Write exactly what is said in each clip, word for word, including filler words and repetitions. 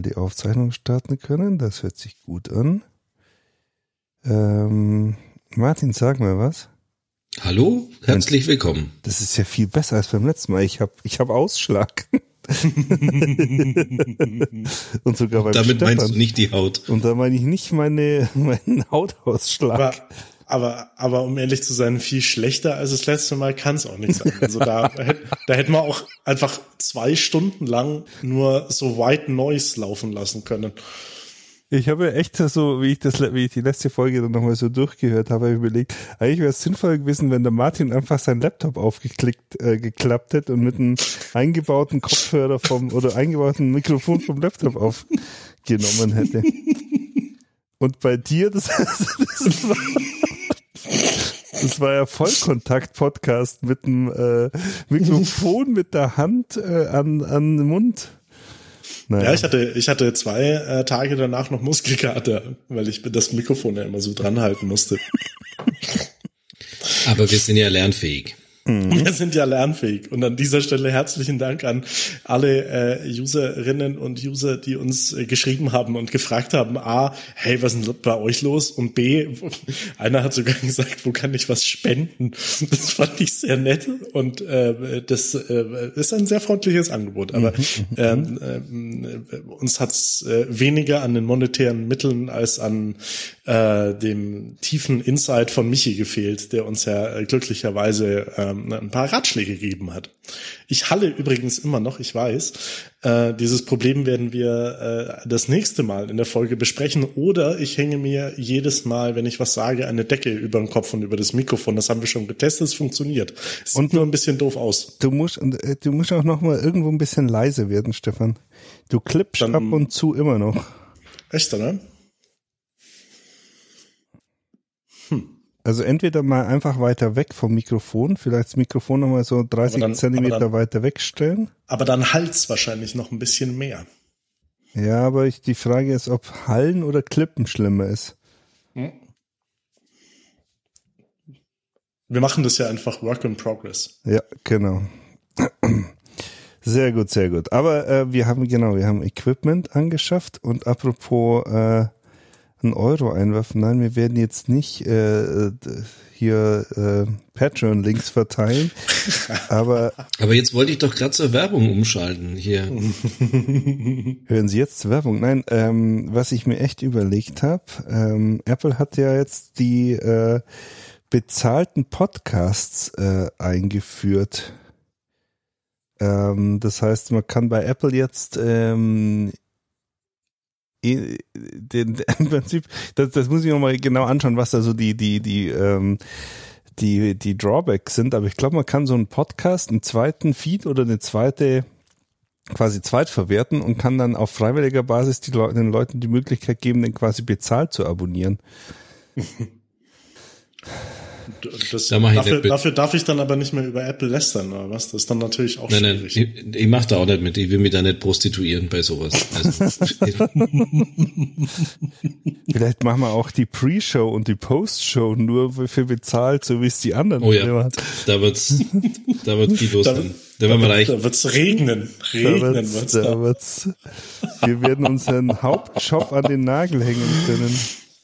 die Aufzeichnung starten können. Das hört sich gut an. Ähm, Martin, sag mal was. Hallo, herzlich willkommen. Das ist ja viel besser als beim letzten Mal. Ich habe ich hab Ausschlag. Und sogar beim Damit Stefan. meinst du nicht die Haut. Und da meine ich nicht meine, meinen Hautausschlag. Aber, aber, aber um ehrlich zu sein, viel schlechter als das letzte Mal kann es auch nicht sein. Also da, da hätten wir auch einfach zwei Stunden lang nur so White Noise laufen lassen können. Ich habe echt so, wie ich das, wie ich die letzte Folge dann nochmal so durchgehört habe, habe ich überlegt, eigentlich wäre es sinnvoll gewesen, wenn der Martin einfach seinen Laptop aufgeklickt, äh, geklappt hätte und mit einem eingebauten Kopfhörer vom, oder eingebauten Mikrofon vom Laptop aufgenommen hätte. Und bei dir, das, das war, das war ja Vollkontakt-Podcast mit dem äh, Mikrofon mit der Hand äh, an, an den Mund. Naja. Ja, ich hatte, ich hatte zwei äh, Tage danach noch Muskelkater, weil ich das Mikrofon ja immer so dran halten musste. Aber wir sind ja lernfähig. Mhm. Wir sind ja lernfähig. Und an dieser Stelle herzlichen Dank an alle äh, Userinnen und User, die uns äh, geschrieben haben und gefragt haben, A, hey, was ist denn bei euch los? Und B, einer hat sogar gesagt, wo kann ich was spenden? Das fand ich sehr nett und äh, das äh, ist ein sehr freundliches Angebot. Aber ähm, äh, uns hat's äh, weniger an den monetären Mitteln als an äh, dem tiefen Insight von Michi gefehlt, der uns ja äh, glücklicherweise äh, ein paar Ratschläge gegeben hat. Ich halle übrigens immer noch, ich weiß, äh, dieses Problem werden wir äh, das nächste Mal in der Folge besprechen oder ich hänge mir jedes Mal, wenn ich was sage, eine Decke über den Kopf und über das Mikrofon. Das haben wir schon getestet, es funktioniert. Es sieht und nur ein bisschen doof aus. Du musst, du musst auch noch mal irgendwo ein bisschen leise werden, Stefan. Du klippst Dann, ab und zu immer noch. Echt, oder? Also entweder mal einfach weiter weg vom Mikrofon, vielleicht das Mikrofon nochmal so dreißig dann, Zentimeter dann, weiter wegstellen. Aber dann hallt's wahrscheinlich noch ein bisschen mehr. Ja, aber ich, die Frage ist, ob Hallen oder Klippen schlimmer ist. Hm. Wir machen das ja einfach Work in Progress. Ja, genau. Sehr gut, sehr gut. Aber äh, wir haben, genau, wir haben Equipment angeschafft und apropos äh, einen Euro einwerfen. Nein, wir werden jetzt nicht äh, hier äh, Patreon-Links verteilen, aber aber jetzt wollte ich doch gerade zur Werbung umschalten hier. Hören Sie jetzt zur Werbung? Nein, ähm, was ich mir echt überlegt habe, ähm, Apple hat ja jetzt die äh, bezahlten Podcasts äh, eingeführt. Ähm, das heißt, man kann bei Apple jetzt ähm, Den, den, im Prinzip, das, das muss ich noch mal genau anschauen, was da so die die die ähm, die die Drawbacks sind. Aber ich glaube, man kann so einen Podcast, einen zweiten Feed oder eine zweite quasi zweitverwerten und kann dann auf freiwilliger Basis die Leute, den Leuten die Möglichkeit geben, den quasi bezahlt zu abonnieren. Das, da dafür, dafür darf ich dann aber nicht mehr über Apple lästern, oder was? Das ist dann natürlich auch nein, schwierig. Nein, ich, ich mach da auch nicht mit. Ich will mich da nicht prostituieren bei sowas. Also, vielleicht machen wir auch die Pre-Show und die Post-Show nur für bezahlt, so wie es die anderen oh ja, waren. Da wird's, da wird viel los da, sein. Da, da, wird, da wird's regnen. Regnen da wird's, wird's da. Da. Wird's, wir werden unseren Hauptjob an den Nagel hängen können.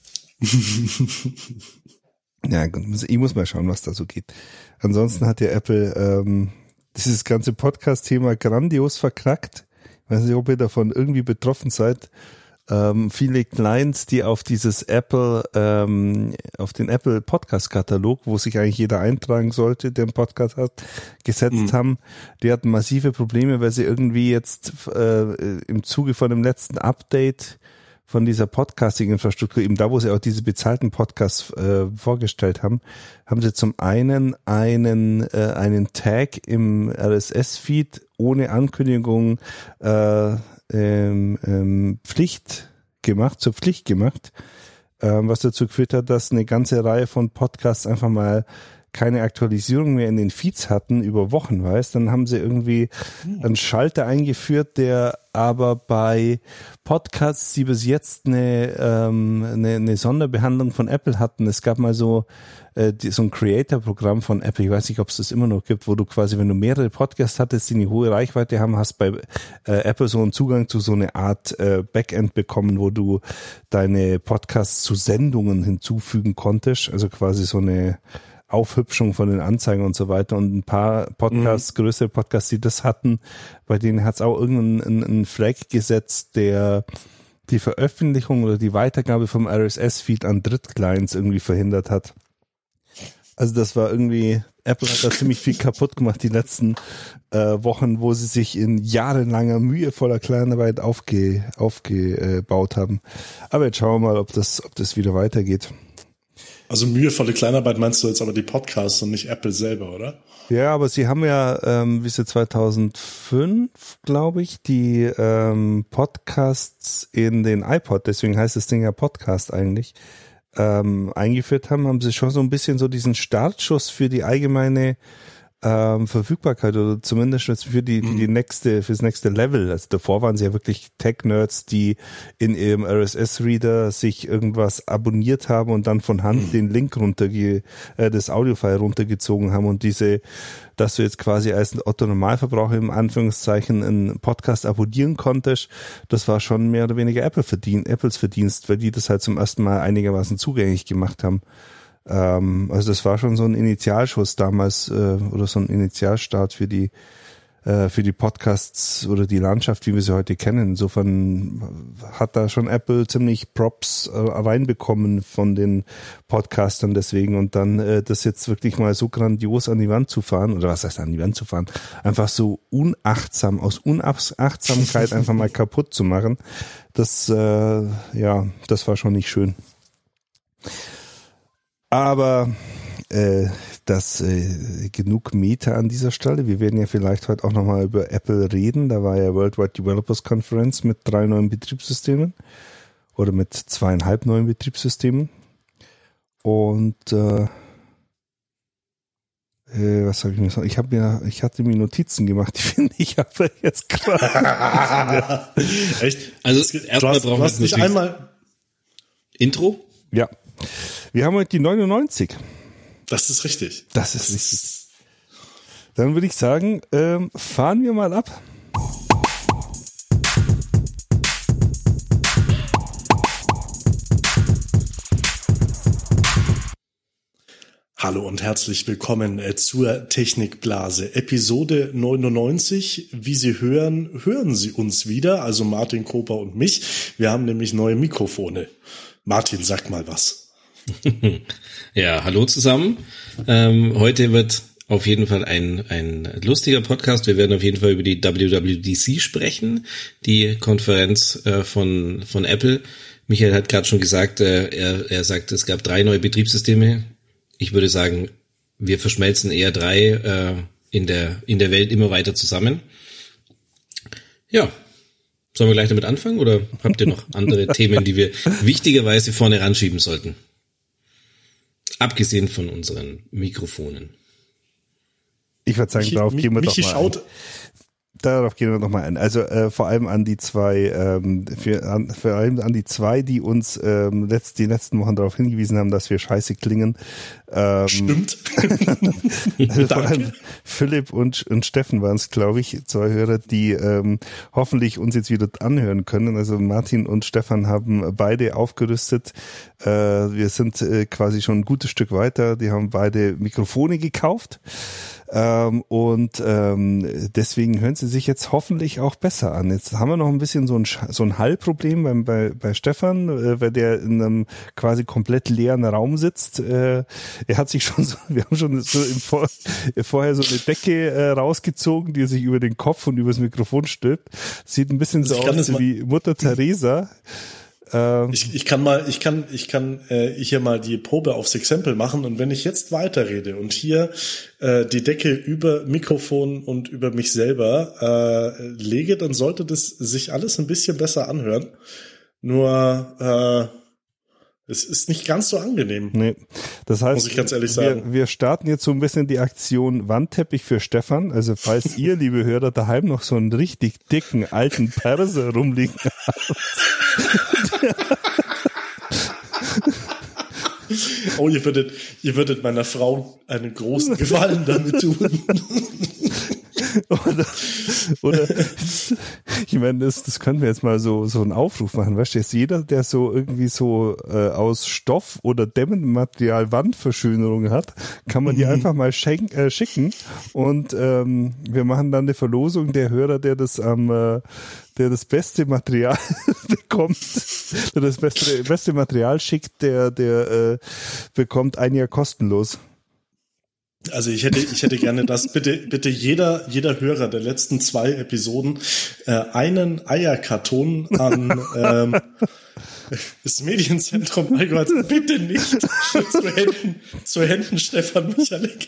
Ja, ich muss mal schauen, was da so geht. Ansonsten hat ja Apple ähm, dieses ganze Podcast-Thema grandios verknackt. Ich weiß nicht, ob ihr davon irgendwie betroffen seid. Ähm, viele Clients, die auf dieses Apple, ähm, auf den Apple Podcast-Katalog, wo sich eigentlich jeder eintragen sollte, der einen Podcast hat, gesetzt mhm. haben, die hatten massive Probleme, weil sie irgendwie jetzt äh, im Zuge von dem letzten Update von dieser Podcasting-Infrastruktur, eben da, wo sie auch diese bezahlten Podcasts äh, vorgestellt haben, haben sie zum einen einen äh, einen Tag im R S S-Feed ohne Ankündigung äh, ähm, ähm, Pflicht gemacht, zur Pflicht gemacht, ähm, was dazu geführt hat, dass eine ganze Reihe von Podcasts einfach mal keine Aktualisierung mehr in den Feeds hatten über Wochen, weißt, dann haben sie irgendwie einen Schalter eingeführt, der aber bei Podcasts, die bis jetzt eine, ähm, eine, eine Sonderbehandlung von Apple hatten, es gab mal so äh, die, so ein Creator-Programm von Apple, ich weiß nicht, ob es das immer noch gibt, wo du quasi, wenn du mehrere Podcasts hattest, die eine hohe Reichweite haben, hast bei äh, Apple so einen Zugang zu so eine Art äh, Backend bekommen, wo du deine Podcasts zu Sendungen hinzufügen konntest, also quasi so eine Aufhübschung von den Anzeigen und so weiter, und ein paar Podcasts, mhm. größere Podcasts, die das hatten, bei denen hat es auch irgendeinen einen Flag gesetzt, der die Veröffentlichung oder die Weitergabe vom R S S-Feed an Drittclients irgendwie verhindert hat. Also das war irgendwie, Apple hat da ziemlich viel kaputt gemacht die letzten äh, Wochen, wo sie sich in jahrelanger mühevoller Kleinarbeit aufge, aufgebaut haben. Aber jetzt schauen wir mal, ob das, ob das wieder weitergeht. Also mühevolle Kleinarbeit meinst du jetzt aber die Podcasts und nicht Apple selber, oder? Ja, aber sie haben ja, ähm, wie sie zweitausendfünf, glaube ich, die ähm, Podcasts in den iPod, deswegen heißt das Ding ja Podcast eigentlich, ähm, eingeführt haben, haben sie schon so ein bisschen so diesen Startschuss für die allgemeine ähm, Verfügbarkeit oder zumindest für die, für die nächste, fürs nächste Level. Also davor waren sie ja wirklich Tech-Nerds, die in ihrem R S S-Reader sich irgendwas abonniert haben und dann von Hand mhm. den Link runterge, äh, das Audio-File runtergezogen haben, und diese, dass du jetzt quasi als Otto-Normalverbraucher im Anführungszeichen einen Podcast abonnieren konntest, das war schon mehr oder weniger Apple verdient, Apples Verdienst, weil die das halt zum ersten Mal einigermaßen zugänglich gemacht haben. Ähm, also das war schon so ein Initialschuss damals äh, oder so ein Initialstart für die äh, für die Podcasts oder die Landschaft, wie wir sie heute kennen. Insofern hat da schon Apple ziemlich Props äh, reinbekommen von den Podcastern deswegen, und dann äh, das jetzt wirklich mal so grandios an die Wand zu fahren, oder was heißt an die Wand zu fahren, einfach so unachtsam, aus Unachtsamkeit einfach mal kaputt zu machen, das äh, ja, das war schon nicht schön. Aber äh, das äh, genug Meta an dieser Stelle. Wir werden ja vielleicht heute auch nochmal über Apple reden. Da war ja Worldwide Developers Conference mit drei neuen Betriebssystemen oder mit zweieinhalb neuen Betriebssystemen. Und äh, äh, was soll ich mir sagen? Ich habe mir, ich hatte mir Notizen gemacht, die finde ich aber jetzt gerade. Echt? Also erstmal brauchen wir nicht einmal Intro. Ja. Wir haben heute die neunundneunzig. Das ist richtig. Das ist richtig. Dann würde ich sagen, ähm, fahren wir mal ab. Hallo und herzlich willkommen zur Technikblase. Episode neunundneunzig. Wie Sie hören, hören Sie uns wieder, also Martin Koper und mich. Wir haben nämlich neue Mikrofone. Martin, sag mal was. Ja, hallo zusammen. Ähm, heute wird auf jeden Fall ein ein lustiger Podcast. Wir werden auf jeden Fall über die W W D C sprechen, die Konferenz äh, von von Apple. Michael hat gerade schon gesagt, äh, er er sagt, es gab drei neue Betriebssysteme. Ich würde sagen, wir verschmelzen eher drei äh, in der in der Welt immer weiter zusammen. Ja. Sollen wir gleich damit anfangen, oder habt ihr noch andere Themen, die wir wichtigerweise vorne ranschieben sollten? Abgesehen von unseren Mikrofonen. Ich würde sagen, Michi, darauf gehen wir Michi doch mal schaut, ein. Darauf gehen wir noch mal ein. Also äh, vor allem an die zwei, ähm, für, an, vor allem an die zwei, die uns ähm, letzt, die letzten Wochen darauf hingewiesen haben, dass wir scheiße klingen. Ähm, Stimmt. Also vor allem Philipp und, und Steffen waren es, glaube ich, zwei Hörer, die ähm, hoffentlich uns jetzt wieder anhören können. Also Martin und Stefan haben beide aufgerüstet. Äh, wir sind äh, quasi schon ein gutes Stück weiter. Die haben beide Mikrofone gekauft. Ähm, und ähm, deswegen hören sie sich jetzt hoffentlich auch besser an. Jetzt haben wir noch ein bisschen so ein, so ein Hallproblem beim, bei, bei Stefan, äh, weil der in einem quasi komplett leeren Raum sitzt. Äh, er hat sich schon so, wir haben schon so im Vor, vorher so eine Decke äh, rausgezogen, die er sich über den Kopf und übers Mikrofon stülpt. Sieht ein bisschen also so aus wie Mutter Teresa. Ich, ich kann mal, ich kann, ich kann äh, hier mal die Probe aufs Exempel machen, und wenn ich jetzt weiterrede und hier äh, die Decke über Mikrofon und über mich selber äh, lege, dann sollte das sich alles ein bisschen besser anhören. Nur äh, Es ist nicht ganz so angenehm. Nee. Das heißt, muss ich ganz ehrlich sagen. Wir, wir starten jetzt so ein bisschen die Aktion Wandteppich für Stefan. Also falls ihr, liebe Hörer, daheim noch so einen richtig dicken alten Perser rumliegen habt. Oh, ihr würdet, ihr würdet meiner Frau einen großen Gefallen damit tun. Oder, oder ich meine, das, das können wir jetzt mal so so einen Aufruf machen. Weißt du, jetzt jeder, der so irgendwie so äh, aus Stoff oder Dämmmaterial Wandverschönerung hat, kann man die mhm. einfach mal schenk, äh, schicken und ähm, wir machen dann eine Verlosung. Der Hörer, der das am äh, der das beste Material bekommt, der das beste, beste Material schickt, der der äh, bekommt ein Jahr kostenlos. Also ich hätte, ich hätte gerne, dass bitte, bitte jeder, jeder Hörer der letzten zwei Episoden äh, einen Eierkarton an ähm, das Medienzentrum Allgäu, bitte nicht zu Händen, zu Händen Stefan Michalik.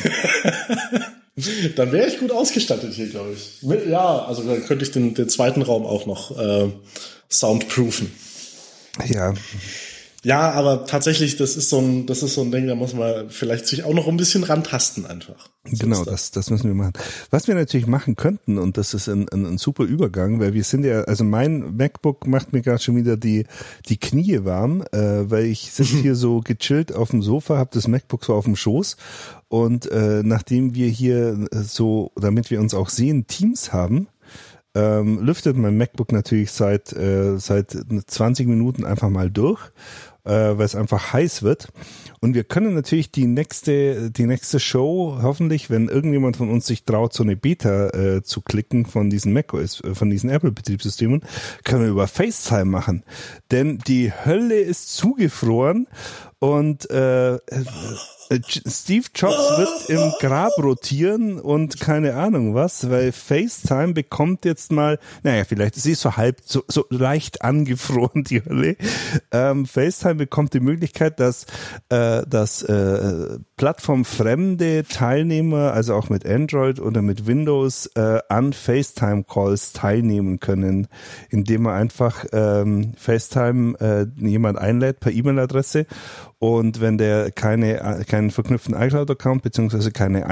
Dann wäre ich gut ausgestattet hier, glaube ich. Ja, also dann könnte ich den, den zweiten Raum auch noch äh, soundproofen. Ja. Ja, aber tatsächlich, das ist so ein, das ist so ein Ding, da muss man vielleicht sich auch noch ein bisschen rantasten einfach. So genau, das, das müssen wir machen. Was wir natürlich machen könnten, und das ist ein, ein, ein super Übergang, weil wir sind ja, also mein MacBook macht mir gerade schon wieder die, die Knie warm, äh, weil ich sitze hier so gechillt auf dem Sofa, habe das MacBook so auf dem Schoß und äh, nachdem wir hier so, damit wir uns auch sehen, Teams haben, ähm, lüftet mein MacBook natürlich seit, äh, seit zwanzig Minuten einfach mal durch. Äh, weil es einfach heiß wird. Und wir können natürlich die nächste, die nächste Show hoffentlich, wenn irgendjemand von uns sich traut, so eine Beta äh, zu klicken von diesen macOS, äh, von diesen Apple-Betriebssystemen, können wir über FaceTime machen. Denn die Hölle ist zugefroren und äh, Steve Jobs wird im Grab rotieren und keine Ahnung was, weil FaceTime bekommt jetzt mal, naja, vielleicht ist sie so halb, so, so leicht angefroren, die Hölle. Ähm, FaceTime bekommt die Möglichkeit, dass, äh, dass äh, plattformfremde Teilnehmer, also auch mit Android oder mit Windows, äh, an FaceTime-Calls teilnehmen können, indem man einfach ähm, FaceTime äh, jemand einlädt per E-Mail-Adresse. Und wenn der keine, keinen verknüpften iCloud-Account beziehungsweise keine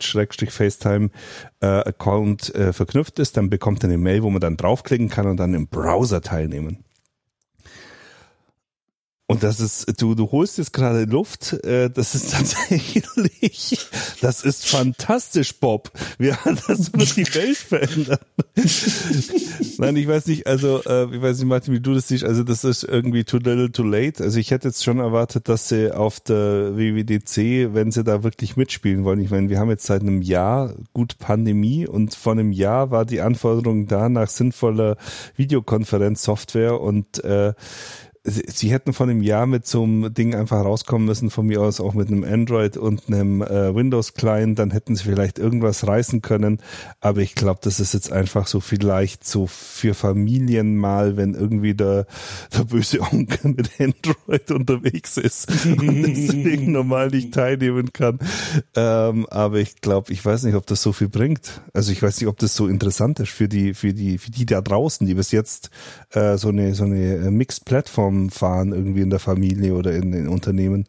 iMessage-FaceTime-Account äh, verknüpft ist, dann bekommt er eine Mail, wo man dann draufklicken kann und dann im Browser teilnehmen. Und das ist, du, du holst jetzt gerade Luft, äh, das ist tatsächlich, das ist fantastisch, Bob. Wir, das wird die Welt verändern. Nein, ich weiß nicht, also, äh, ich weiß nicht, Martin, wie du das siehst, also das ist irgendwie too little too late. Also ich hätte jetzt schon erwartet, dass sie auf der W W D C, wenn sie da wirklich mitspielen wollen, ich meine, wir haben jetzt seit einem Jahr gut Pandemie und vor einem Jahr war die Anforderung da nach sinnvoller Videokonferenzsoftware und, äh, Sie hätten von einem Jahr mit so einem Ding einfach rauskommen müssen, von mir aus auch mit einem Android und einem äh, Windows-Client, dann hätten sie vielleicht irgendwas reißen können, aber ich glaube, das ist jetzt einfach so vielleicht so für Familien mal, wenn irgendwie der, der böse Onkel mit Android unterwegs ist und deswegen normal nicht teilnehmen kann, ähm, aber ich glaube, ich weiß nicht, ob das so viel bringt, also ich weiß nicht, ob das so interessant ist für die, für die, für die da draußen, die bis jetzt äh, so eine, so eine Mixed-Plattform fahren irgendwie in der Familie oder in den Unternehmen?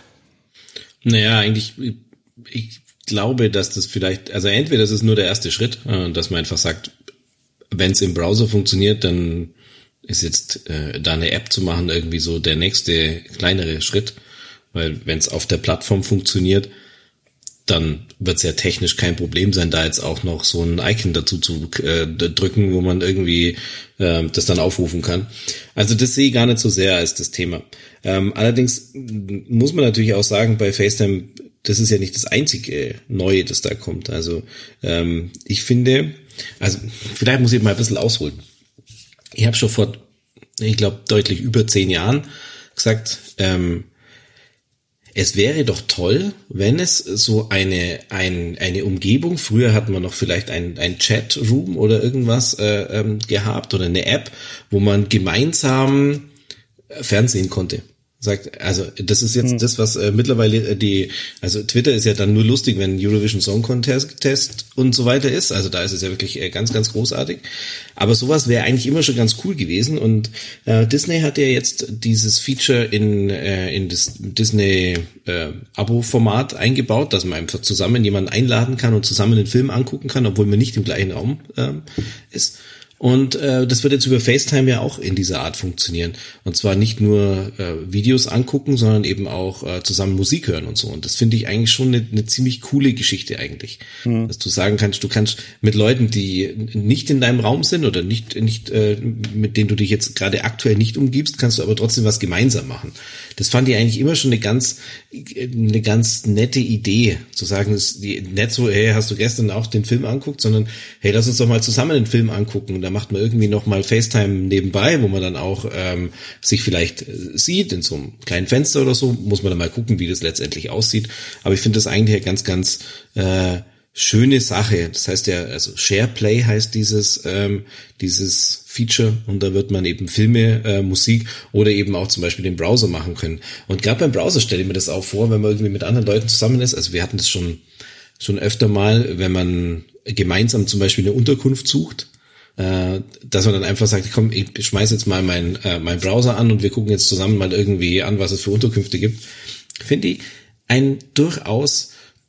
Naja, eigentlich, ich glaube, dass das vielleicht, also entweder das ist nur der erste Schritt, dass man einfach sagt, wenn es im Browser funktioniert, dann ist jetzt äh, da eine App zu machen irgendwie so der nächste kleinere Schritt, weil wenn es auf der Plattform funktioniert, dann wird es ja technisch kein Problem sein, da jetzt auch noch so ein Icon dazu zu äh, drücken, wo man irgendwie äh, das dann aufrufen kann. Also das sehe ich gar nicht so sehr als das Thema. Ähm, allerdings muss man natürlich auch sagen, bei FaceTime, das ist ja nicht das einzige Neue, das da kommt. Also ähm, ich finde, also vielleicht muss ich mal ein bisschen ausholen. Ich habe schon vor, ich glaube, deutlich über zehn Jahren gesagt, ähm, es wäre doch toll, wenn es so eine ein, eine Umgebung, früher hatten wir noch vielleicht ein, ein Chatroom oder irgendwas äh, ähm, gehabt oder eine App, wo man gemeinsam Fernsehen konnte. sagt, also das ist jetzt hm. das, was äh, mittlerweile die, also Twitter ist ja dann nur lustig, wenn Eurovision Song Contest Test und so weiter ist, also da ist es ja wirklich äh, ganz, ganz großartig, aber sowas wäre eigentlich immer schon ganz cool gewesen und äh, Disney hat ja jetzt dieses Feature in äh, in das Disney äh, Abo-Format eingebaut, dass man einfach zusammen jemanden einladen kann und zusammen den Film angucken kann, obwohl man nicht im gleichen Raum äh, ist. Und äh, das wird jetzt über FaceTime ja auch in dieser Art funktionieren. Und zwar nicht nur äh, Videos angucken, sondern eben auch äh, zusammen Musik hören und so. Und das finde ich eigentlich schon eine, eine ziemlich coole Geschichte eigentlich. Mhm. Dass du sagen kannst, du kannst mit Leuten, die nicht in deinem Raum sind oder nicht, nicht äh, mit denen du dich jetzt gerade aktuell nicht umgibst, kannst du aber trotzdem was gemeinsam machen. Das fand ich eigentlich immer schon eine ganz eine ganz nette Idee, zu sagen, dass die nicht so, hey, hast du gestern auch den Film anguckt, sondern hey, lass uns doch mal zusammen den Film angucken. Und da macht man irgendwie noch mal FaceTime nebenbei, wo man dann auch ähm, sich vielleicht äh, sieht in so einem kleinen Fenster oder so. Muss man dann mal gucken, wie das letztendlich aussieht. Aber ich finde das eigentlich eine ganz, ganz äh, schöne Sache. Das heißt ja, also SharePlay heißt dieses ähm, dieses Feature und da wird man eben Filme, äh, Musik oder eben auch zum Beispiel den Browser machen können. Und gerade beim Browser stelle ich mir das auch vor, wenn man irgendwie mit anderen Leuten zusammen ist. Also wir hatten das schon schon öfter mal, wenn man gemeinsam zum Beispiel eine Unterkunft sucht, äh, dass man dann einfach sagt, komm, ich schmeiß jetzt mal meinen äh, meinen Browser an und wir gucken jetzt zusammen mal irgendwie an, was es für Unterkünfte gibt. Finde ich ein durchaus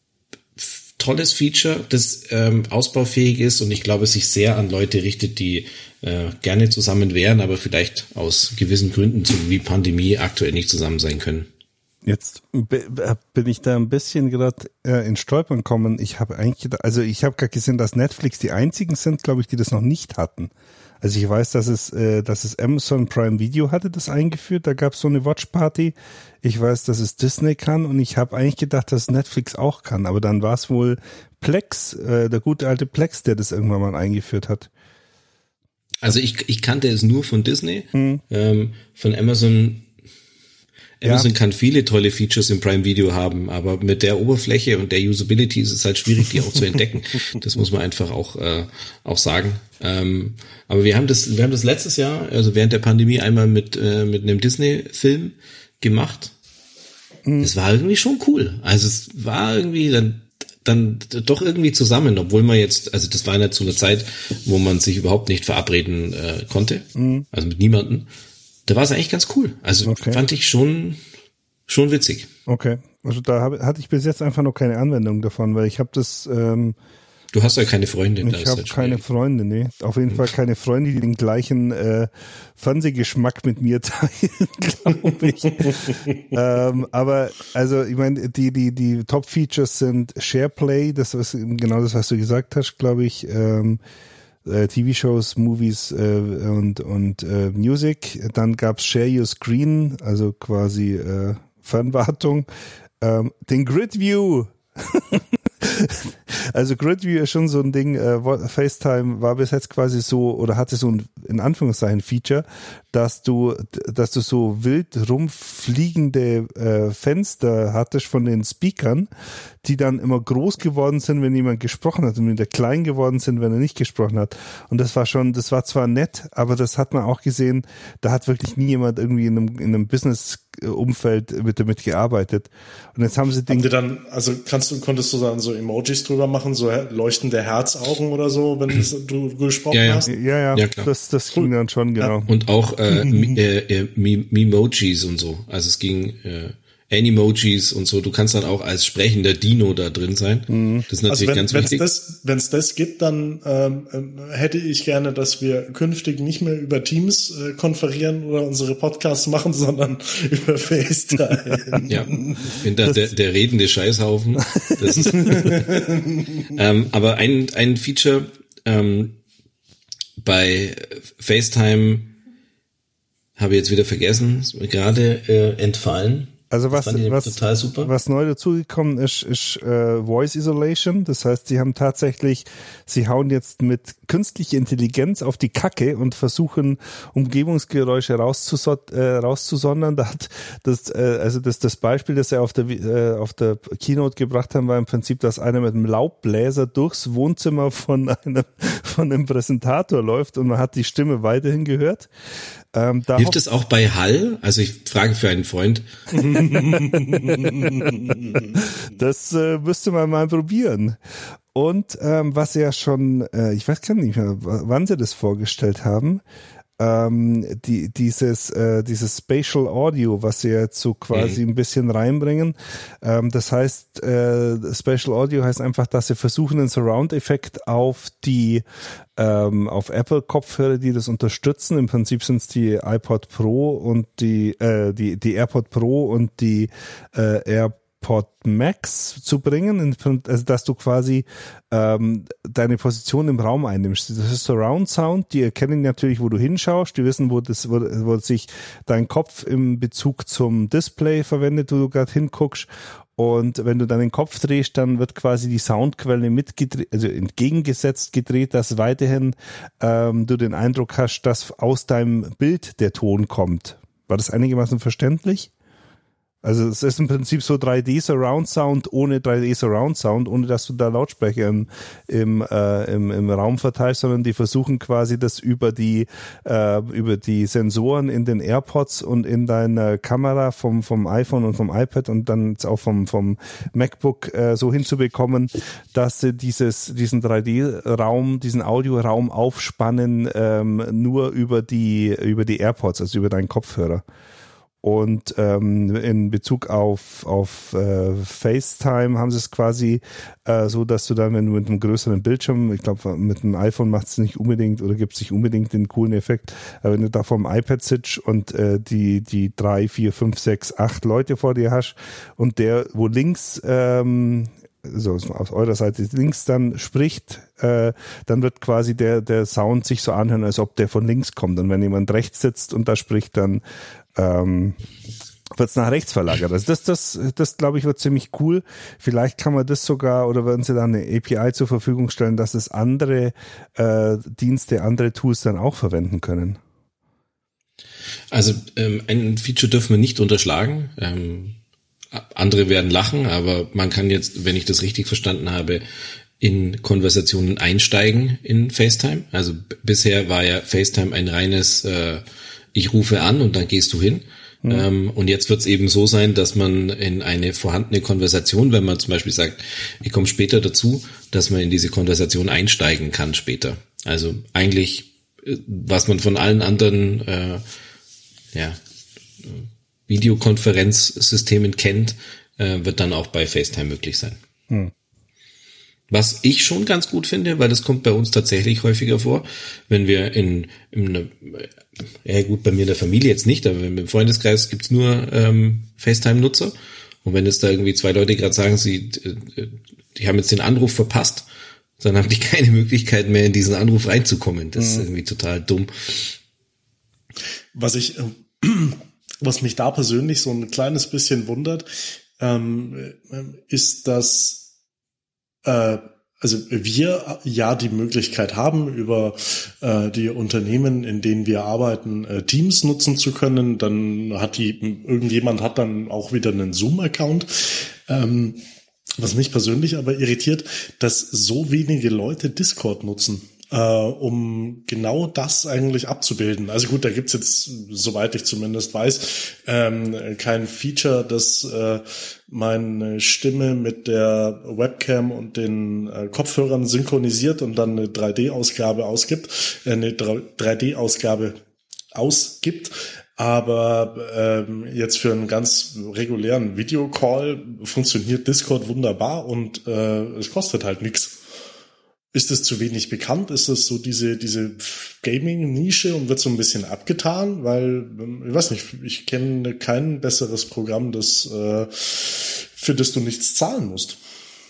tolles Feature, das ähm, ausbaufähig ist und ich glaube, es sich sehr an Leute richtet, die äh, gerne zusammen wären, aber vielleicht aus gewissen Gründen, so wie Pandemie, aktuell nicht zusammen sein können. Jetzt bin ich da ein bisschen gerade äh, in Stolpern gekommen. Ich habe eigentlich gedacht, also ich habe gerade gesehen, dass Netflix die einzigen sind, glaube ich, die das noch nicht hatten. Also ich weiß, dass es, äh, dass es Amazon Prime Video hatte das eingeführt. Da gab es so eine Watch Party. Ich weiß, dass es Disney kann und ich habe eigentlich gedacht, dass Netflix auch kann. Aber dann war es wohl Plex, äh, der gute alte Plex, der das irgendwann mal eingeführt hat. Also ich, ich kannte es nur von Disney, hm. ähm, von Amazon. Amazon ja. kann viele tolle Features im Prime Video haben, aber mit der Oberfläche und der Usability ist es halt schwierig, die auch zu entdecken. Das muss man einfach auch äh, auch sagen. Ähm, aber wir haben das, wir haben das letztes Jahr, also während der Pandemie, einmal mit äh, mit einem Disney-Film gemacht. Mhm. Das war irgendwie schon cool. Also es war irgendwie dann dann doch irgendwie zusammen, obwohl man jetzt, also das war nicht so eine Zeit, wo man sich überhaupt nicht verabreden äh, konnte, mhm. also mit niemandem. Da war es eigentlich ganz cool. Also okay. fand ich schon schon witzig. Okay, also da hab, hatte ich bis jetzt einfach noch keine Anwendung davon, weil ich habe das... Ähm, du hast ja keine Freunde. Ich habe halt keine Freunde, nee. Auf jeden hm. Fall keine Freunde, die den gleichen äh, Fernsehgeschmack mit mir teilen, glaube ich. ähm, aber also ich meine, die die die Top-Features sind SharePlay, das ist genau das, was du gesagt hast, glaube ich, ähm, T V-Shows, Movies äh, und und äh, Music. Dann gab's Share Your Screen, also quasi äh, Fernwartung. Ähm, den Grid View. Also Grid View ist schon so ein Ding, äh, FaceTime war bis jetzt quasi so, oder hatte so ein, in Anführungszeichen, Feature, dass du, dass du so wild rumfliegende äh, Fenster hattest von den Speakern, die dann immer groß geworden sind, wenn jemand gesprochen hat und wieder klein geworden sind, wenn er nicht gesprochen hat. Und das war schon, das war zwar nett, aber das hat man auch gesehen, da hat wirklich nie jemand irgendwie in einem, in einem Business-Umfeld mit damit gearbeitet. Und jetzt haben sie den... Habt ihr dann, also kannst du, konntest du dann so Emojis drüber machen, so leuchtende Herzaugen oder so, wenn das, du gesprochen ja, ja. hast? Ja, ja, ja klar. das, das cool. ging dann schon, genau. Ja. Und auch äh, äh, Memojis und so. Also es ging äh, Animojis und so. Du kannst dann auch als sprechender Dino da drin sein. Mhm. Das ist natürlich also wenn, ganz wenn's wichtig. Das, wenn es das gibt, dann ähm, hätte ich gerne, dass wir künftig nicht mehr über Teams äh, konferieren oder unsere Podcasts machen, sondern über FaceTime. Ja, ich bin da der, der redende Scheißhaufen. Das ist ähm, aber ein, ein Feature ähm, bei FaceTime habe ich jetzt wieder vergessen, ist mir gerade äh, entfallen. Also was, was, total super. was neu dazugekommen ist, ist äh, Voice Isolation. Das heißt, sie haben tatsächlich, sie hauen jetzt mit künstlicher Intelligenz auf die Kacke und versuchen, Umgebungsgeräusche rauszusot, äh, rauszusondern. Da hat das, äh, also das, das Beispiel, das sie auf der, äh, auf der Keynote gebracht haben, war im Prinzip, dass einer mit einem Laubbläser durchs Wohnzimmer von einem, von einem Präsentator läuft und man hat die Stimme weiterhin gehört. Ähm, da Hilft es auch bei Hall? Also ich frage für einen Freund. Das äh, müsste man mal probieren. Und ähm, was sie ja schon, äh, ich weiß gar nicht mehr, wann sie das vorgestellt haben, ähm, die, dieses, äh, dieses Spatial Audio, was sie jetzt so quasi mhm. ein bisschen reinbringen. Ähm, das heißt, äh, Spatial Audio heißt einfach, dass sie versuchen, einen Surround-Effekt auf die ähm, auf Apple-Kopfhörer, die das unterstützen. Im Prinzip sind es die iPod Pro und die äh, die die AirPod Pro und die äh, AirPod Pod Max zu bringen, also dass du quasi ähm, deine Position im Raum einnimmst. Das ist Surround Sound, die erkennen natürlich, wo du hinschaust, die wissen, wo das, wo, wo sich dein Kopf im Bezug zum Display verwendet, wo du gerade hinguckst. Und wenn du dann den Kopf drehst, dann wird quasi die Soundquelle mitgedreht, also entgegengesetzt gedreht, dass weiterhin ähm, du den Eindruck hast, dass aus deinem Bild der Ton kommt. War das einigermaßen verständlich? Also es ist im Prinzip so drei D Surround Sound ohne drei D Surround Sound, ohne dass du da Lautsprecher im, im, äh, im, im Raum verteilst, sondern die versuchen quasi das über die äh, über die Sensoren in den AirPods und in deiner Kamera vom vom iPhone und vom iPad und dann jetzt auch vom vom MacBook äh, so hinzubekommen, dass sie dieses diesen drei D Raum, diesen Audioraum aufspannen, ähm, nur über die über die AirPods, also über deinen Kopfhörer. Und ähm, in Bezug auf auf äh, FaceTime haben sie es quasi äh, so, dass du dann, wenn du mit einem größeren Bildschirm, ich glaube mit einem iPhone macht es nicht unbedingt oder gibt es nicht unbedingt den coolen Effekt, aber wenn du da vom iPad sitzt und äh, die die drei, vier, fünf, sechs, acht Leute vor dir hast und der, wo links ähm, so aus eurer Seite links dann spricht, äh, dann wird quasi der der Sound sich so anhören, als ob der von links kommt. Und wenn jemand rechts sitzt und da spricht, dann ähm, wird es nach rechts verlagert. Also das, das, das glaube ich wird ziemlich cool. Vielleicht kann man das sogar, oder werden sie dann eine A P I zur Verfügung stellen, dass es andere äh, Dienste, andere Tools dann auch verwenden können. Also ähm, ein Feature dürfen wir nicht unterschlagen. Ähm, andere werden lachen, aber man kann jetzt, wenn ich das richtig verstanden habe, in Konversationen einsteigen in FaceTime. Also b- bisher war ja FaceTime ein reines äh, ich rufe an und dann gehst du hin. Mhm. Ähm, und jetzt wird es eben so sein, dass man in eine vorhandene Konversation, wenn man zum Beispiel sagt, ich komme später dazu, dass man in diese Konversation einsteigen kann später. Also eigentlich, was man von allen anderen äh, ja, Videokonferenzsystemen kennt, äh, wird dann auch bei FaceTime möglich sein. Mhm. Was ich schon ganz gut finde, weil das kommt bei uns tatsächlich häufiger vor, wenn wir in, in eine, ja gut, bei mir in der Familie jetzt nicht, aber im Freundeskreis gibt's nur ähm, FaceTime-Nutzer und wenn jetzt da irgendwie zwei Leute gerade sagen, sie die haben jetzt den Anruf verpasst, dann haben die keine Möglichkeit mehr in diesen Anruf reinzukommen. Das mhm. ist irgendwie total dumm. Was ich, was mich da persönlich so ein kleines bisschen wundert, ähm, ist, dass also wir ja die Möglichkeit haben, über äh, die Unternehmen, in denen wir arbeiten, äh, Teams nutzen zu können. Dann hat die, irgendjemand hat dann auch wieder einen Zoom-Account. Ähm, was mich persönlich aber irritiert, dass so wenige Leute Discord nutzen, äh, um genau das eigentlich abzubilden. Also gut, da gibt's jetzt, soweit ich zumindest weiß, ähm, kein Feature, das äh, meine Stimme mit der Webcam und den äh, Kopfhörern synchronisiert und dann eine drei D Ausgabe ausgibt, äh, eine drei D Ausgabe ausgibt. Aber ähm, jetzt für einen ganz regulären Videocall funktioniert Discord wunderbar und äh, es kostet halt nichts. Ist es zu wenig bekannt? Ist es so diese diese Gaming-Nische und wird so ein bisschen abgetan? Weil, ich weiß nicht, ich kenne kein besseres Programm, das äh, für das du nichts zahlen musst.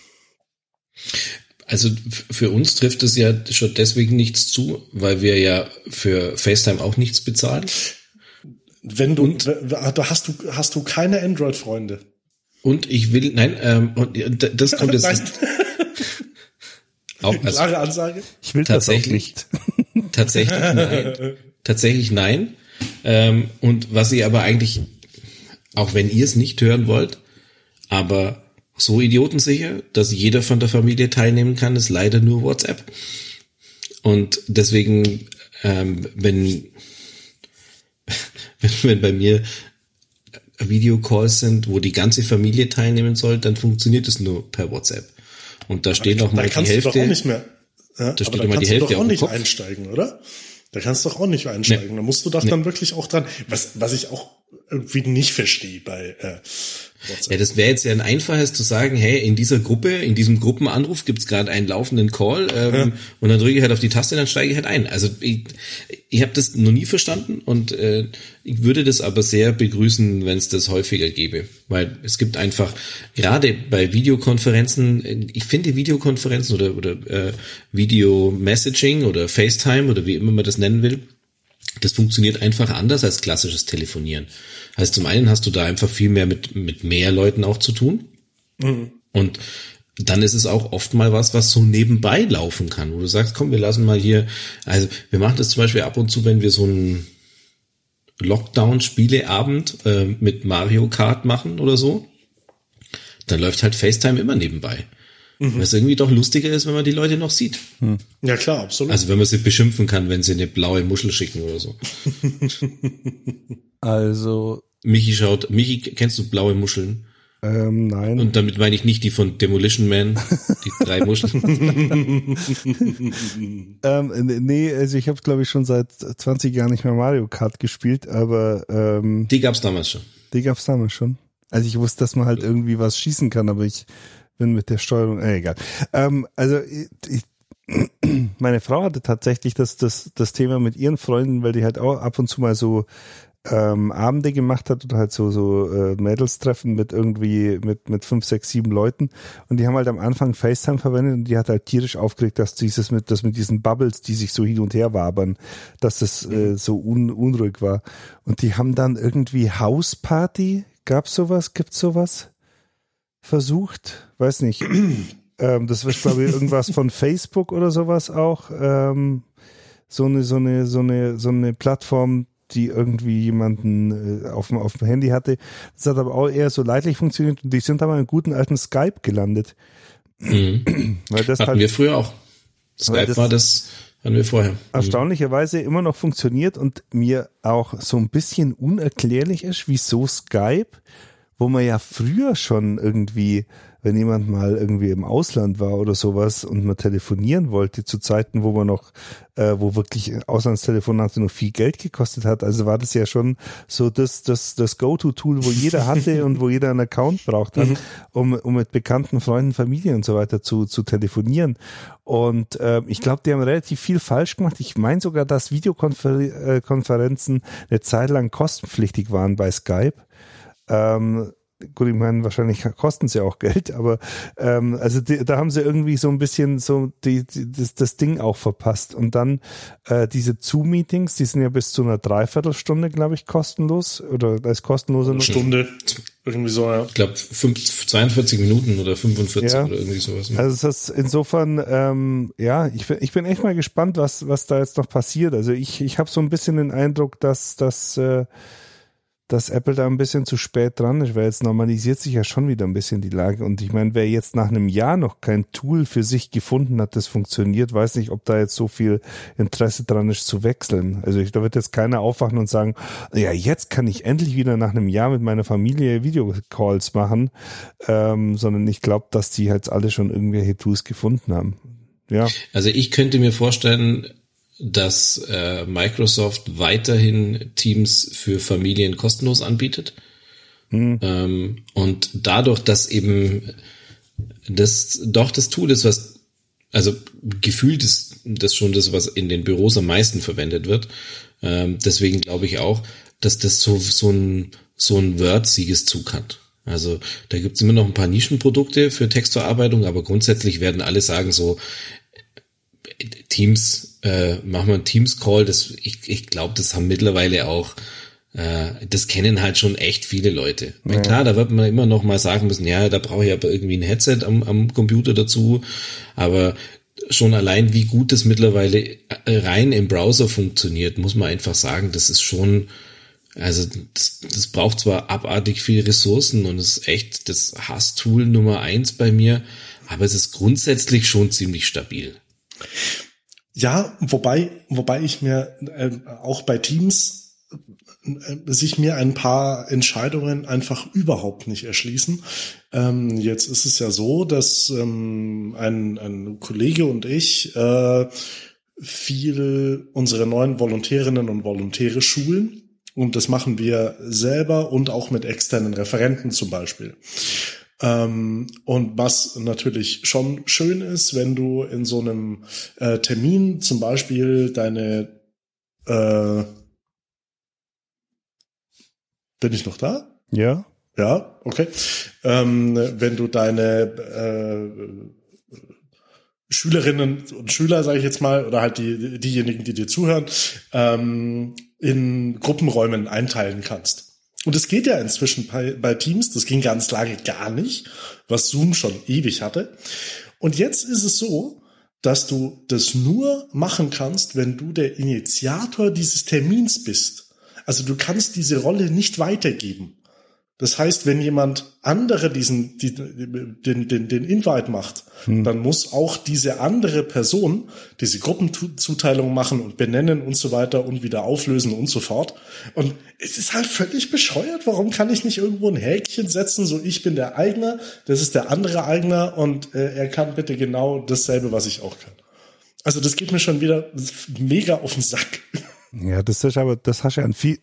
Also für uns trifft es ja schon deswegen nichts zu, weil wir ja für FaceTime auch nichts bezahlen. Wenn du, und, da hast du hast du keine Android-Freunde. Und ich will, nein, ähm, und das kommt jetzt. Auch, also, klare Ansage. Ich will das auch nicht. Tatsächlich nein. Tatsächlich nein. Ähm, und was ich aber eigentlich, auch wenn ihr es nicht hören wollt, aber so idiotensicher, dass jeder von der Familie teilnehmen kann, ist leider nur WhatsApp. Und deswegen, ähm, wenn wenn, wenn bei mir Videocalls sind, wo die ganze Familie teilnehmen soll, dann funktioniert es nur per WhatsApp. Und da steht auch mal die Hälfte. Da kannst du doch auch nicht mehr. Ja, da steht aber da immer kannst die Hälfte du doch auch nicht Kopf. einsteigen, oder? Da kannst du doch auch nicht einsteigen. Nee. Da musst du doch nee. dann wirklich auch dran. Was, was ich auch irgendwie nicht verstehe bei äh, WhatsApp. Ja, das wäre jetzt ja ein einfaches zu sagen, hey, in dieser Gruppe, in diesem Gruppenanruf gibt's gerade einen laufenden Call ähm, ja. und dann drücke ich halt auf die Taste, dann steige ich halt ein. Also ich, ich habe das noch nie verstanden und äh, ich würde das aber sehr begrüßen, wenn es das häufiger gäbe. Weil es gibt einfach, gerade bei Videokonferenzen, ich finde Videokonferenzen oder, oder äh, Video-Messaging oder FaceTime oder wie immer man das nennen will, das funktioniert einfach anders als klassisches Telefonieren. Also zum einen hast du da einfach viel mehr mit mit mehr Leuten auch zu tun. Mhm. Und dann ist es auch oft mal was, was so nebenbei laufen kann, wo du sagst, komm, wir lassen mal hier, also wir machen das zum Beispiel ab und zu, wenn wir so einen Lockdown-Spieleabend äh, mit Mario Kart machen oder so, dann läuft halt FaceTime immer nebenbei. Mhm. Was irgendwie doch lustiger ist, wenn man die Leute noch sieht. Hm. Ja klar, absolut. Also wenn man sie beschimpfen kann, wenn sie eine blaue Muschel schicken oder so. Also Michi schaut, Michi, kennst du blaue Muscheln? Ähm, nein. Und damit meine ich nicht die von Demolition Man, die drei Muscheln. ähm, nee, also ich habe glaube ich schon seit zwanzig Jahren nicht mehr Mario Kart gespielt, aber ähm, die gab's damals schon. Die gab's damals schon. Also ich wusste, dass man halt irgendwie was schießen kann, aber ich bin mit der Steuerung, äh, egal. Ähm, also ich, ich, meine Frau hatte tatsächlich das, das, das Thema mit ihren Freunden, weil die halt auch ab und zu mal so ähm, Abende gemacht hat oder halt so, so äh, Mädels-Treffen mit irgendwie, mit, mit fünf, sechs, sieben Leuten. Und die haben halt am Anfang FaceTime verwendet und die hat halt tierisch aufgeregt, dass dieses mit, das mit diesen Bubbles, die sich so hin und her wabern, dass das äh, so un, unruhig war. Und die haben dann irgendwie Hausparty, gab's sowas, gibt's sowas? Versucht, weiß nicht. ähm, das wird, glaube ich, irgendwas von Facebook oder sowas auch. Ähm, so eine, so eine, so eine, so eine Plattform, die irgendwie jemanden äh, auf, auf dem Handy hatte. Das hat aber auch eher so leidlich funktioniert und die sind aber in einem guten alten Skype gelandet. Mhm. Weil das hatten halt, wir früher auch. Skype das war das, hatten wir vorher. Erstaunlicherweise immer noch funktioniert und mir auch so ein bisschen unerklärlich ist, wieso Skype, wo man ja früher schon irgendwie, wenn jemand mal irgendwie im Ausland war oder sowas und man telefonieren wollte, zu Zeiten, wo man noch, äh, wo wirklich Auslandstelefonate noch viel Geld gekostet hat, also war das ja schon so das, das, das Go-To-Tool, wo jeder hatte und wo jeder einen Account braucht hat, mhm. um, um mit bekannten Freunden, Familie und so weiter zu, zu telefonieren. Und äh, ich glaube, die haben relativ viel falsch gemacht. Ich meine sogar, dass Videokonferenzen eine Zeit lang kostenpflichtig waren bei Skype. Ähm, gut, ich meine, wahrscheinlich kosten sie auch Geld, aber ähm, also die, da haben sie irgendwie so ein bisschen so die, die, das, das Ding auch verpasst. Und dann äh, diese Zoom-Meetings, die sind ja bis zu einer Dreiviertelstunde, glaube ich, kostenlos oder als kostenlose eine Stunde, irgendwie so, ja. Ich glaube zweiundvierzig Minuten oder fünfundvierzig ja. oder irgendwie sowas. Ne? Also das ist insofern, ähm, ja, ich bin, ich bin echt mal gespannt, was, was da jetzt noch passiert. Also ich, ich habe so ein bisschen den Eindruck, dass das äh, dass Apple da ein bisschen zu spät dran ist, weil jetzt normalisiert sich ja schon wieder ein bisschen die Lage. Und ich meine, wer jetzt nach einem Jahr noch kein Tool für sich gefunden hat, das funktioniert, weiß nicht, ob da jetzt so viel Interesse dran ist zu wechseln. Also ich, da wird jetzt keiner aufwachen und sagen, ja, jetzt kann ich endlich wieder nach einem Jahr mit meiner Familie Videocalls machen, ähm, sondern ich glaube, dass die jetzt alle schon irgendwelche Tools gefunden haben. Ja. Also ich könnte mir vorstellen, dass äh, Microsoft weiterhin Teams für Familien kostenlos anbietet. Hm. Ähm, und dadurch, dass eben das doch das Tool ist, was, also gefühlt ist das schon das, was in den Büros am meisten verwendet wird. Ähm, deswegen glaube ich auch, dass das so, so ein, so ein Word-Siegeszug hat. Also da gibt's immer noch ein paar Nischenprodukte für Textverarbeitung, aber grundsätzlich werden alle sagen so, Teams, äh, machen wir einen Teams-Call, das, ich, ich glaube, das haben mittlerweile auch, äh, das kennen halt schon echt viele Leute. Ja. Na klar, da wird man immer noch mal sagen müssen, ja, da brauche ich aber irgendwie ein Headset am, am Computer dazu, aber schon allein, wie gut das mittlerweile rein im Browser funktioniert, muss man einfach sagen, das ist schon, also das, das braucht zwar abartig viel Ressourcen und ist echt das Hasstool Nummer eins bei mir, aber es ist grundsätzlich schon ziemlich stabil. Ja, wobei, wobei ich mir äh, auch bei Teams sich mir ein paar Entscheidungen einfach überhaupt nicht erschließen. Ähm, jetzt ist es ja so, dass ähm, ein, ein Kollege und ich äh, viel unsere neuen Volontärinnen und Volontäre schulen. Und das machen wir selber und auch mit externen Referenten zum Beispiel. Ähm, und was natürlich schon schön ist, wenn du in so einem äh, Termin zum Beispiel deine äh, bin ich noch da? Ja. Ja, okay. Ähm, wenn du deine äh, Schülerinnen und Schüler, sage ich jetzt mal, oder halt die diejenigen, die dir zuhören, ähm, in Gruppenräumen einteilen kannst. Und es geht ja inzwischen bei, bei Teams, das ging ganz lange gar nicht, was Zoom schon ewig hatte. Und jetzt ist es so, dass du das nur machen kannst, wenn du der Initiator dieses Termins bist. Also du kannst diese Rolle nicht weitergeben. Das heißt, wenn jemand andere diesen die, den, den, den Invite macht, hm. dann muss auch diese andere Person diese Gruppenzuteilung machen und benennen und so weiter und wieder auflösen und so fort. Und es ist halt völlig bescheuert. Warum kann ich nicht irgendwo ein Häkchen setzen, so ich bin der Eigner, das ist der andere Eigner und äh, er kann bitte genau dasselbe, was ich auch kann. Also das geht mir schon wieder mega auf den Sack. Ja, das ist aber, das hast du ja an, viel,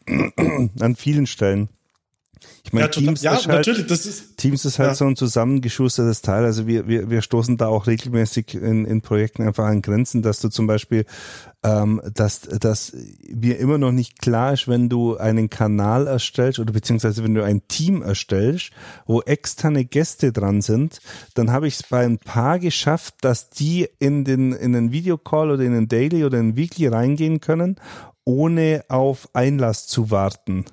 an vielen Stellen. Ich meine, ja, Teams, ja, ist halt, natürlich, das ist, Teams ist halt ja. so ein zusammengeschustertes Teil. Also wir, wir, wir stoßen da auch regelmäßig in, in Projekten einfach an Grenzen, dass du zum Beispiel, ähm, dass, dass mir immer noch nicht klar ist, wenn du einen Kanal erstellst oder beziehungsweise wenn du ein Team erstellst, wo externe Gäste dran sind, dann habe ich es bei ein paar geschafft, dass die in den, in einen Videocall oder in einen Daily oder in einen Weekly reingehen können, ohne auf Einlass zu warten.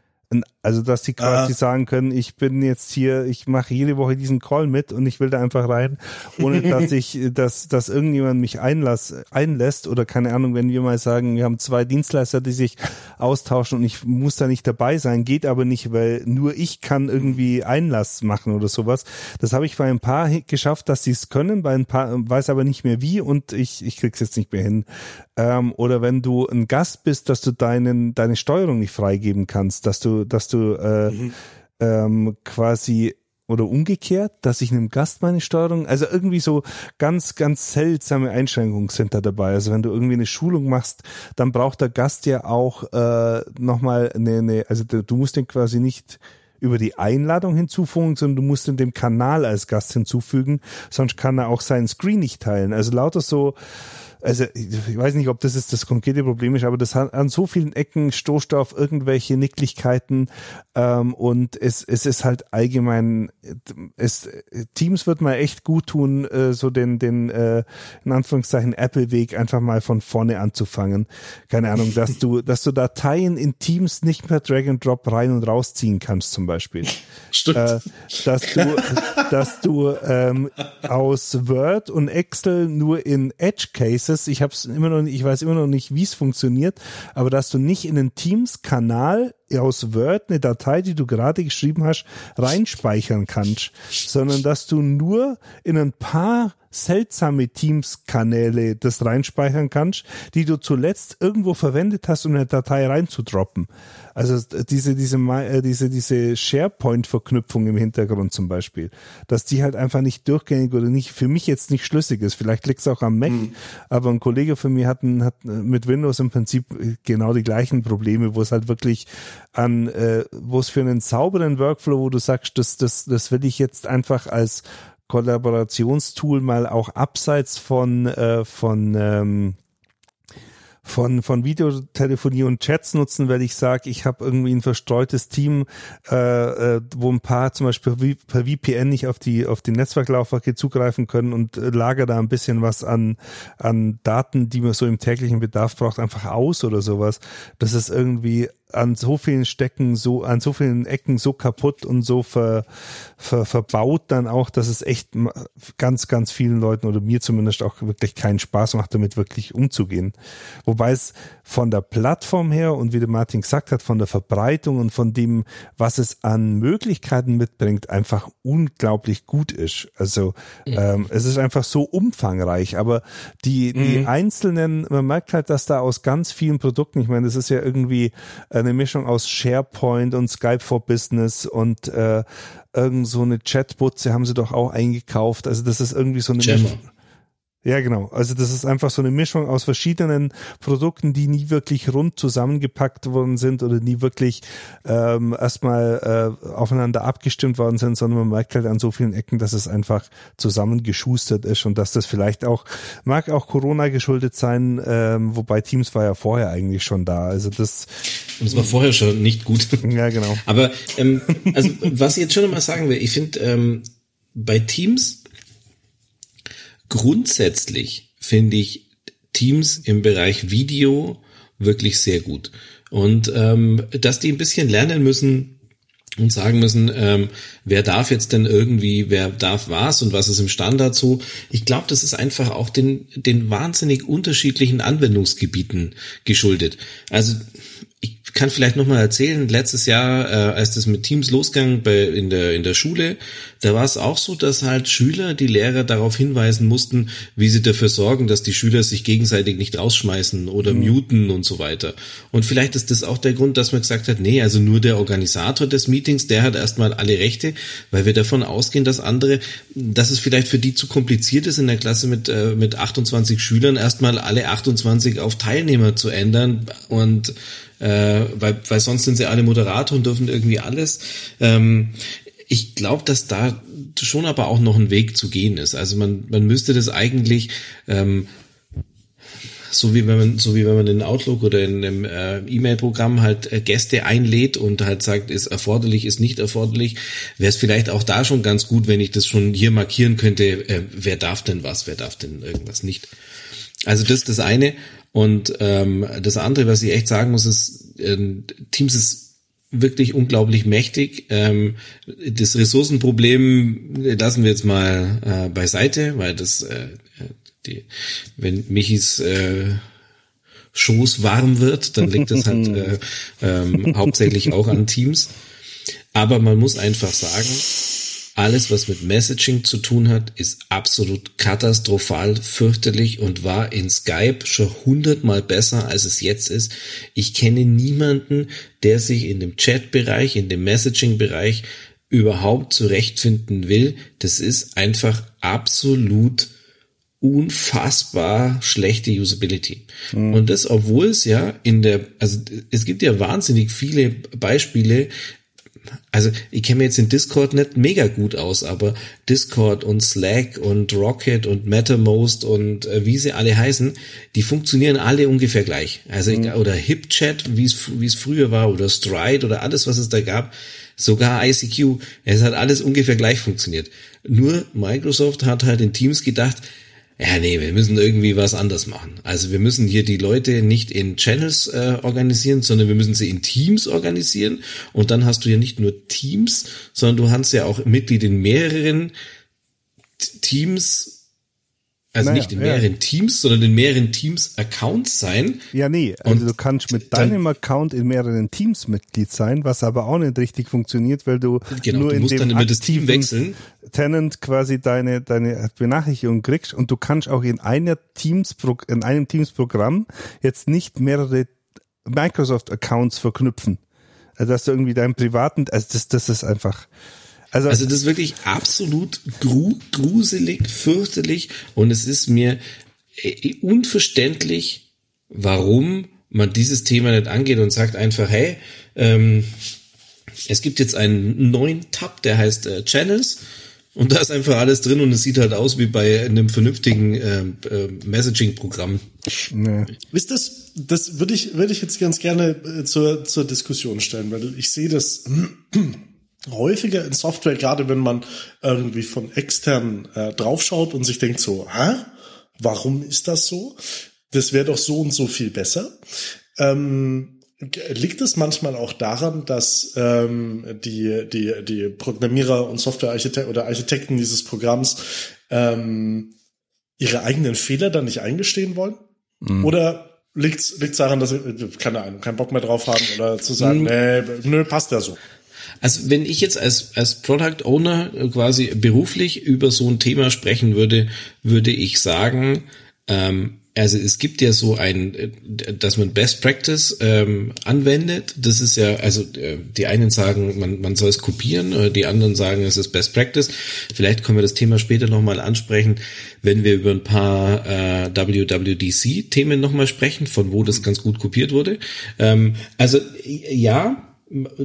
Also, dass die quasi ah. sagen können, ich bin jetzt hier, ich mache jede Woche diesen Call mit und ich will da einfach rein, ohne dass ich, dass, dass irgendjemand mich einlass, einlässt oder keine Ahnung, wenn wir mal sagen, wir haben zwei Dienstleister, die sich austauschen und ich muss da nicht dabei sein, geht aber nicht, weil nur ich kann irgendwie Einlass machen oder sowas. Das habe ich bei ein paar geschafft, dass sie es können, bei ein paar weiß aber nicht mehr wie und ich, ich krieg's jetzt nicht mehr hin. Ähm, oder wenn du ein Gast bist, dass du deinen, deine Steuerung nicht freigeben kannst, dass du, dass du äh, mhm. ähm, quasi oder umgekehrt, dass ich einem Gast meine Steuerung, also irgendwie so ganz, ganz seltsame Einschränkungen sind da dabei. Also wenn du irgendwie eine Schulung machst, dann braucht der Gast ja auch äh, nochmal eine, eine, also du musst den quasi nicht über die Einladung hinzufügen, sondern du musst in dem Kanal als Gast hinzufügen, sonst kann er auch seinen Screen nicht teilen. Also lauter so, also ich weiß nicht, ob das jetzt das konkrete Problem ist, aber das hat an so vielen Ecken stoßt du auf irgendwelche Nicklichkeiten ähm, und es es ist halt allgemein, es Teams wird mal echt gut tun, äh, so den den äh, in Anführungszeichen Apple-Weg einfach mal von vorne anzufangen. Keine Ahnung, dass du dass du Dateien in Teams nicht per Drag and Drop rein und rausziehen kannst zum Beispiel. Stimmt. Äh, dass du dass du ähm, aus Word und Excel nur in Edge Cases, ich hab's immer noch nicht, ich weiß immer noch nicht, wie es funktioniert, aber dass du nicht in den Teams-Kanal aus Word eine Datei, die du gerade geschrieben hast, reinspeichern kannst, sondern dass du nur in ein paar seltsame Teams-Kanäle das reinspeichern kannst, die du zuletzt irgendwo verwendet hast, um eine Datei reinzudroppen. Also diese diese diese diese SharePoint-Verknüpfung im Hintergrund zum Beispiel, dass die halt einfach nicht durchgängig oder nicht für mich jetzt nicht schlüssig ist. Vielleicht liegt es auch am Mac, mhm. aber ein Kollege von mir hat, hat mit Windows im Prinzip genau die gleichen Probleme, wo es halt wirklich an, äh, wo es für einen sauberen Workflow, wo du sagst, das das das will ich jetzt einfach als Kollaborationstool mal auch abseits von äh, von ähm, von von Videotelefonie und Chats nutzen, weil ich sage, ich habe irgendwie ein verstreutes Team, äh, wo ein paar zum Beispiel per V P N nicht auf die auf die Netzwerklaufwerke zugreifen können und äh, lager da ein bisschen was an an Daten, die man so im täglichen Bedarf braucht, einfach aus oder sowas. Das ist irgendwie an so vielen Stecken, so an so vielen Ecken so kaputt und so ver, ver, verbaut dann auch, dass es echt ganz, ganz vielen Leuten oder mir zumindest auch wirklich keinen Spaß macht, damit wirklich umzugehen. Wobei es von der Plattform her und wie der Martin gesagt hat, von der Verbreitung und von dem, was es an Möglichkeiten mitbringt, einfach unglaublich gut ist. Also mhm. ähm, es ist einfach so umfangreich, aber die, die mhm. einzelnen, man merkt halt, dass da aus ganz vielen Produkten, ich meine, das ist ja irgendwie eine Mischung aus SharePoint und Skype for Business und äh, irgend so eine Chatbutze haben sie doch auch eingekauft. Also das ist irgendwie so eine Jammer. Mischung. Ja, genau. Also das ist einfach so eine Mischung aus verschiedenen Produkten, die nie wirklich rund zusammengepackt worden sind oder nie wirklich ähm, erstmal äh, aufeinander abgestimmt worden sind, sondern man merkt halt an so vielen Ecken, dass es einfach zusammengeschustert ist und dass das vielleicht auch, mag auch Corona geschuldet sein, ähm, wobei Teams war ja vorher eigentlich schon da. Also das... Und es war vorher schon nicht gut. Ja, genau. Aber ähm, also was ich jetzt schon nochmal sagen will, ich finde ähm, bei Teams grundsätzlich finde ich Teams im Bereich Video wirklich sehr gut. Und ähm, dass die ein bisschen lernen müssen und sagen müssen, ähm, wer darf jetzt denn irgendwie, wer darf was und was ist im Standard so. Ich glaube, das ist einfach auch den, den wahnsinnig unterschiedlichen Anwendungsgebieten geschuldet. Also ich kann vielleicht nochmal erzählen, letztes Jahr, äh, als das mit Teams losging bei, in der in der Schule, da war es auch so, dass halt Schüler die Lehrer darauf hinweisen mussten, wie sie dafür sorgen, dass die Schüler sich gegenseitig nicht rausschmeißen oder mhm. muten und so weiter. Und vielleicht ist das auch der Grund, dass man gesagt hat, nee, also nur der Organisator des Meetings, der hat erstmal alle Rechte, weil wir davon ausgehen, dass andere, dass es vielleicht für die zu kompliziert ist, in der Klasse mit äh, mit achtundzwanzig Schülern erstmal alle achtundzwanzig auf Teilnehmer zu ändern und Äh, weil, weil sonst sind sie alle Moderator und dürfen irgendwie alles. Ähm, ich glaube, dass da schon aber auch noch ein Weg zu gehen ist. Also man, man müsste das eigentlich ähm, so wie wenn man, so wie wenn man in Outlook oder in einem äh, E-Mail-Programm halt äh, Gäste einlädt und halt sagt, ist erforderlich, ist nicht erforderlich, wäre es vielleicht auch da schon ganz gut, wenn ich das schon hier markieren könnte, äh, wer darf denn was, wer darf denn irgendwas nicht. Also das ist das eine. Und ähm, das andere, was ich echt sagen muss, ist, äh, Teams ist wirklich unglaublich mächtig. Ähm, das Ressourcenproblem lassen wir jetzt mal äh, beiseite, weil das, äh, die, wenn Michis äh, Schoß warm wird, dann liegt das halt äh, ähm, hauptsächlich auch an Teams. Aber man muss einfach sagen, alles, was mit Messaging zu tun hat, ist absolut katastrophal, fürchterlich und war in Skype schon hundertmal besser, als es jetzt ist. Ich kenne niemanden, der sich in dem Chat-Bereich, in dem Messaging-Bereich überhaupt zurechtfinden will. Das ist einfach absolut unfassbar schlechte Usability. Mhm. Und das, obwohl es ja in der, also es gibt ja wahnsinnig viele Beispiele. Also ich kenne mir jetzt in Discord nicht mega gut aus, aber Discord und Slack und Rocket und Mattermost und äh, wie sie alle heißen, die funktionieren alle ungefähr gleich. Also mhm. oder HipChat, wie es wie es früher war, oder Stride oder alles, was es da gab, sogar I C Q, es hat alles ungefähr gleich funktioniert. Nur Microsoft hat halt in Teams gedacht, ja, nee, wir müssen irgendwie was anders machen. Also wir müssen hier die Leute nicht in Channels äh, organisieren, sondern wir müssen sie in Teams organisieren. Und dann hast du ja nicht nur Teams, sondern du hast ja auch Mitglied in mehreren T- Teams, also naja, nicht in mehreren ja. Teams, sondern in mehreren Teams-Accounts sein. Ja, nee, also und du kannst mit deinem Account in mehreren Teams Mitglied sein, was aber auch nicht richtig funktioniert, weil du genau, nur du in musst dem dann immer das Team wechseln. Tenant quasi deine deine Benachrichtigung kriegst und du kannst auch in einer Teams in einem Teams-Programm jetzt nicht mehrere Microsoft-Accounts verknüpfen. Also dass du irgendwie deinen privaten, also das das ist einfach Also, also das ist wirklich absolut gru- gruselig, fürchterlich und es ist mir äh, unverständlich, warum man dieses Thema nicht angeht und sagt einfach, hey, ähm, es gibt jetzt einen neuen Tab, der heißt äh, Channels und da ist einfach alles drin und es sieht halt aus wie bei einem vernünftigen äh, äh, Messaging-Programm. Nee. Ist das, das würde ich, würde ich jetzt ganz gerne äh, zur, zur Diskussion stellen, weil ich sehe das häufiger in Software, gerade wenn man irgendwie von extern äh, draufschaut und sich denkt so, hä? Warum ist das so? Das wäre doch so und so viel besser. Ähm, liegt es manchmal auch daran, dass ähm, die die die Programmierer und Softwarearchitekten oder Architekten dieses Programms ähm, ihre eigenen Fehler dann nicht eingestehen wollen? Mhm. Oder liegt's liegt's daran, dass sie, keine Ahnung, keinen Bock mehr drauf haben oder zu sagen, mhm. nee, nö, passt ja so? Also wenn ich jetzt als als Product Owner quasi beruflich über so ein Thema sprechen würde, würde ich sagen, ähm, also es gibt ja so ein, dass man Best Practice ähm, anwendet. Das ist ja, also äh, die einen sagen, man, man soll es kopieren, äh, die anderen sagen, es ist Best Practice. Vielleicht können wir das Thema später nochmal ansprechen, wenn wir über ein paar äh, W W D C-Themen nochmal sprechen, von wo das ganz gut kopiert wurde. Ähm, also ja,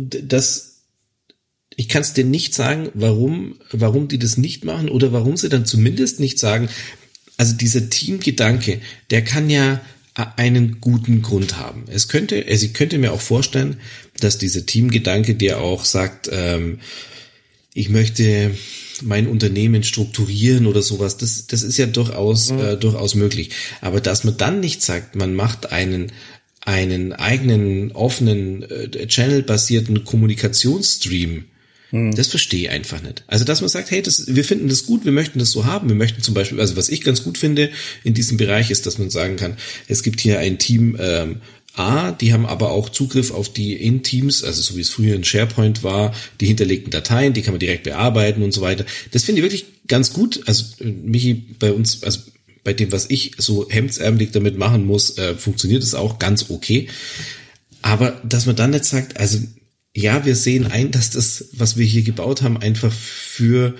das ich kann es dir nicht sagen, warum, warum die das nicht machen oder warum sie dann zumindest nicht sagen, also dieser Teamgedanke, der kann ja einen guten Grund haben. Es könnte, also ich könnte mir auch vorstellen, dass dieser Teamgedanke, der auch sagt, ähm, ich möchte mein Unternehmen strukturieren oder sowas, das, das ist ja durchaus, mhm. äh, durchaus möglich. Aber dass man dann nicht sagt, man macht einen, einen eigenen, offenen, äh, Channel-basierten Kommunikationsstream, das verstehe ich einfach nicht. Also, dass man sagt, hey, das, wir finden das gut, wir möchten das so haben, wir möchten zum Beispiel, also was ich ganz gut finde in diesem Bereich ist, dass man sagen kann, es gibt hier ein Team ähm, A, die haben aber auch Zugriff auf die in Teams, also so wie es früher in SharePoint war, die hinterlegten Dateien, die kann man direkt bearbeiten und so weiter. Das finde ich wirklich ganz gut. Also Michi, bei uns, also bei dem, was ich so hemdsärmelig damit machen muss, äh, funktioniert es auch ganz okay. Aber dass man dann nicht sagt, also ja, wir sehen ein, dass das, was wir hier gebaut haben, einfach für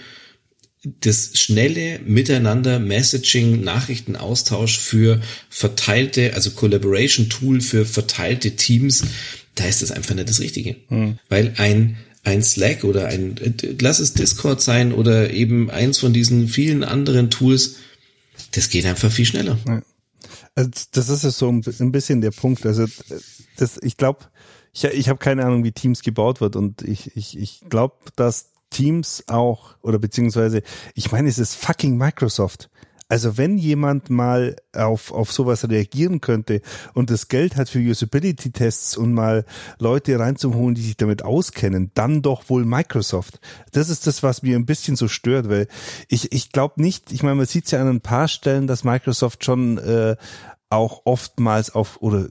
das schnelle Miteinander, Messaging, Nachrichtenaustausch für verteilte, also Collaboration-Tool für verteilte Teams, da ist das einfach nicht das Richtige. Hm. Weil ein, ein Slack oder ein, lass es Discord sein oder eben eins von diesen vielen anderen Tools, das geht einfach viel schneller. Ja. Also das ist ja so ein bisschen der Punkt. Also das, ich glaube, Ich, ich habe keine Ahnung, wie Teams gebaut wird und ich, ich, ich glaube, dass Teams auch, oder beziehungsweise, ich meine, es ist fucking Microsoft. Also wenn jemand mal auf, auf sowas reagieren könnte und das Geld hat für Usability-Tests und mal Leute reinzuholen, die sich damit auskennen, dann doch wohl Microsoft. Das ist das, was mir ein bisschen so stört, weil ich, ich glaube nicht, ich meine, man sieht es ja an ein paar Stellen, dass Microsoft schon äh, auch oftmals auf oder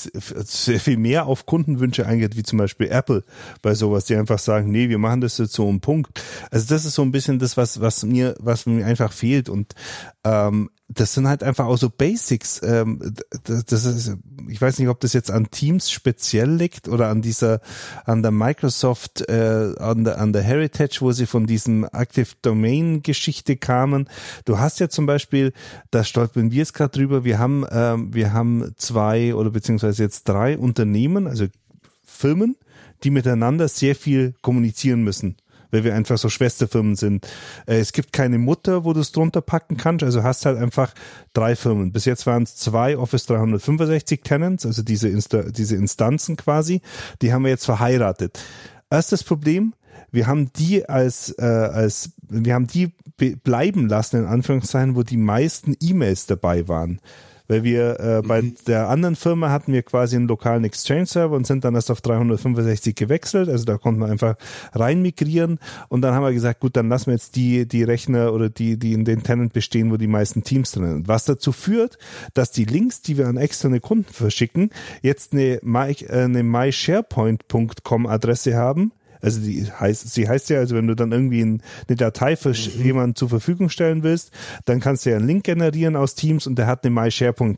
sehr viel mehr auf Kundenwünsche eingeht, wie zum Beispiel Apple bei sowas, die einfach sagen, nee, wir machen das jetzt so um Punkt. Also das ist so ein bisschen das, was was mir was mir einfach fehlt und ähm, das sind halt einfach auch so Basics. Ähm, das, das ist, ich weiß nicht, ob das jetzt an Teams speziell liegt oder an dieser, an der Microsoft, äh, an der an der Heritage, wo sie von diesem Active Domain Geschichte kamen. Du hast ja zum Beispiel, da stolpern wir jetzt gerade drüber. Wir haben, ähm, wir haben zwei oder beziehungsweise jetzt drei Unternehmen, also Firmen, die miteinander sehr viel kommunizieren müssen, weil wir einfach so Schwesterfirmen sind. Es gibt keine Mutter, wo du es drunter packen kannst, also hast halt einfach drei Firmen. Bis jetzt waren es zwei Office dreihundertfünfundsechzig Tenants, also diese Insta- diese Instanzen quasi, die haben wir jetzt verheiratet. Erstes Problem, wir haben die als, äh, als wir haben die be- bleiben lassen, in Anführungszeichen, wo die meisten E-Mails dabei waren. Weil wir äh, bei mhm. der anderen Firma hatten wir quasi einen lokalen Exchange-Server und sind dann erst auf dreihundertfünfundsechzig gewechselt. Also da konnten wir einfach rein migrieren und dann haben wir gesagt, gut, dann lassen wir jetzt die die Rechner oder die die in den Tenant bestehen, wo die meisten Teams drin sind. Was dazu führt, dass die Links, die wir an externe Kunden verschicken, jetzt eine, My, äh, eine my sharepoint punkt com Adresse haben. Also die heißt, sie heißt ja, also wenn du dann irgendwie eine Datei für mhm. jemanden zur Verfügung stellen willst, dann kannst du ja einen Link generieren aus Teams und der hat eine my sharepoint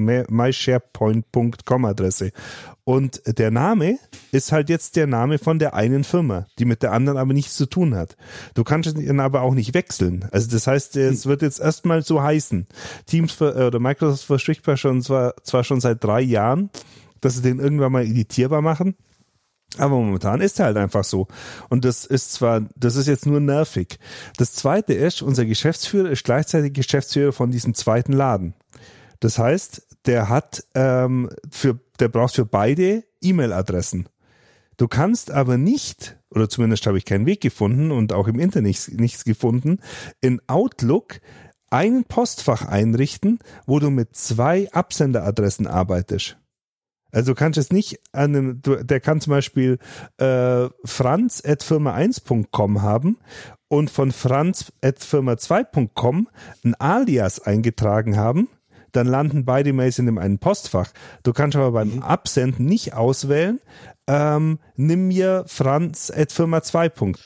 punkt com Adresse. Und der Name ist halt jetzt der Name von der einen Firma, die mit der anderen aber nichts zu tun hat. Du kannst ihn aber auch nicht wechseln. Also das heißt, es wird jetzt erstmal so heißen. Teams für, oder Microsoft verspricht schon zwar, zwar schon seit drei Jahren, dass sie den irgendwann mal editierbar machen. Aber momentan ist er halt einfach so. Und das ist zwar, das ist jetzt nur nervig. Das zweite ist, unser Geschäftsführer ist gleichzeitig Geschäftsführer von diesem zweiten Laden. Das heißt, der hat, ähm, für, der braucht für beide E-Mail-Adressen. Du kannst aber nicht, oder zumindest habe ich keinen Weg gefunden und auch im Internet nichts, nichts gefunden, in Outlook ein Postfach einrichten, wo du mit zwei Absenderadressen arbeitest. Also du kannst es nicht an einem, du, der kann zum Beispiel äh, franz at firma eins punkt com haben und von franz at firma zwei punkt com ein Alias eingetragen haben, dann landen beide Mails in dem einen Postfach. Du kannst aber beim mhm. Absenden nicht auswählen, ähm, nimm mir franz at firma zwei punkt com.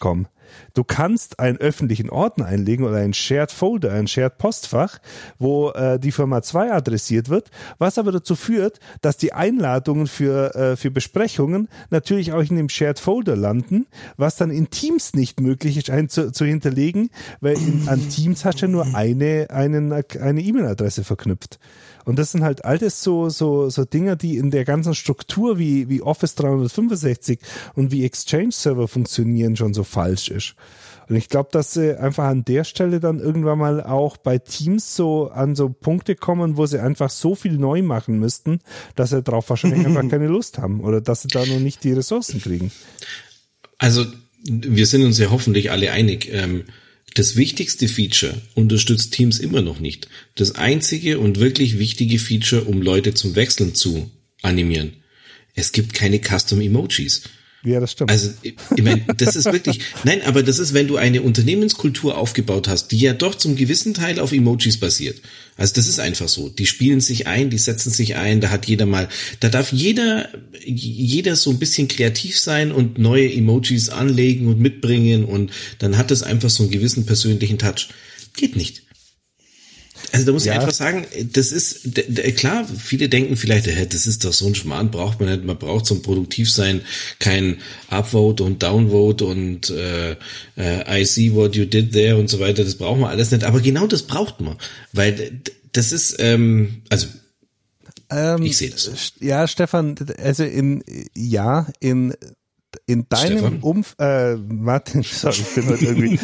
Du kannst einen öffentlichen Ordner einlegen oder einen Shared Folder, ein Shared Postfach, wo äh, die Firma zwei adressiert wird, was aber dazu führt, dass die Einladungen für, äh, für Besprechungen natürlich auch in dem Shared Folder landen, was dann in Teams nicht möglich ist, ein, zu, zu hinterlegen, weil in, an Teams hast du ja nur eine, einen, eine E-Mail-Adresse verknüpft. Und das sind halt alles so, so, so Dinge, die in der ganzen Struktur wie, wie Office dreihundertfünfundsechzig und wie Exchange-Server funktionieren schon so falsch ist. Und ich glaube, dass sie einfach an der Stelle dann irgendwann mal auch bei Teams so an so Punkte kommen, wo sie einfach so viel neu machen müssten, dass sie darauf wahrscheinlich einfach keine Lust haben oder dass sie da noch nicht die Ressourcen kriegen. Also, wir sind uns ja hoffentlich alle einig, ähm, das wichtigste Feature unterstützt Teams immer noch nicht. Das einzige und wirklich wichtige Feature, um Leute zum Wechseln zu animieren. Es gibt keine Custom Emojis. Ja, das stimmt. Also, ich meine, das ist wirklich, nein, aber das ist, wenn du eine Unternehmenskultur aufgebaut hast, die ja doch zum gewissen Teil auf Emojis basiert. Also das ist einfach so. Die spielen sich ein, die setzen sich ein, da hat jeder mal, da darf jeder, jeder so ein bisschen kreativ sein und neue Emojis anlegen und mitbringen und dann hat das einfach so einen gewissen persönlichen Touch. Geht nicht. Also da muss ja. ich einfach sagen, das ist, d- d- klar, viele denken vielleicht, äh, das ist doch so ein Schmarrn, braucht man nicht, man braucht zum Produktivsein kein Upvote und Downvote und äh, äh, I see what you did there und so weiter, das braucht man alles nicht, aber genau das braucht man, weil d- das ist, ähm, also ähm, ich sehe das so. Ja, Stefan, also in, ja, in In deinem Umf... Äh, Martin, sorry, ich bin heute irgendwie...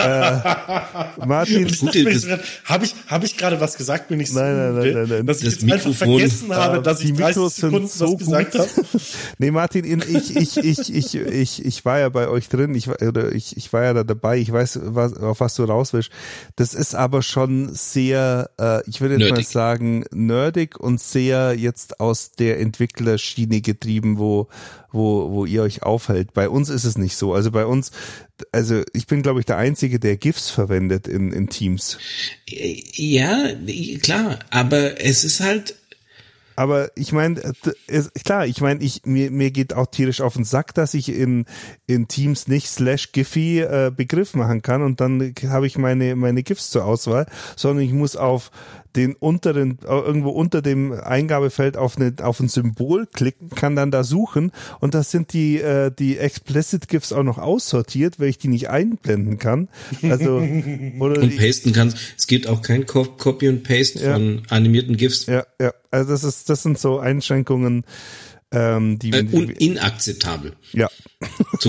äh, Martin... Habe ich, hab ich gerade was gesagt, bin ich so nein, nein, nein, nein, nein. dass ich das jetzt Mikrofon, einfach vergessen habe, äh, dass ich dreißig Sekunden so was gesagt habe? Nee, Martin, ich, ich, ich, ich, ich, ich war ja bei euch drin, ich, oder ich, ich war ja da dabei, ich weiß, was, auf was du raus willst. Das ist aber schon sehr, äh, ich würde jetzt nerdig. mal sagen, nerdig und sehr jetzt aus der Entwicklerschiene getrieben, wo wo wo ihr euch aufhält. Bei uns ist es nicht so. Also bei uns, also ich bin, glaube ich, der Einzige, der GIFs verwendet in, in Teams. Ja, klar, aber es ist halt... Aber ich meine, klar, ich meine, ich mir mir geht auch tierisch auf den Sack, dass ich in in Teams nicht slash Giphy äh, Begriff machen kann und dann habe ich meine meine GIFs zur Auswahl, sondern ich muss auf den unteren, irgendwo unter dem Eingabefeld auf eine, auf ein Symbol klicken, kann dann da suchen und das sind die, äh, die Explicit GIFs auch noch aussortiert, weil ich die nicht einblenden kann. Also, oder und pasten kannst. Es gibt auch kein Copy und Paste ja. von animierten GIFs. Ja, ja. Also das ist, das sind so Einschränkungen, ähm, die, äh, und inakzeptabel. Ja. Zu,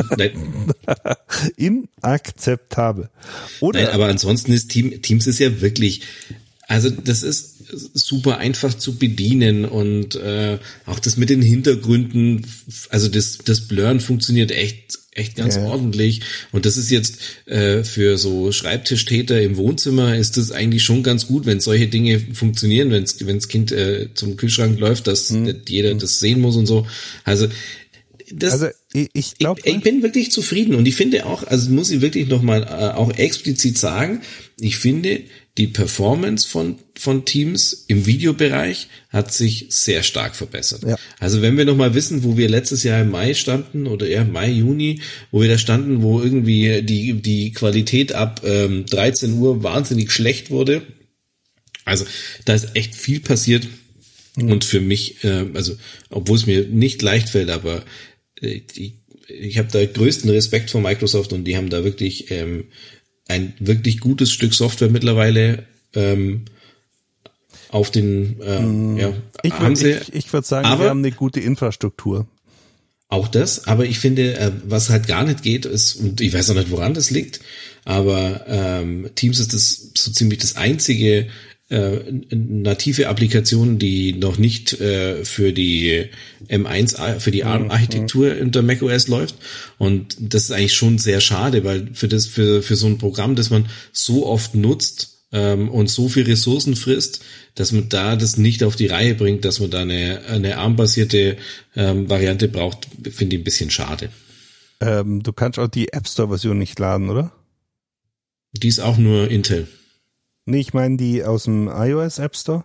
Inakzeptabel. Oder? Nein, aber ansonsten ist Team, Teams ist ja wirklich, also das ist super einfach zu bedienen und äh, auch das mit den Hintergründen, also das das Blurren funktioniert echt echt ganz ja. ordentlich und das ist jetzt äh, für so Schreibtischtäter im Wohnzimmer ist das eigentlich schon ganz gut, wenn solche Dinge funktionieren, wenn das Kind äh, zum Kühlschrank läuft, dass hm. jeder das sehen muss und so. Also das, also ich, ich, glaub, ich, ich bin wirklich zufrieden und ich finde auch, also muss ich wirklich nochmal äh, auch explizit sagen, ich finde, die Performance von von Teams im Videobereich hat sich sehr stark verbessert. Ja. Also wenn wir nochmal wissen, wo wir letztes Jahr im Mai standen oder eher Mai, Juni, wo wir da standen, wo irgendwie die die Qualität ab ähm, dreizehn Uhr wahnsinnig schlecht wurde. Also da ist echt viel passiert mhm. und für mich, äh, also obwohl es mir nicht leicht fällt, aber äh, ich, ich habe da größten Respekt vor Microsoft und die haben da wirklich ähm, ein wirklich gutes Stück Software mittlerweile ähm, auf den ähm, ja, ich haben sie. Ich, ich würde sagen, wir haben eine gute Infrastruktur. Auch das, aber ich finde, äh, was halt gar nicht geht, ist, und ich weiß auch nicht, woran das liegt, aber ähm, Teams ist das so ziemlich das einzige äh, native Applikation, die noch nicht äh, für die M eins, für die ARM-Architektur unter macOS läuft. Und das ist eigentlich schon sehr schade, weil für das, für, für so ein Programm, das man so oft nutzt ähm, und so viel Ressourcen frisst, dass man da das nicht auf die Reihe bringt, dass man da eine, eine ARM-basierte ähm, Variante braucht, finde ich ein bisschen schade. Ähm, du kannst auch die App Store-Version nicht laden, oder? Die ist auch nur Intel. Nee, ich meine die aus dem iOS App Store.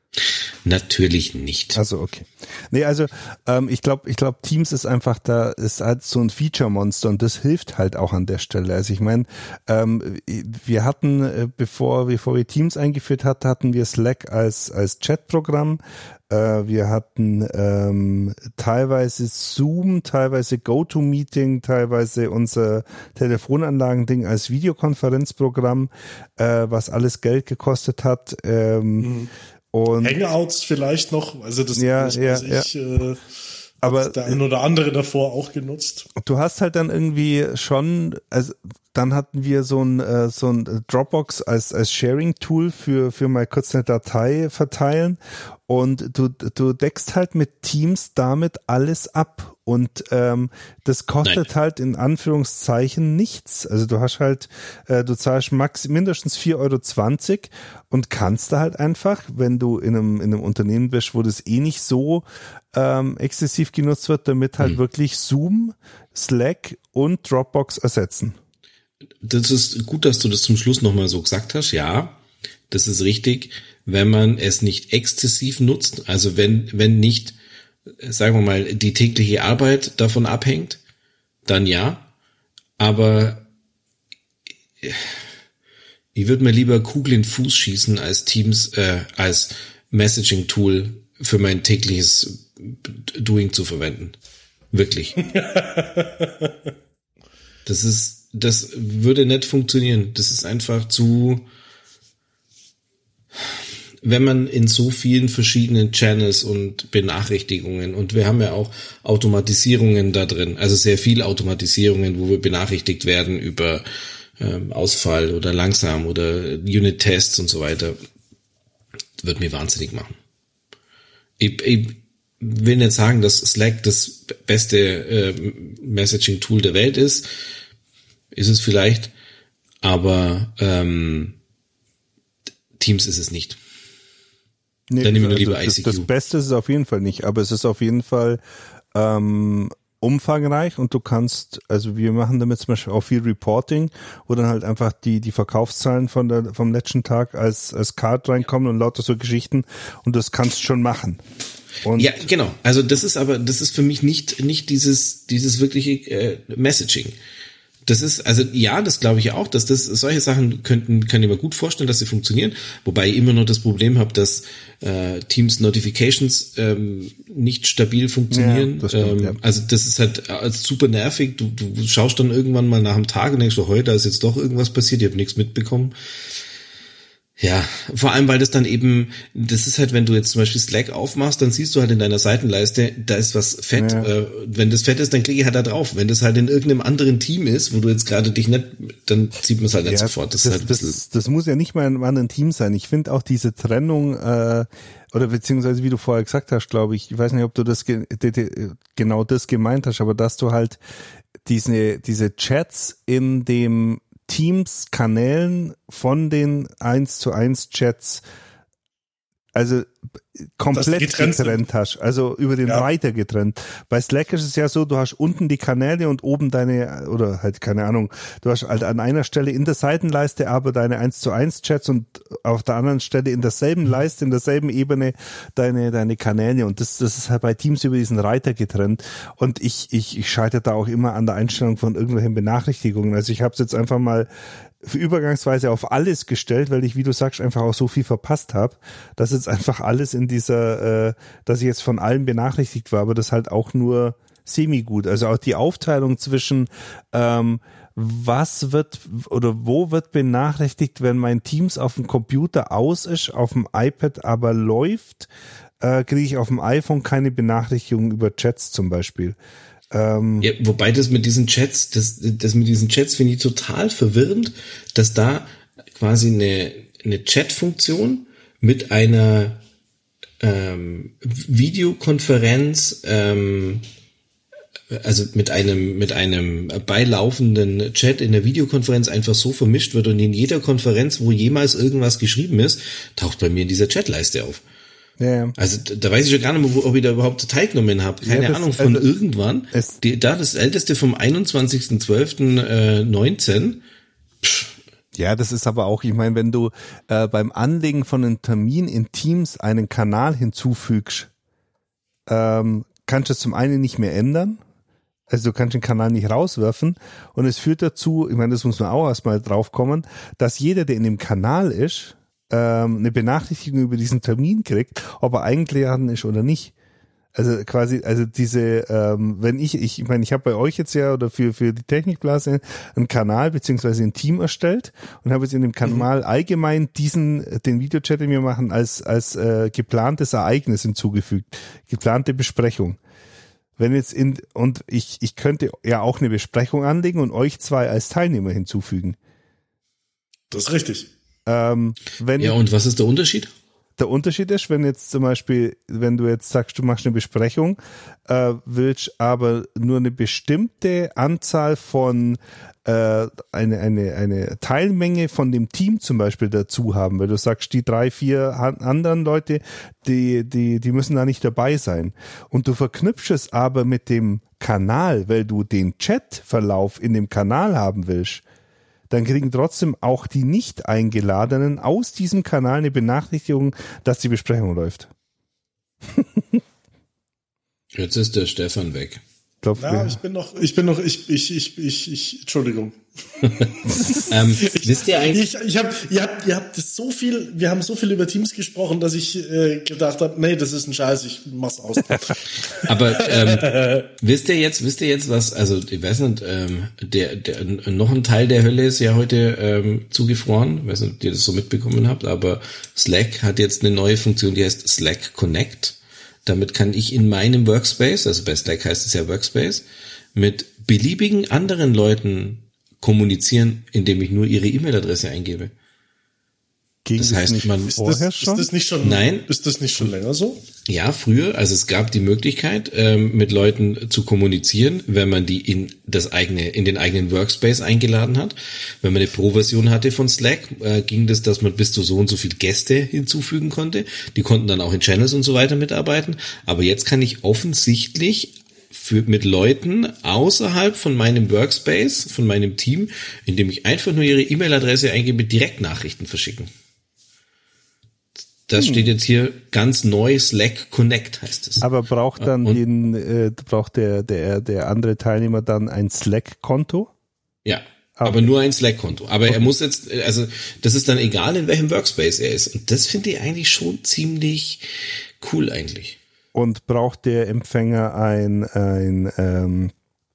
Natürlich nicht. Also okay. Nee, also ähm, ich glaube, ich glaube, Teams ist einfach da, ist halt so ein Feature-Monster und das hilft halt auch an der Stelle. Also ich meine, ähm, wir hatten, äh, bevor, bevor wir Teams eingeführt hatten, hatten wir Slack als als Chatprogramm. Äh, wir hatten ähm, teilweise Zoom, teilweise GoToMeeting, teilweise unser Telefonanlagending als Videokonferenzprogramm, äh, was alles Geld gekostet hat. Ähm, mhm. Und Hangouts vielleicht noch, also das, ja, das ja, weiß ich, ja. äh, aber der ein oder andere davor auch genutzt. Du hast halt dann irgendwie schon, also dann hatten wir so ein äh, so ein Dropbox als als Sharing-Tool für für mal kurz eine Datei verteilen und du du deckst halt mit Teams damit alles ab und ähm, das kostet Nein. halt in Anführungszeichen nichts. Also du hast halt, äh, du zahlst max mindestens vier Euro zwanzig und kannst da halt einfach, wenn du in einem in einem Unternehmen bist, wo das eh nicht so ähm, exzessiv genutzt wird, damit halt hm. wirklich Zoom, Slack und Dropbox ersetzen. Das ist gut, dass du das zum Schluss nochmal so gesagt hast. Ja, das ist richtig, wenn man es nicht exzessiv nutzt. Also wenn, wenn nicht, sagen wir mal, die tägliche Arbeit davon abhängt, dann ja. Aber ich würde mir lieber Kugel in den Fuß schießen als Teams, äh, als Messaging-Tool für mein tägliches Doing zu verwenden. Wirklich. Das ist, das würde nicht funktionieren. Das ist einfach zu, wenn man in so vielen verschiedenen Channels und Benachrichtigungen, und wir haben ja auch Automatisierungen da drin, also sehr viele Automatisierungen, wo wir benachrichtigt werden über ähm, Ausfall oder langsam oder Unit-Tests und so weiter, das wird mir wahnsinnig machen. Ich, ich will nicht sagen, dass Slack das beste äh, Messaging-Tool der Welt ist. Ist es vielleicht, aber ähm, Teams ist es nicht. Nee, Dann nehmen wir nur also lieber I C Q. Das, das Beste ist es auf jeden Fall nicht, aber es ist auf jeden Fall ähm, umfangreich und du kannst, also wir machen damit zum Beispiel auch viel Reporting, wo dann halt einfach die die Verkaufszahlen von der vom letzten Tag als als Card reinkommen und lauter so Geschichten und das kannst du schon machen. Und ja, genau. Also das ist aber, das ist für mich nicht nicht dieses dieses wirkliche äh, Messaging. Das ist, also ja, das glaube ich auch, dass das, solche Sachen könnten, kann ich mir gut vorstellen, dass sie funktionieren, wobei ich immer noch das Problem habe, dass äh, Teams Notifications ähm, nicht stabil funktionieren. Ja, das stimmt, ähm, ja. Also das ist halt äh, super nervig, du, du schaust dann irgendwann mal nach einem Tag und denkst, oh, heute ist jetzt doch irgendwas passiert, ich habe nichts mitbekommen. Ja, vor allem, weil das dann eben, das ist halt, wenn du jetzt zum Beispiel Slack aufmachst, dann siehst du halt in deiner Seitenleiste, da ist was fett. Ja. Äh, wenn das fett ist, dann klicke ich halt da drauf. Wenn das halt in irgendeinem anderen Team ist, wo du jetzt gerade dich nicht, dann sieht man es halt nicht ja, sofort. Das, das, ist halt das, das muss ja nicht mal in einem anderen Team sein. Ich finde auch diese Trennung, äh, oder beziehungsweise wie du vorher gesagt hast, glaube ich, ich weiß nicht, ob du das ge- genau das gemeint hast, aber dass du halt diese, diese Chats in dem Teams-Kanälen von den eins zu eins Chats, also komplett getrennt, getrennt hast, also über den ja. Writer getrennt. Bei Slack ist es ja so, du hast unten die Kanäle und oben deine, oder halt keine Ahnung, du hast halt an einer Stelle in der Seitenleiste aber deine eins zu eins Chats und auf der anderen Stelle in derselben Leiste, in derselben Ebene deine deine Kanäle und das das ist halt bei Teams über diesen Reiter getrennt und ich ich ich scheitere da auch immer an der Einstellung von irgendwelchen Benachrichtigungen. Also ich habe es jetzt einfach mal für übergangsweise auf alles gestellt, weil ich, wie du sagst, einfach auch so viel verpasst habe, dass jetzt einfach alles in dieser, äh, dass ich jetzt von allen benachrichtigt war, aber das halt auch nur semi-gut. Also auch die Aufteilung zwischen ähm, was wird oder wo wird benachrichtigt, wenn mein Teams auf dem Computer aus ist, auf dem iPad aber läuft, äh, kriege ich auf dem iPhone keine Benachrichtigungen über Chats zum Beispiel. Ähm, ja, wobei das mit diesen Chats, das, das mit diesen Chats finde ich total verwirrend, dass da quasi eine, eine Chat-Funktion mit einer ähm, Videokonferenz, ähm, also mit einem mit einem beilaufenden Chat in der Videokonferenz einfach so vermischt wird und in jeder Konferenz, wo jemals irgendwas geschrieben ist, taucht bei mir in dieser Chatleiste auf. Ja, ja. Also da weiß ich ja gar nicht mehr, ob ich da überhaupt teilgenommen habe. Keine ja, das, Ahnung, von also, irgendwann. Die, da das älteste vom einundzwanzigsten zwölften neunzehn Pff, Ja, das ist aber auch, ich meine, wenn du äh, beim Anlegen von einem Termin in Teams einen Kanal hinzufügst, ähm, kannst du es zum einen nicht mehr ändern. Also du kannst den Kanal nicht rauswerfen und es führt dazu, ich meine, das muss man auch erstmal drauf kommen, dass jeder, der in dem Kanal ist, ähm, eine Benachrichtigung über diesen Termin kriegt, ob er eingeladen ist oder nicht. Also quasi, also diese, ähm, wenn ich, ich, ich meine, ich habe bei euch jetzt ja oder für für die Technikblase einen Kanal beziehungsweise ein Team erstellt und habe jetzt in dem Kanal mhm. allgemein diesen, den Videochat, den wir machen, als als äh, geplantes Ereignis hinzugefügt, geplante Besprechung. Wenn jetzt in und ich ich könnte ja auch eine Besprechung anlegen und euch zwei als Teilnehmer hinzufügen. Das ist richtig. Ähm, wenn ja, und was ist der Unterschied? Der Unterschied ist, wenn jetzt zum Beispiel, wenn du jetzt sagst, du machst eine Besprechung, äh, willst aber nur eine bestimmte Anzahl von äh, eine eine eine Teilmenge von dem Team zum Beispiel dazu haben, weil du sagst, die drei, vier anderen Leute, die die die müssen da nicht dabei sein. Und du verknüpfst es aber mit dem Kanal, weil du den Chatverlauf in dem Kanal haben willst. Dann kriegen trotzdem auch die Nicht-Eingeladenen aus diesem Kanal eine Benachrichtigung, dass die Besprechung läuft. Jetzt ist der Stefan weg. Glaub, ja, ich bin noch, ich bin noch, ich, ich, ich, ich, ich Entschuldigung. ähm, ich, wisst ihr eigentlich? Ich, ich hab, ihr habt, ihr habt so viel, wir haben so viel über Teams gesprochen, dass ich äh, gedacht habe, nee, das ist ein Scheiß, ich mach's aus. Aber ähm, wisst ihr jetzt, wisst ihr jetzt was? Also ich weiß nicht, ähm, der, der noch ein Teil der Hölle ist ja heute ähm, zugefroren. Ich weiß nicht, ob ihr das so mitbekommen habt, aber Slack hat jetzt eine neue Funktion, die heißt Slack Connect. Damit kann ich in meinem Workspace, also bei Slack heißt es ja Workspace, mit beliebigen anderen Leuten kommunizieren, indem ich nur ihre E-Mail-Adresse eingebe. Ging das heißt, man ist das, ist das nicht schon, nein, ist das nicht schon länger so? Ja, früher, also es gab die Möglichkeit, ähm, mit Leuten zu kommunizieren, wenn man die in das eigene, in den eigenen Workspace eingeladen hat. Wenn man eine Pro-Version hatte von Slack, äh, ging das, dass man bis zu so und so viel Gäste hinzufügen konnte. Die konnten dann auch in Channels und so weiter mitarbeiten. Aber jetzt kann ich offensichtlich für, mit Leuten außerhalb von meinem Workspace, von meinem Team, indem ich einfach nur ihre E-Mail-Adresse eingebe, direkt Nachrichten verschicken. Das hm. steht jetzt hier ganz neu, Slack Connect heißt es. Aber braucht dann und, den, äh, braucht der, der, der andere Teilnehmer dann ein Slack-Konto? Ja, okay. Aber nur ein Slack-Konto. Aber okay. er muss jetzt, also das ist dann egal, in welchem Workspace er ist. Und das finde ich eigentlich schon ziemlich cool eigentlich. Und braucht der Empfänger ein, ein ähm,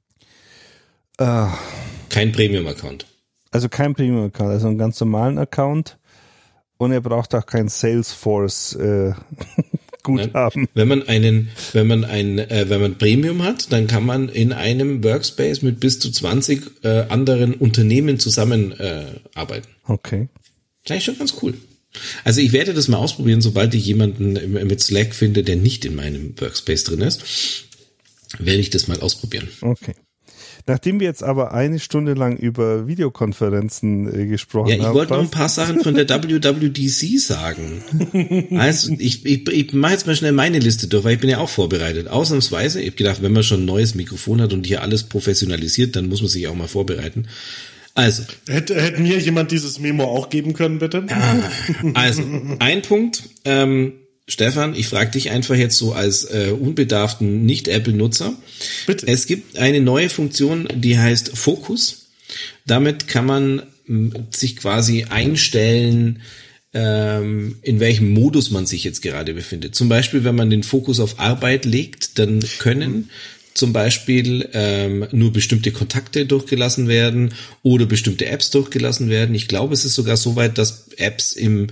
äh, kein Premium-Account. Also kein Premium-Account, also einen ganz normalen Account. Und er braucht auch kein Salesforce äh, Guthaben. Wenn man einen, wenn man ein, äh, wenn man Premium hat, dann kann man in einem Workspace mit bis zu zwanzig äh, anderen Unternehmen zusammen äh, arbeiten. Okay. Das ist eigentlich schon ganz cool. Also ich werde das mal ausprobieren, sobald ich jemanden mit Slack finde, der nicht in meinem Workspace drin ist, werde ich das mal ausprobieren. Okay. Nachdem wir jetzt aber eine Stunde lang über Videokonferenzen äh, gesprochen haben. Ja, ich wollte noch ein paar Sachen von der W W D C sagen. Also ich, ich, ich mache jetzt mal schnell meine Liste durch, weil ich bin ja auch vorbereitet. Ausnahmsweise, ich habe gedacht, wenn man schon ein neues Mikrofon hat und hier alles professionalisiert, dann muss man sich auch mal vorbereiten. Also. Hätte, hätte mir jemand dieses Memo auch geben können, bitte? Also, ein Punkt, ähm, Stefan, ich frage dich einfach jetzt so als äh, unbedarften Nicht-Apple-Nutzer. Bitte. Es gibt eine neue Funktion, die heißt Fokus. Damit kann man m, sich quasi einstellen, ähm, in welchem Modus man sich jetzt gerade befindet. Zum Beispiel, wenn man den Fokus auf Arbeit legt, dann können mhm. zum Beispiel ähm, nur bestimmte Kontakte durchgelassen werden oder bestimmte Apps durchgelassen werden. Ich glaube, es ist sogar so weit, dass Apps im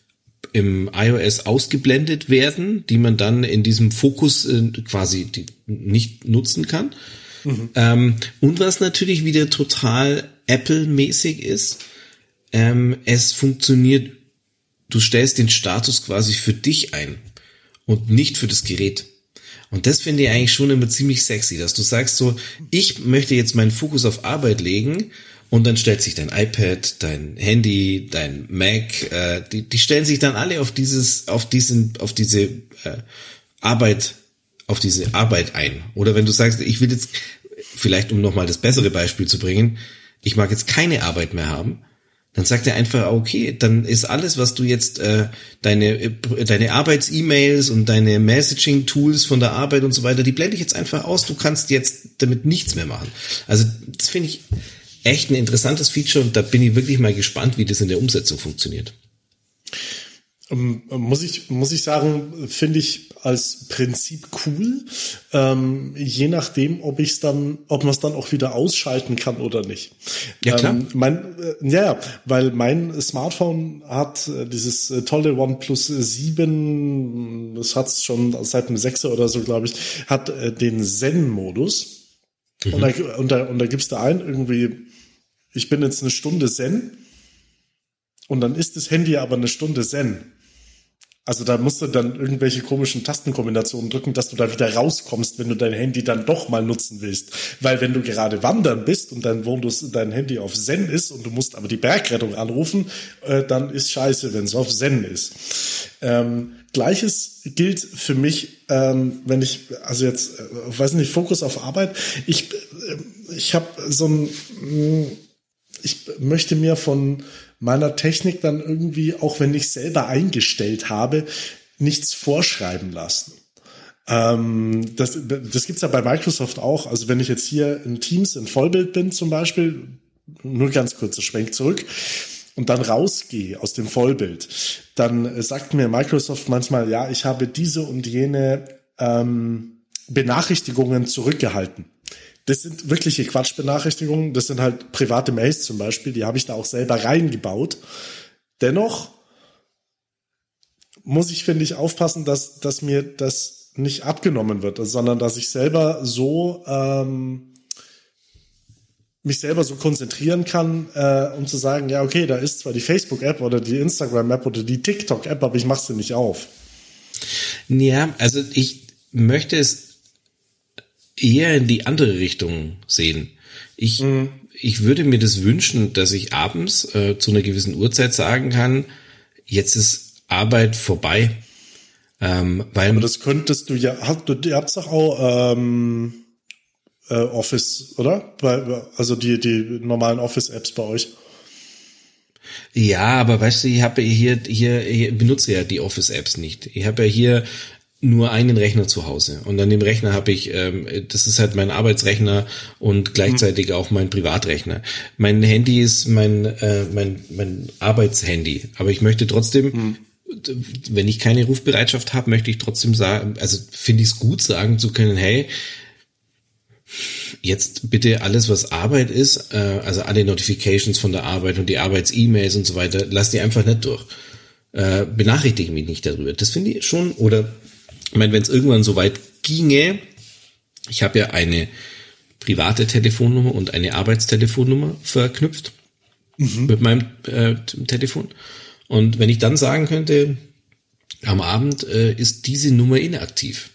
im iOS ausgeblendet werden, die man dann in diesem Fokus äh, quasi die nicht nutzen kann. Mhm. Ähm, und was natürlich wieder total Apple-mäßig ist, ähm, es funktioniert, du stellst den Status quasi für dich ein und nicht für das Gerät. Und das finde ich eigentlich schon immer ziemlich sexy, dass du sagst so, ich möchte jetzt meinen Fokus auf Arbeit legen. Und dann stellt sich dein iPad, dein Handy, dein Mac, äh, die, die stellen sich dann alle auf dieses, auf diesen, auf diese äh, Arbeit, auf diese Arbeit ein. Oder wenn du sagst, ich will jetzt, vielleicht um nochmal das bessere Beispiel zu bringen, ich mag jetzt keine Arbeit mehr haben, Dann sagt er einfach, okay, dann ist alles, was du jetzt, äh, deine deine Arbeits-E-Mails und deine Messaging-Tools von der Arbeit und so weiter, die blende ich jetzt einfach aus. Du kannst jetzt damit nichts mehr machen. Also das finde ich echt ein interessantes Feature und da bin ich wirklich mal gespannt, wie das in der Umsetzung funktioniert. Um, muss ich, muss ich sagen, finde ich als Prinzip cool, ähm, je nachdem, ob ich es dann, ob man es dann auch wieder ausschalten kann oder nicht. Ja, klar. Ähm, mein, äh, ja, weil mein Smartphone hat äh, dieses äh, tolle OnePlus sieben, das hat's schon seit dem sechser oder so, glaube ich, hat äh, den Zen-Modus. Mhm. Und da, und da, und da gibst du ein, irgendwie, ich bin jetzt eine Stunde Zen. Und dann ist das Handy aber eine Stunde Zen. Also da musst du dann irgendwelche komischen Tastenkombinationen drücken, dass du da wieder rauskommst, wenn du dein Handy dann doch mal nutzen willst. Weil wenn du gerade wandern bist und dein Modus, dein Handy auf Zen ist und du musst aber die Bergrettung anrufen, äh, dann ist scheiße, wenn es auf Zen ist. Ähm, Gleiches gilt für mich, ähm, wenn ich, also jetzt, äh, weiß nicht, Fokus auf Arbeit. Ich, äh, ich habe so ein, mh, ich möchte mir von meiner Technik dann irgendwie, auch wenn ich selber eingestellt habe, nichts vorschreiben lassen. Ähm, das das gibt's ja bei Microsoft auch. Also wenn ich jetzt hier in Teams in Vollbild bin zum Beispiel, nur ganz kurzer Schwenk zurück, und dann rausgehe aus dem Vollbild, dann sagt mir Microsoft manchmal, ja, ich habe diese und jene ähm, Benachrichtigungen zurückgehalten. Das sind wirkliche Quatschbenachrichtigungen. Das sind halt private Mails zum Beispiel. Die habe ich da auch selber reingebaut. Dennoch muss ich, finde ich, aufpassen, dass, dass mir das nicht abgenommen wird, sondern dass ich selber so, ähm, mich selber so konzentrieren kann, äh, um zu sagen, ja, okay, da ist zwar die Facebook-App oder die Instagram-App oder die TikTok-App, aber ich mache sie nicht auf. Ja, also ich möchte es eher in die andere Richtung sehen. Ich, mhm. ich würde mir das wünschen, dass ich abends äh, zu einer gewissen Uhrzeit sagen kann, jetzt ist Arbeit vorbei. Ähm, weil Aber das könntest du ja, habt, ihr habt doch auch ähm, äh, Office, oder? Bei, also die, die normalen Office-Apps bei euch. Ja, aber weißt du, ich habe hier, hier, hier benutze ja die Office-Apps nicht. Ich habe ja hier nur einen Rechner zu Hause und an dem Rechner habe ich, ähm, das ist halt mein Arbeitsrechner und gleichzeitig auch mein Privatrechner. Mein Handy ist mein äh, mein mein Arbeitshandy, aber ich möchte trotzdem, hm. wenn ich keine Rufbereitschaft habe, möchte ich trotzdem sagen, also finde ich es gut sagen zu können, hey, jetzt bitte alles, was Arbeit ist, äh, also alle Notifications von der Arbeit und die Arbeits-E-Mails und so weiter, lass die einfach nicht durch. Äh, benachrichtige mich nicht darüber. Das finde ich schon, oder ich meine, wenn es irgendwann so weit ginge, ich habe ja eine private Telefonnummer und eine Arbeitstelefonnummer verknüpft mhm. mit meinem äh, Telefon. Und wenn ich dann sagen könnte, am Abend äh, ist diese Nummer inaktiv,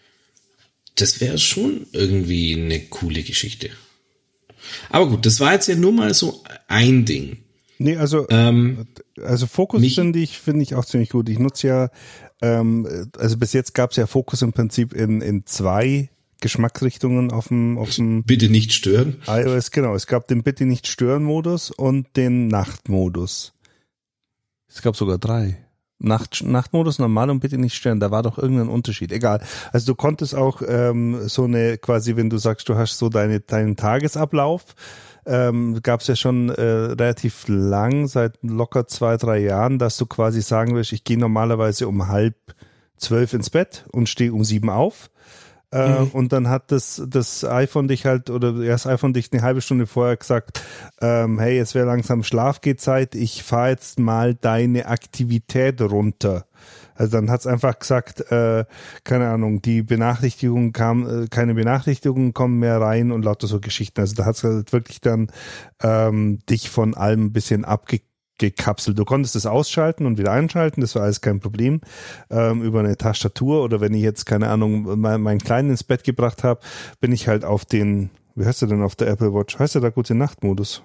das wäre schon irgendwie eine coole Geschichte. Aber gut, das war jetzt ja nur mal so ein Ding. Nee, also, ähm, also Fokus finde ich, finde ich auch ziemlich gut. Ich nutze ja, ähm, also bis jetzt gab es ja Fokus im Prinzip in, in zwei Geschmacksrichtungen auf dem, auf dem Bitte nicht stören. iOS, genau. Es gab den Bitte nicht stören Modus und den Nachtmodus. Es gab sogar drei. Nacht, Nachtmodus, normal und bitte nicht stören. Da war doch irgendein Unterschied. Egal. Also du konntest auch ähm, so eine, quasi, wenn du sagst, du hast so deine, deinen Tagesablauf, ähm, gab es ja schon äh, relativ lang, seit locker zwei, drei Jahren, dass du quasi sagen willst, ich gehe normalerweise um halb zwölf ins Bett und stehe um sieben auf. Äh, mhm. Und dann hat das das iPhone dich halt, oder das iPhone dich eine halbe Stunde vorher gesagt, ähm, hey, jetzt wäre langsam Schlafgehzeit, ich fahre jetzt mal deine Aktivität runter. Also dann hat's einfach gesagt, äh, keine Ahnung, die Benachrichtigung kam, äh, keine Benachrichtigungen kommen mehr rein und lauter so Geschichten. Also da hat's halt wirklich dann ähm, dich von allem ein bisschen abgekapselt. Du konntest es ausschalten und wieder einschalten, das war alles kein Problem, ähm, über eine Tastatur, oder wenn ich jetzt, keine Ahnung, mein, meinen Kleinen ins Bett gebracht habe, bin ich halt auf den, wie heißt der denn auf der Apple Watch? Heißt der da Gute-Nacht-Modus?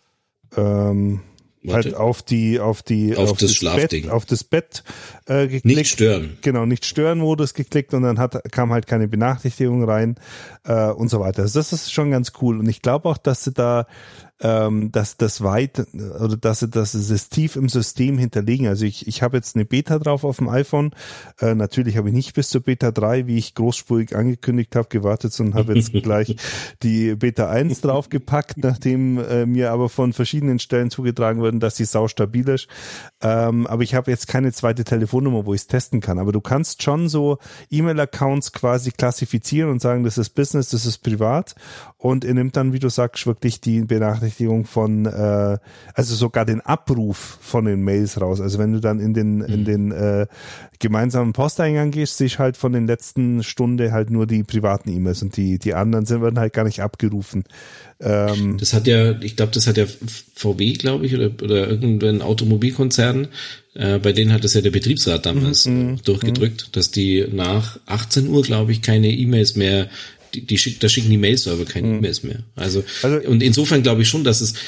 Ähm, Warte. Halt auf die, auf die, auf, auf das, das Schlafding. Bett, auf das Bett äh, geklickt. Nicht stören. Genau, nicht stören Modus geklickt und dann hat, kam halt keine Benachrichtigung rein äh, und so weiter. Also das ist schon ganz cool und ich glaube auch, dass sie da ähm, dass das weit oder dass sie, dass sie es tief im System hinterlegen. Also ich, ich habe jetzt eine Beta drauf auf dem iPhone. Äh, natürlich habe ich nicht bis zur Beta drei, wie ich großspurig angekündigt habe, gewartet, sondern habe jetzt gleich die Beta eins draufgepackt, nachdem äh, mir aber von verschiedenen Stellen zugetragen wird, dass sie saustabil ist. Ähm, aber ich habe jetzt keine zweite Telefonnummer, wo ich es testen kann. Aber du kannst schon so E-Mail-Accounts quasi klassifizieren und sagen, das ist Business, das ist privat. Und er nimmt dann, wie du sagst, wirklich die Benachrichtigung von, äh, also sogar den Abruf von den Mails raus. Also wenn du dann in den, in den äh, gemeinsamen Posteingang gehst, siehst du halt von den letzten Stunde halt nur die privaten E-Mails und die, die anderen sind werden halt gar nicht abgerufen. Ähm, das hat ja, ich glaube, das hat ja V W, glaube ich, oder, oder irgendein Automobilkonzern, äh, bei denen hat das ja der Betriebsrat damals mm, durchgedrückt, mm. dass die nach achtzehn Uhr, glaube ich, keine E-Mails mehr, die, die schick, da schicken die Mail-Server keine mm. E-Mails mehr. Also, also, und insofern glaube ich schon, dass es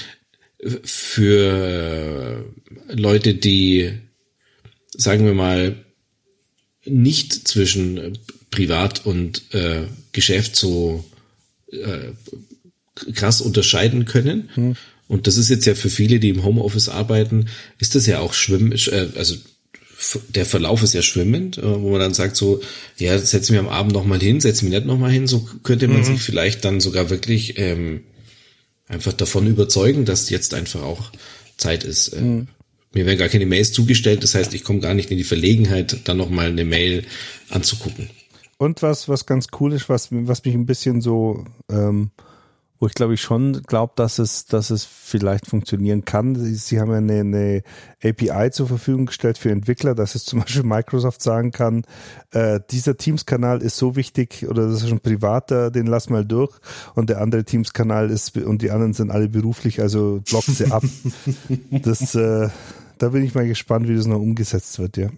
für Leute, die, sagen wir mal, nicht zwischen Privat und äh, Geschäft so äh, krass unterscheiden können. Hm. Und das ist jetzt ja für viele, die im Homeoffice arbeiten, ist das ja auch schwimmen, äh, also der Verlauf ist ja schwimmend, äh, wo man dann sagt so, ja, setz mich am Abend nochmal hin, setz mich nicht nochmal hin, so könnte man mhm. sich vielleicht dann sogar wirklich ähm, einfach davon überzeugen, dass jetzt einfach auch Zeit ist. Äh, mhm. Mir werden gar keine Mails zugestellt, das heißt, ich komme gar nicht in die Verlegenheit, dann nochmal eine Mail anzugucken. Und was was ganz cool ist, was was mich ein bisschen so, ähm, wo ich glaube ich schon glaube, dass es dass es vielleicht funktionieren kann. Sie, Sie haben ja eine, eine A P I zur Verfügung gestellt für Entwickler, dass es zum Beispiel Microsoft sagen kann, äh, dieser Teams-Kanal ist so wichtig oder das ist ein privater, den lass mal durch und der andere Teams-Kanal ist und die anderen sind alle beruflich, also block sie ab. Das äh, Da bin ich mal gespannt, wie das noch umgesetzt wird, ja.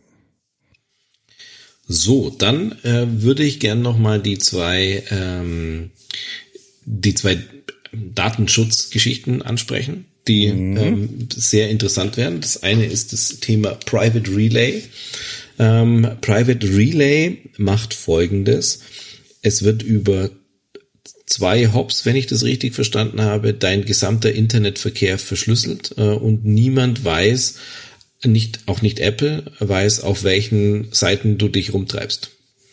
So, dann äh, würde ich gern nochmal die zwei ähm, die zwei Datenschutzgeschichten ansprechen, die mhm. ähm, sehr interessant werden. Das eine ist das Thema Private Relay. Ähm, Private Relay macht Folgendes. Es wird über zwei Hops, wenn ich das richtig verstanden habe, dein gesamter Internetverkehr verschlüsselt äh, und niemand weiß, nicht auch nicht Apple, weiß, auf welchen Seiten du dich rumtreibst.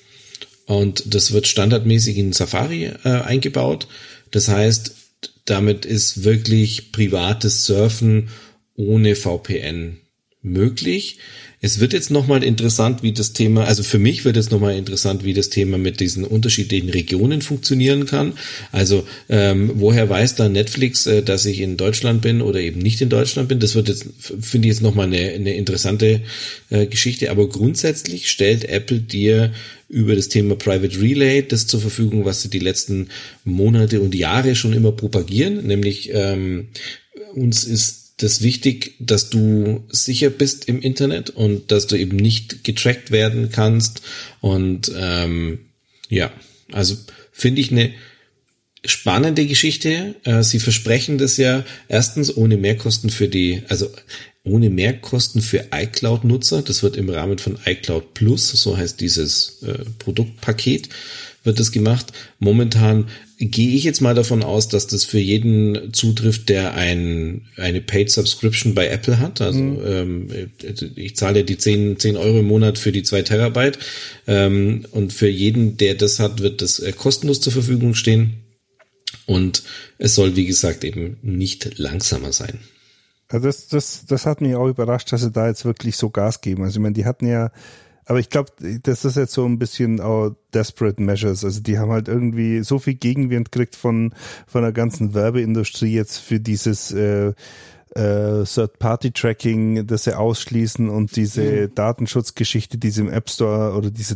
Und das wird standardmäßig in Safari äh, eingebaut. Das heißt, damit ist wirklich privates Surfen ohne V P N möglich. Es wird jetzt nochmal interessant, wie das Thema, also für mich wird jetzt nochmal interessant, wie das Thema mit diesen unterschiedlichen Regionen funktionieren kann. Also ähm, woher weiß dann Netflix, äh, dass ich in Deutschland bin oder eben nicht in Deutschland bin? Das wird jetzt, finde ich jetzt nochmal eine, eine interessante äh, Geschichte. Aber grundsätzlich stellt Apple dir über das Thema Private Relay das zur Verfügung, was sie die letzten Monate und Jahre schon immer propagieren, nämlich ähm, uns ist das wichtig, dass du sicher bist im Internet und dass du eben nicht getrackt werden kannst. Und ähm, ja, also finde ich eine spannende Geschichte. Äh, sie versprechen das ja erstens ohne Mehrkosten für die, also ohne Mehrkosten für iCloud-Nutzer. Das wird im Rahmen von iCloud Plus, so heißt dieses äh, Produktpaket, wird das gemacht. Momentan gehe ich jetzt mal davon aus, dass das für jeden zutrifft, der ein eine Paid Subscription bei Apple hat. Also mhm. ähm, ich zahle die zehn Euro im Monat für die zwei Terabyte ähm, und für jeden, der das hat, wird das äh, kostenlos zur Verfügung stehen und es soll, wie gesagt, eben nicht langsamer sein. Also das, das, das hat mich auch überrascht, dass sie da jetzt wirklich so Gas geben. Also ich meine, die hatten ja, aber ich glaube, das ist jetzt so ein bisschen auch desperate measures. Also die haben halt irgendwie so viel Gegenwind gekriegt von von der ganzen Werbeindustrie jetzt für dieses äh, äh, Third-Party-Tracking, das sie ausschließen und diese mhm. Datenschutzgeschichte, die sie im App Store oder diese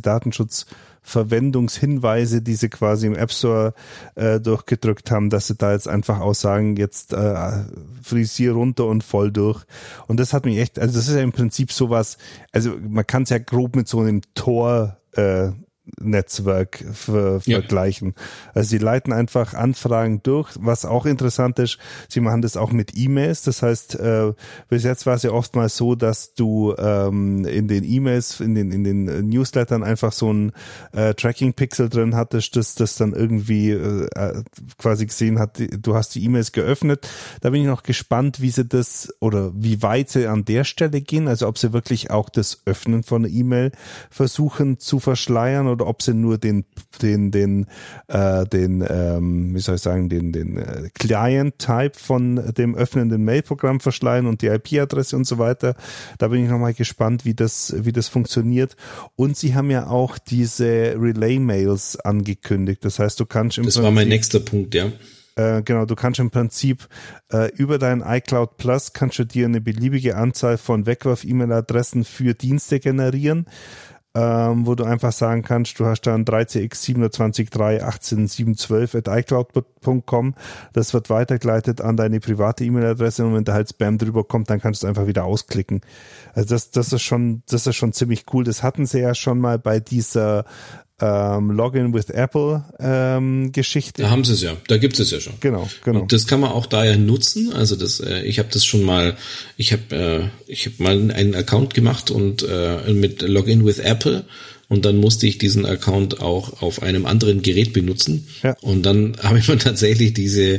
Datenschutzverwendungshinweise, die sie quasi im App Store äh, durchgedrückt haben, dass sie da jetzt einfach auch sagen, jetzt äh, frisier runter und voll durch. Und das hat mich echt, also das ist ja im Prinzip sowas, also man kann es ja grob mit so einem Tor äh, Netzwerk ver- Ja. vergleichen. Also sie leiten einfach Anfragen durch, was auch interessant ist, sie machen das auch mit E-Mails, das heißt, äh, bis jetzt war es ja oftmals so, dass du ähm, in den E-Mails, in den in den Newslettern einfach so ein äh, Tracking-Pixel drin hattest, das das dann irgendwie äh, quasi gesehen hat, du hast die E-Mails geöffnet. Da bin ich noch gespannt, wie sie das oder wie weit sie an der Stelle gehen, also ob sie wirklich auch das Öffnen von einer E-Mail versuchen zu verschleiern oder ob sie nur den den den äh, den ähm, wie soll ich sagen den den äh, Client-Type von dem öffnenden Mail-Programm verschleiern und die I P-Adresse und so weiter. Da bin ich nochmal gespannt, wie das wie das funktioniert. Und sie haben ja auch diese Relay-Mails angekündigt. Das heißt, du kannst im Das Prinzip, war mein nächster Punkt, ja. Äh, genau, du kannst im Prinzip äh, über dein iCloud Plus kannst du dir eine beliebige Anzahl von Wegwerf-E-Mail-Adressen für Dienste generieren. Ähm, wo du einfach sagen kannst, du hast dann drei C X siebenundzwanzig drei achtzehn sieben zwölf at icloud punkt com. Das wird weitergeleitet an deine private E-Mail-Adresse und wenn da halt Spam drüber kommt, dann kannst du es einfach wieder ausklicken. Also das, das ist schon, das ist schon ziemlich cool. Das hatten sie ja schon mal bei dieser ähm, Login with Apple ähm, Geschichte. Da haben sie es ja, da gibt es ja schon. Genau, genau. Und das kann man auch da ja nutzen. Also das, äh, ich habe das schon mal, ich habe, äh, ich habe mal einen Account gemacht und äh, mit Login with Apple und dann musste ich diesen Account auch auf einem anderen Gerät benutzen. Ja. Und dann habe ich mir tatsächlich diese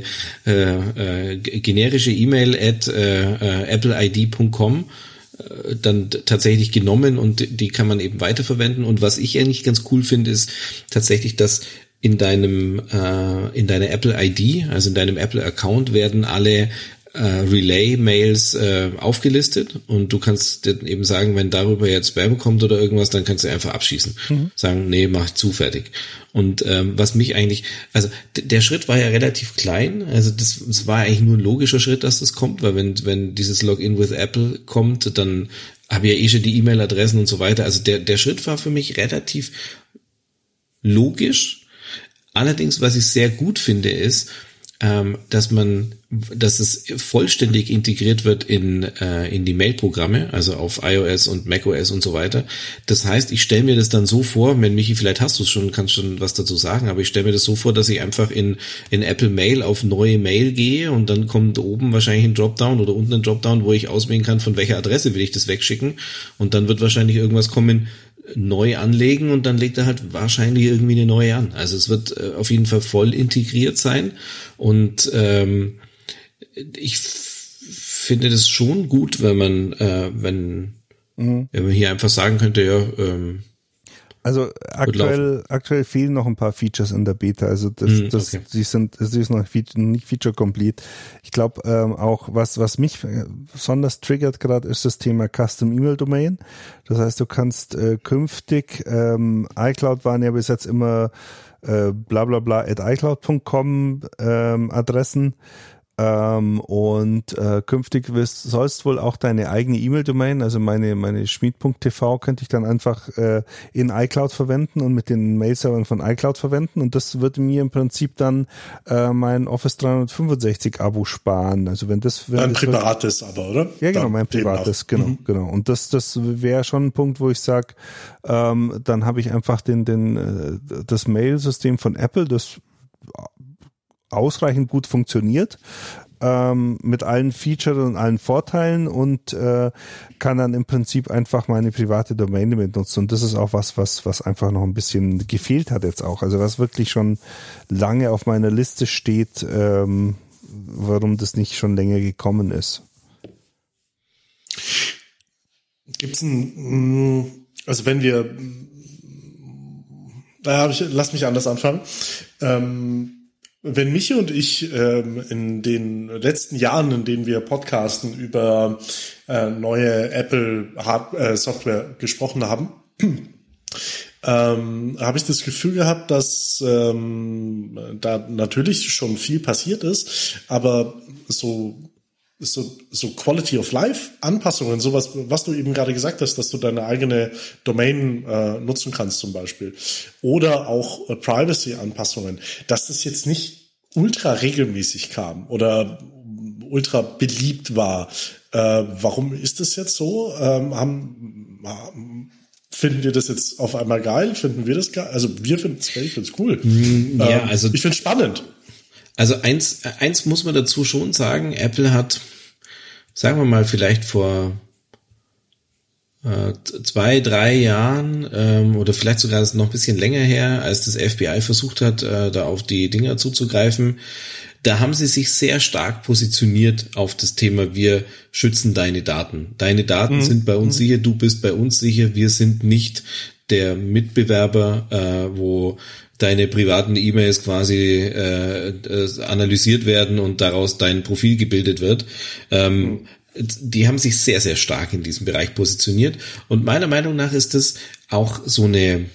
äh, äh, generische E-Mail at äh, äh, apple I D punkt com dann tatsächlich genommen und die kann man eben weiterverwenden. Und was ich eigentlich ganz cool finde, ist tatsächlich, dass in deinem äh, in deiner Apple I D, also in deinem Apple Account, werden alle äh, Relay-Mails äh, aufgelistet und du kannst eben sagen, wenn darüber jetzt Spam kommt oder irgendwas, dann kannst du einfach abschießen. Mhm. Sagen, nee, mach zu, fertig. Und ähm, was mich eigentlich, also d- der Schritt war ja relativ klein, also das, das war eigentlich nur ein logischer Schritt, dass das kommt, weil wenn wenn dieses Login with Apple kommt, dann habe ich ja eh schon die E-Mail-Adressen und so weiter. Also der der Schritt war für mich relativ logisch. Allerdings, was ich sehr gut finde, ist, ähm, dass man, dass es vollständig integriert wird in äh, in die Mail-Programme, also auf iOS und macOS und so weiter. Das heißt, ich stelle mir das dann so vor, wenn Michi, vielleicht hast du es schon, kannst schon was dazu sagen, aber ich stelle mir das so vor, dass ich einfach in in Apple Mail auf neue Mail gehe und dann kommt oben wahrscheinlich ein Dropdown oder unten ein Dropdown, wo ich auswählen kann, von welcher Adresse will ich das wegschicken und dann wird wahrscheinlich irgendwas kommen, neu anlegen und dann legt er halt wahrscheinlich irgendwie eine neue an. Also es wird äh, auf jeden Fall voll integriert sein und ähm, ich f- finde das schon gut, wenn man äh, wenn, mhm. wenn man hier einfach sagen könnte, ja, ähm, also aktuell aktuell fehlen noch ein paar Features in der Beta, also das, mm, das okay. die sind sie ist noch nicht feature complete. Ich glaube ähm, auch was was mich besonders triggert gerade ist das Thema Custom E-Mail Domain. Das heißt, du kannst äh, künftig ähm, iCloud waren ja bis jetzt immer äh, bla bla bla at icloud punkt com ähm, Adressen. Ähm, und äh, künftig wirst, sollst wohl auch deine eigene E-Mail-Domain, also meine meine schmied punkt t v könnte ich dann einfach äh, in iCloud verwenden und mit den Mail-Servern von iCloud verwenden und das würde mir im Prinzip dann äh, mein Office dreihundertfünfundsechzig Abo sparen. Also wenn das wenn ein das privates wird, aber oder? Ja genau, mein privates, genau, mhm. genau. Und das das wäre schon ein Punkt, wo ich sage, ähm, dann habe ich einfach den den äh, das Mail-System von Apple, das ausreichend gut funktioniert, ähm, mit allen Features und allen Vorteilen und äh, kann dann im Prinzip einfach meine private Domain damit nutzen. Und das ist auch was, was, was einfach noch ein bisschen gefehlt hat jetzt auch. Also was wirklich schon lange auf meiner Liste steht, ähm, warum das nicht schon länger gekommen ist. Gibt's ein, also wenn wir, da habe ich, lass mich anders anfangen. Ähm, Wenn Michi und ich ähm, in den letzten Jahren, in denen wir podcasten, über äh, neue Apple Hard- äh, Software gesprochen haben, ähm, habe ich das Gefühl gehabt, dass ähm, da natürlich schon viel passiert ist, aber so so so Quality of Life Anpassungen, sowas, was du eben gerade gesagt hast, dass du deine eigene Domain äh, nutzen kannst zum Beispiel, oder auch äh, Privacy Anpassungen, dass das jetzt nicht ultra regelmäßig kam oder ultra beliebt war. Äh, warum ist das jetzt so? Ähm, haben finden wir das jetzt auf einmal geil? Finden wir das geil? Also wir finden es ich finde es cool. Ja, ähm, also ich finde es spannend. Also eins, eins muss man dazu schon sagen, Apple hat, sagen wir mal, vielleicht vor äh, zwei, drei Jahren ähm, oder vielleicht sogar noch ein bisschen länger her, als das F B I versucht hat, äh, da auf die Dinger zuzugreifen, da haben sie sich sehr stark positioniert auf das Thema, wir schützen deine Daten. Deine Daten mhm. sind bei uns mhm. sicher, du bist bei uns sicher, wir sind nicht der Mitbewerber, äh, wo deine privaten E-Mails quasi äh, äh, analysiert werden und daraus dein Profil gebildet wird. Ähm, mhm. Die haben sich sehr, sehr stark in diesem Bereich positioniert. Und meiner Meinung nach ist das auch so eine,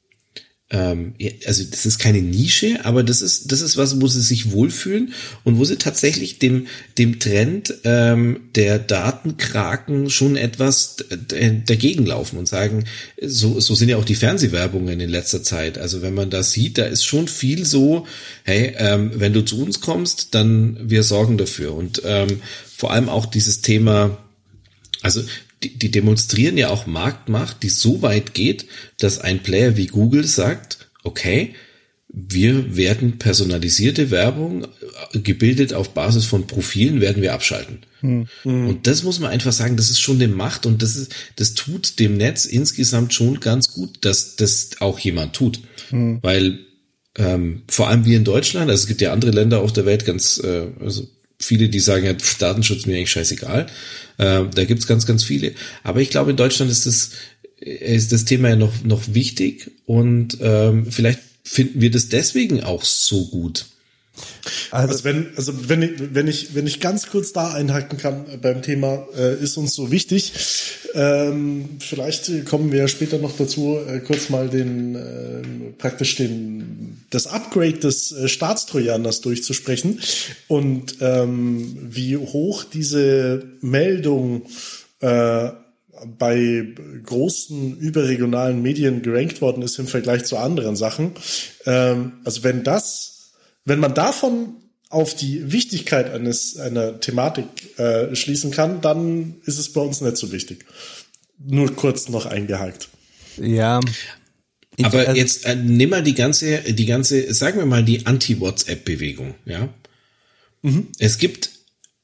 ähm, also das ist keine Nische, aber das ist das ist was, wo sie sich wohlfühlen und wo sie tatsächlich dem dem Trend ähm, der Datenkraken schon etwas d- dagegen laufen und sagen, so so sind ja auch die Fernsehwerbungen in letzter Zeit. Also wenn man das sieht, da ist schon viel so, hey, ähm, wenn du zu uns kommst, dann wir sorgen dafür. Und ähm, vor allem auch dieses Thema, also Die, die demonstrieren ja auch Marktmacht, die so weit geht, dass ein Player wie Google sagt, okay, wir werden personalisierte Werbung, gebildet auf Basis von Profilen, werden wir abschalten. Mhm. Und das muss man einfach sagen, das ist schon eine Macht und das ist, das tut dem Netz insgesamt schon ganz gut, dass das auch jemand tut. Mhm. Weil ähm, vor allem wir in Deutschland, also es gibt ja andere Länder auf der Welt, ganz äh, also viele, die sagen, ja, Datenschutz mir eigentlich scheißegal. Äh, da gibt's ganz, ganz viele. Aber ich glaube, in Deutschland ist das, ist das Thema ja noch, noch wichtig und ähm, vielleicht finden wir das deswegen auch so gut. Also, also wenn, also wenn ich, wenn ich, wenn ich ganz kurz da einhaken kann beim Thema, äh, ist uns so wichtig. Ähm, vielleicht kommen wir ja später noch dazu, äh, kurz mal den, äh, praktisch den, das Upgrade des äh, Staatstrojaners durchzusprechen und ähm, wie hoch diese Meldung äh, bei großen überregionalen Medien gerankt worden ist im Vergleich zu anderen Sachen. Ähm, also wenn das Wenn man davon auf die Wichtigkeit eines einer Thematik äh, schließen kann, dann ist es bei uns nicht so wichtig. Nur kurz noch eingehakt. Ja. Ich, Aber also, jetzt äh, nimm mal die ganze, die ganze, sagen wir mal die Anti-WhatsApp-Bewegung. Ja. Mhm. Es gibt,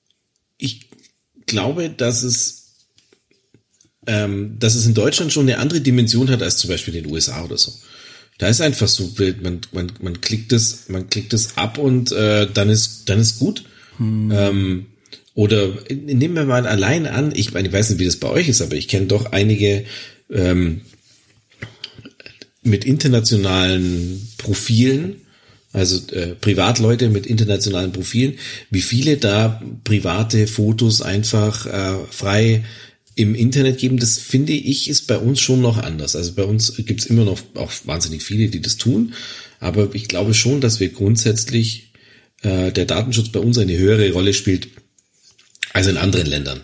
ich glaube, dass es, ähm, dass es in Deutschland schon eine andere Dimension hat als zum Beispiel in den U S A oder so. Da ist einfach so, man, man, man klickt es, man klickt es ab und äh, dann ist, dann ist gut. Hm. Ähm, oder nehmen wir mal allein an, ich meine, ich weiß nicht, wie das bei euch ist, aber ich kenne doch einige ähm, mit internationalen Profilen, also äh, Privatleute mit internationalen Profilen, wie viele da private Fotos einfach äh, frei im Internet geben, das finde ich, ist bei uns schon noch anders. Also bei uns gibt's immer noch auch wahnsinnig viele, die das tun, aber ich glaube schon, dass wir grundsätzlich äh, der Datenschutz bei uns eine höhere Rolle spielt als in anderen Ländern.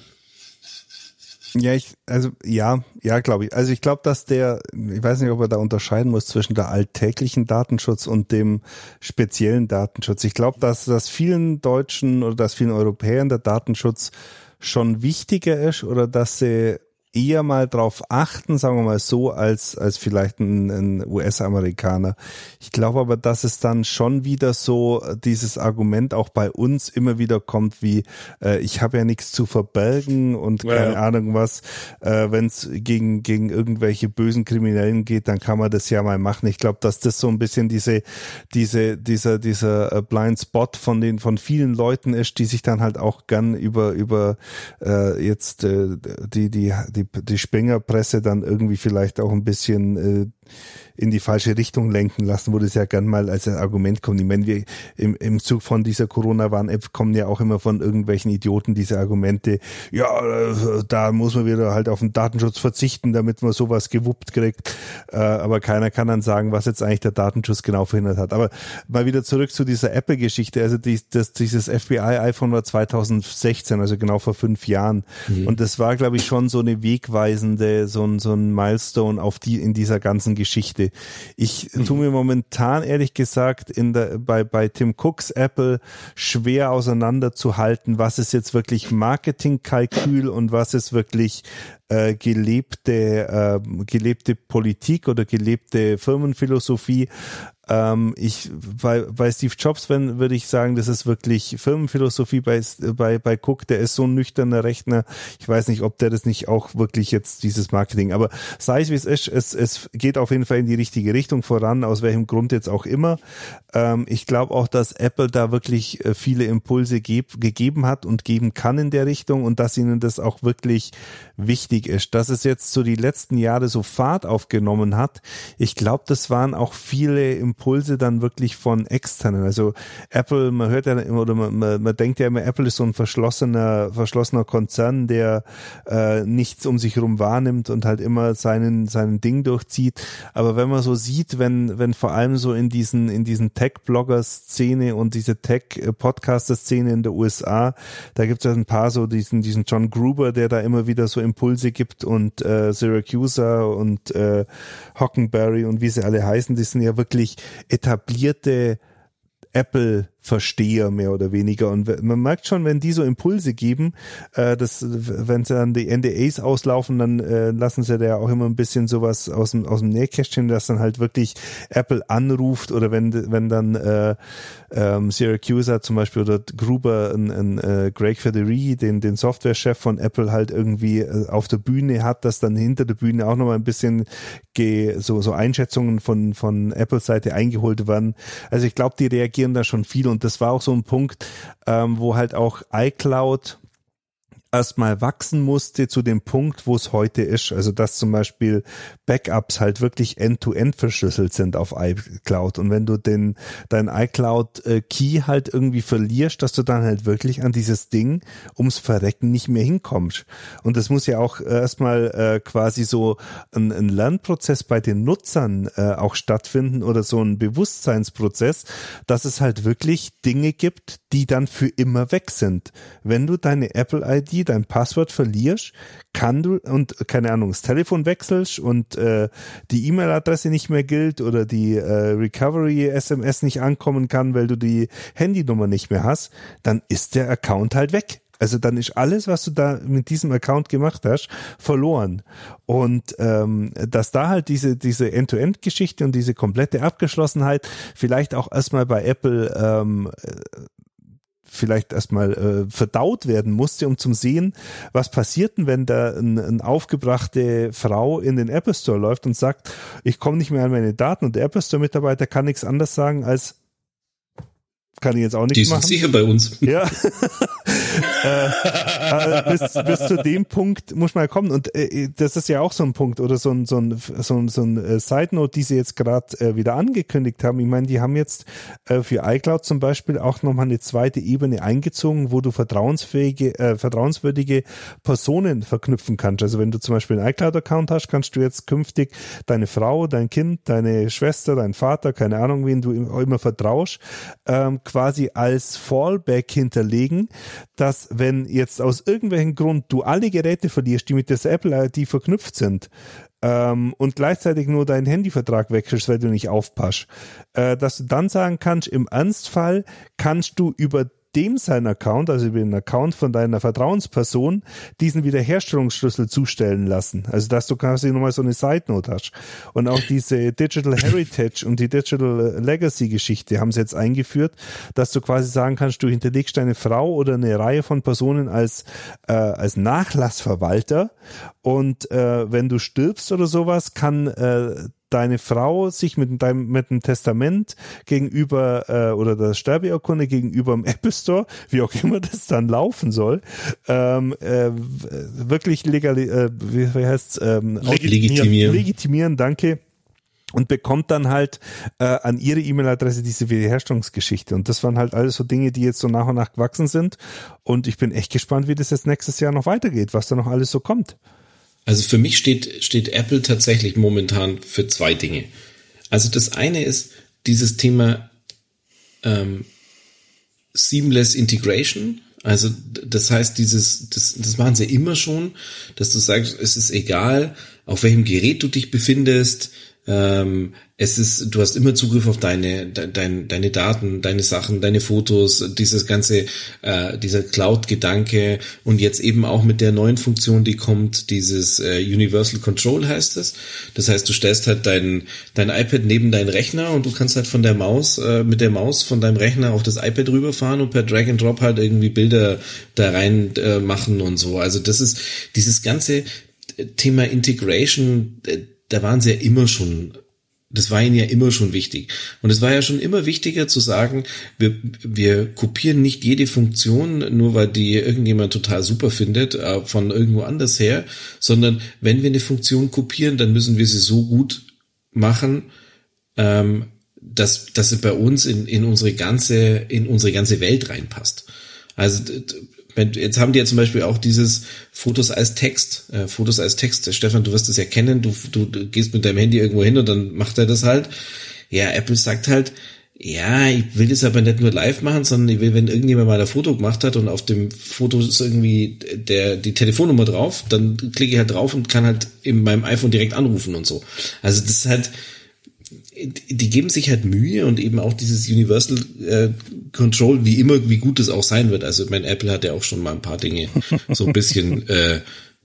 Ja, ich, also ja, ja, glaube ich. Also ich glaube, dass der, ich weiß nicht, ob er da unterscheiden muss zwischen der alltäglichen Datenschutz und dem speziellen Datenschutz. Ich glaube, dass dass vielen Deutschen oder dass vielen Europäern der Datenschutz schon wichtiger ist oder dass sie eher mal drauf achten, sagen wir mal so, als als vielleicht ein, ein U S-Amerikaner. Ich glaube aber, dass es dann schon wieder so dieses Argument auch bei uns immer wieder kommt, wie äh, ich habe ja nichts zu verbergen und keine ja. Ahnung was. Äh, wenn es gegen gegen irgendwelche bösen Kriminellen geht, dann kann man das ja mal machen. Ich glaube, dass das so ein bisschen diese diese dieser dieser Blind Spot von den von vielen Leuten ist, die sich dann halt auch gern über über äh, jetzt äh, die die die die Springerpresse dann irgendwie vielleicht auch ein bisschen äh, in die falsche Richtung lenken lassen, wo das ja gern mal als ein Argument kommt. Ich meine, wir im, im Zug von dieser Corona-Warn-App kommen ja auch immer von irgendwelchen Idioten diese Argumente, ja, äh, da muss man wieder halt auf den Datenschutz verzichten, damit man sowas gewuppt kriegt. Äh, aber keiner kann dann sagen, was jetzt eigentlich der Datenschutz genau verhindert hat. Aber mal wieder zurück zu dieser Apple-Geschichte. Also die, das, dieses F B I-iPhone war zwanzig sechzehn, also genau vor fünf Jahren. Mhm. Und das war, glaube ich, schon so eine wegweisende, so ein, so ein Milestone auf die, in dieser ganzen ganzen Geschichte. Ich mhm. tue mir momentan ehrlich gesagt in der, bei, bei Tim Cooks Apple schwer auseinanderzuhalten, was ist jetzt wirklich Marketingkalkül und was ist wirklich äh, gelebte, äh, gelebte Politik oder gelebte Firmenphilosophie. Ähm, ich, bei, bei Steve Jobs, wenn, würde ich sagen, das ist wirklich Firmenphilosophie bei, bei, bei Cook, der ist so ein nüchterner Rechner. Ich weiß nicht, ob der das nicht auch wirklich jetzt dieses Marketing, aber sei es wie es ist, es, es geht auf jeden Fall in die richtige Richtung voran, aus welchem Grund jetzt auch immer. Ähm, ich glaube auch, dass Apple da wirklich äh, viele Impulse geb, gegeben hat und geben kann in der Richtung und dass ihnen das auch wirklich wichtig ist. Dass es jetzt so die letzten Jahre so Fahrt aufgenommen hat, ich glaube, das waren auch viele Impulse dann wirklich von externen. Also Apple, man hört ja immer oder man, man, man denkt ja immer, Apple ist so ein verschlossener, verschlossener Konzern, der äh, nichts um sich herum wahrnimmt und halt immer seinen seinen Ding durchzieht. Aber wenn man so sieht, wenn wenn vor allem so in diesen in diesen Tech-Blogger-Szene und diese Tech-Podcaster-Szene in der U S A, da gibt es ja ein paar so diesen diesen John Gruber, der da immer wieder so Impulse gibt und äh, Siracusa und äh, Hockenberry und wie sie alle heißen, die sind ja wirklich etablierte Apple-Versteher mehr oder weniger. Und man merkt schon, wenn die so Impulse geben, äh, dass, wenn sie dann die N D As auslaufen, dann äh, lassen sie da ja auch immer ein bisschen sowas aus dem, aus dem Nähkästchen, dass dann halt wirklich Apple anruft oder wenn, wenn dann äh, ähm, Siracusa zum Beispiel oder Gruber, ein, ein äh, Greg Federighi, den, den Softwarechef von Apple halt irgendwie äh, auf der Bühne hat, dass dann hinter der Bühne auch nochmal ein bisschen ge, so, so Einschätzungen von, von Apples Seite eingeholt werden. Also ich glaube, die reagieren da schon viel und das war auch so ein Punkt, ähm, wo halt auch iCloud erstmal wachsen musste zu dem Punkt, wo es heute ist. Also dass zum Beispiel Backups halt wirklich end-to-end verschlüsselt sind auf iCloud. Und wenn du den dein iCloud-Key halt irgendwie verlierst, dass du dann halt wirklich an dieses Ding ums Verrecken nicht mehr hinkommst. Und das muss ja auch erstmal äh, quasi so ein, ein Lernprozess bei den Nutzern äh, auch stattfinden oder so ein Bewusstseinsprozess, dass es halt wirklich Dinge gibt, die dann für immer weg sind. Wenn du deine Apple-I D, dein Passwort verlierst, kann du und keine Ahnung, das Telefon wechselst und äh, die E-Mail-Adresse nicht mehr gilt oder die äh, Recovery-S M S nicht ankommen kann, weil du die Handynummer nicht mehr hast, dann ist der Account halt weg. Also dann ist alles, was du da mit diesem Account gemacht hast, verloren. Und ähm, dass da halt diese diese End-to-End-Geschichte und diese komplette Abgeschlossenheit vielleicht auch erstmal bei Apple ähm, vielleicht erstmal äh, verdaut werden musste, um zu sehen, was passiert denn, wenn da ein, eine aufgebrachte Frau in den Apple Store läuft und sagt, ich komme nicht mehr an meine Daten und der Apple Store Mitarbeiter kann nichts anderes sagen als kann ich jetzt auch nicht Die machen. sind sicher bei uns. Ja. äh, äh, bis, bis zu dem Punkt muss man kommen. Und äh, das ist ja auch so ein Punkt oder so ein, so ein, so ein, so ein äh, Side-Note, die sie jetzt gerade äh, wieder angekündigt haben. Ich meine, die haben jetzt äh, für iCloud zum Beispiel auch nochmal eine zweite Ebene eingezogen, wo du vertrauensfähige, äh, vertrauenswürdige Personen verknüpfen kannst. Also wenn du zum Beispiel einen iCloud-Account hast, kannst du jetzt künftig deine Frau, dein Kind, deine Schwester, dein Vater, keine Ahnung, wen du immer vertraust, ähm, quasi als Fallback hinterlegen, dass wenn jetzt aus irgendwelchen Grund du alle Geräte verlierst, die mit der Apple-I D verknüpft sind, ähm, und gleichzeitig nur deinen Handyvertrag wechselst, weil du nicht aufpasst, äh, dass du dann sagen kannst, im Ernstfall kannst du über dem sein Account, also über den Account von deiner Vertrauensperson, diesen Wiederherstellungsschlüssel zustellen lassen. Also dass du quasi nochmal so eine Side-Note hast. Und auch diese Digital Heritage und die Digital Legacy Geschichte haben sie jetzt eingeführt, dass du quasi sagen kannst, du hinterlegst deine Frau oder eine Reihe von Personen als äh, als Nachlassverwalter und äh, wenn du stirbst oder sowas, kann äh, deine Frau sich mit deinem mit dem Testament gegenüber äh, oder der Sterbeurkunde gegenüber im Apple Store, wie auch immer das dann laufen soll, ähm, äh, wirklich legal, äh, wie heißt's, ähm, legitimieren. legitimieren, danke. Und bekommt dann halt äh, an ihre E-Mail-Adresse diese Wiederherstellungsgeschichte. Und das waren halt alles so Dinge, die jetzt so nach und nach gewachsen sind. Und ich bin echt gespannt, wie das jetzt nächstes Jahr noch weitergeht, was da noch alles so kommt. Also für mich steht, steht Apple tatsächlich momentan für zwei Dinge. Also das eine ist dieses Thema ähm, Seamless Integration. Also das heißt, dieses, das, das machen sie immer schon, dass du sagst, es ist egal, auf welchem Gerät du dich befindest, Ähm, es ist, du hast immer Zugriff auf deine, de, dein, deine Daten, deine Sachen, deine Fotos, dieses ganze, äh, dieser Cloud-Gedanke und jetzt eben auch mit der neuen Funktion, die kommt, dieses äh, Universal Control heißt es. Das heißt, du stellst halt dein, dein iPad neben deinen Rechner und du kannst halt von der Maus, äh, mit der Maus von deinem Rechner auf das iPad rüberfahren und per Drag and Drop halt irgendwie Bilder da rein äh, machen und so. Also das ist dieses ganze Thema Integration, äh, da waren sie ja immer schon, das war ihnen ja immer schon wichtig. Und es war ja schon immer wichtiger zu sagen, wir, wir kopieren nicht jede Funktion, nur weil die irgendjemand total super findet, von irgendwo anders her, sondern wenn wir eine Funktion kopieren, dann müssen wir sie so gut machen, ähm, dass, dass sie bei uns in, in unsere ganze, in unsere ganze Welt reinpasst. Also, jetzt haben die ja zum Beispiel auch dieses Fotos als Text, äh, Fotos als Text. Stefan, du wirst das ja kennen, du, du, du gehst mit deinem Handy irgendwo hin und dann macht er das halt. Ja, Apple sagt halt, ja, ich will das aber nicht nur live machen, sondern ich will, wenn irgendjemand mal ein Foto gemacht hat und auf dem Foto ist irgendwie der, die Telefonnummer drauf, dann klicke ich halt drauf und kann halt in meinem iPhone direkt anrufen und so. Also das ist halt, die geben sich halt Mühe und eben auch dieses Universal äh, Control, wie immer, wie gut es auch sein wird. Also mein Apple hat ja auch schon mal ein paar Dinge so ein bisschen äh,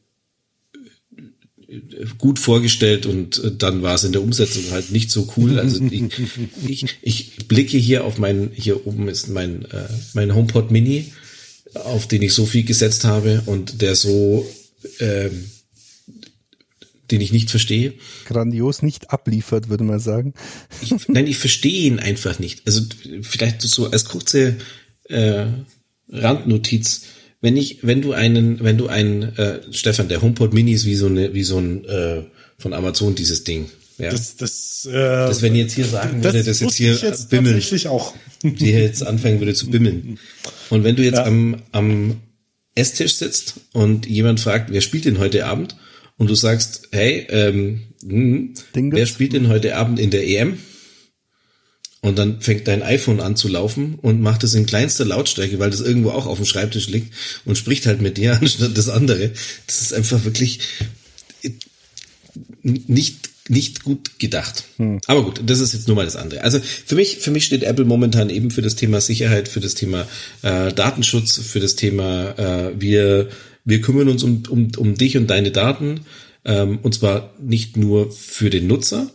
gut vorgestellt und dann war es in der Umsetzung halt nicht so cool. Also ich, ich, ich blicke hier auf mein, hier oben ist mein, äh, mein HomePod Mini, auf den ich so viel gesetzt habe und der so ähm, den ich nicht verstehe. Grandios nicht abliefert, würde man sagen. Ich, nein, ich verstehe ihn einfach nicht. Also vielleicht so als kurze äh, Randnotiz, wenn ich, wenn du einen, wenn du einen, äh, Stefan, der HomePod Mini ist wie so eine, wie so ein äh, von Amazon dieses Ding. Ja. Das, das, äh, das, wenn ich jetzt hier sagen würde, das, das jetzt hier jetzt bimmeln, tatsächlich auch. die jetzt anfangen würde zu bimmeln. Und wenn du jetzt ja. am, am Esstisch sitzt und jemand fragt, wer spielt denn heute Abend? Und du sagst, hey, ähm, mh, wer spielt denn heute Abend in der E M? Und dann fängt dein iPhone an zu laufen und macht es in kleinster Lautstärke, weil das irgendwo auch auf dem Schreibtisch liegt und spricht halt mit dir anstatt das andere. Das ist einfach wirklich nicht nicht gut gedacht. Hm. Aber gut, das ist jetzt nur mal das andere. Also für mich für mich steht Apple momentan eben für das Thema Sicherheit, für das Thema äh, Datenschutz, für das Thema äh, wir Wir kümmern uns um, um, um dich und deine Daten, ähm, und zwar nicht nur für den Nutzer,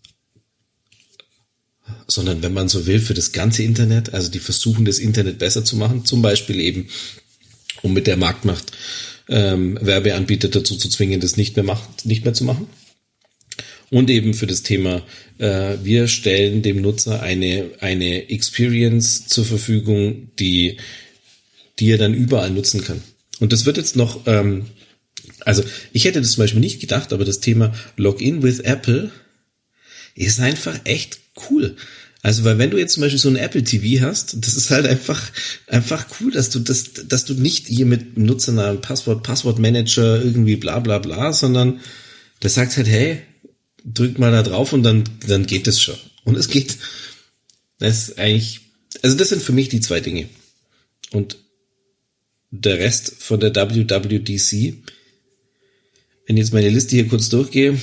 sondern wenn man so will, für das ganze Internet, also die versuchen, das Internet besser zu machen, zum Beispiel eben, um mit der Marktmacht ähm, Werbeanbieter dazu zu zwingen, das nicht mehr, macht, nicht mehr zu machen. Und eben für das Thema, äh, wir stellen dem Nutzer eine, eine Experience zur Verfügung, die, die er dann überall nutzen kann. Und das wird jetzt noch, ähm, also ich hätte das zum Beispiel nicht gedacht, aber das Thema Login with Apple ist einfach echt cool. Also weil wenn du jetzt zum Beispiel so ein Apple T V hast, das ist halt einfach einfach cool, dass du das, dass du nicht hier mit Nutzernamen, Passwort, Passwortmanager irgendwie bla bla bla, sondern das sagt halt, hey, drück mal da drauf und dann dann geht es schon. Und es geht. Das ist eigentlich, also das sind für mich die zwei Dinge. Und der Rest von der W W D C, wenn ich jetzt meine Liste hier kurz durchgehe,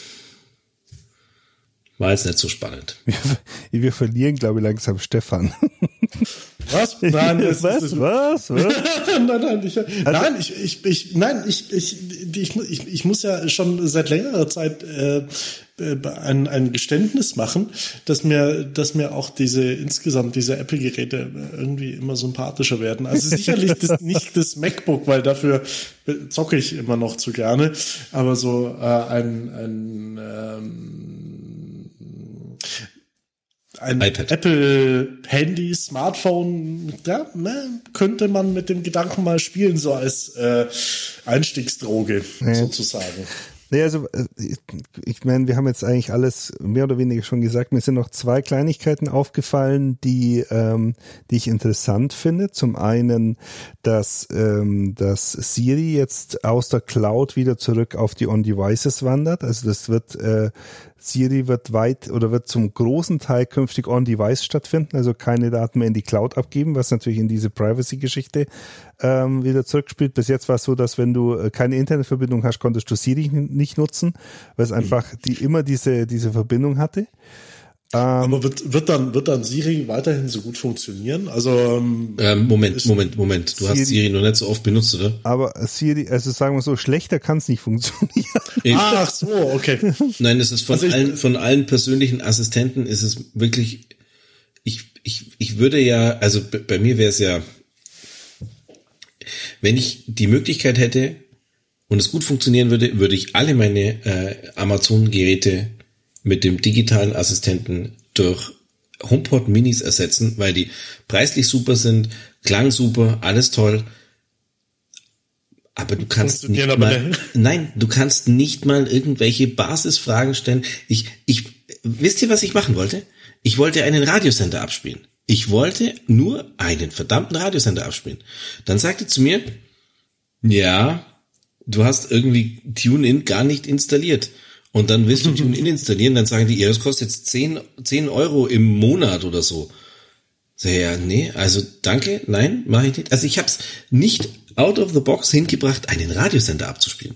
war jetzt nicht so spannend. Wir, wir verlieren, glaube ich, langsam Stefan. Was? Nein, das, was? Das, was? was? nein, nein, ich, nein, ich, ich, ich, nein, ich, ich, ich, ich, ich muss ja schon seit längerer Zeit äh, ein, ein Geständnis machen, dass mir, dass mir auch diese insgesamt diese Apple-Geräte irgendwie immer sympathischer werden. Also sicherlich das, nicht das MacBook, weil dafür zocke ich immer noch zu gerne, aber so äh, ein, ein ähm, ein iPad. Apple-Handy, Smartphone, ja, ne, könnte man mit dem Gedanken mal spielen, so als äh, Einstiegsdroge ja. sozusagen. Nee, also ich meine, wir haben jetzt eigentlich alles mehr oder weniger schon gesagt. Mir sind noch zwei Kleinigkeiten aufgefallen, die ähm, die ich interessant finde. Zum einen, dass ähm, dass Siri jetzt aus der Cloud wieder zurück auf die On-Devices wandert. Also das wird äh, Siri wird weit oder wird zum großen Teil künftig on-device stattfinden, also keine Daten mehr in die Cloud abgeben, was natürlich in diese Privacy-Geschichte ähm, wieder zurückgespielt. Bis jetzt war es so, dass wenn du äh, keine Internetverbindung hast, konntest du Siri nicht nutzen, weil es einfach die immer diese diese Verbindung hatte. Aber wird, wird dann, wird dann Siri weiterhin so gut funktionieren? Also, ähm, ähm, Moment, Moment, Moment. Du Siri, hast Siri noch nicht so oft benutzt, oder? Aber Siri, also sagen wir so, schlechter kann es nicht funktionieren. Ach so, okay. Nein, es ist von also allen, von allen persönlichen Assistenten ist es wirklich, ich, ich, ich würde ja, also bei mir wäre es ja, wenn ich die Möglichkeit hätte und es gut funktionieren würde, würde ich alle meine äh, Amazon-Geräte mit dem digitalen Assistenten durch HomePod Minis ersetzen, weil die preislich super sind, Klang super, alles toll. Aber du kannst nicht aber mal, nicht. nein, du kannst nicht mal irgendwelche Basisfragen stellen. Ich, ich, wisst ihr, was ich machen wollte? Ich wollte einen Radiosender abspielen. Ich wollte nur einen verdammten Radiosender abspielen. Dann sagte zu mir, ja, du hast irgendwie TuneIn gar nicht installiert. Und dann willst du TuneIn installieren, dann sagen die, ja, das kostet jetzt zehn Euro im Monat oder so. So, ja, nee, also danke, nein, mache ich nicht. Also ich habe es nicht out of the box hingebracht, einen Radiosender abzuspielen.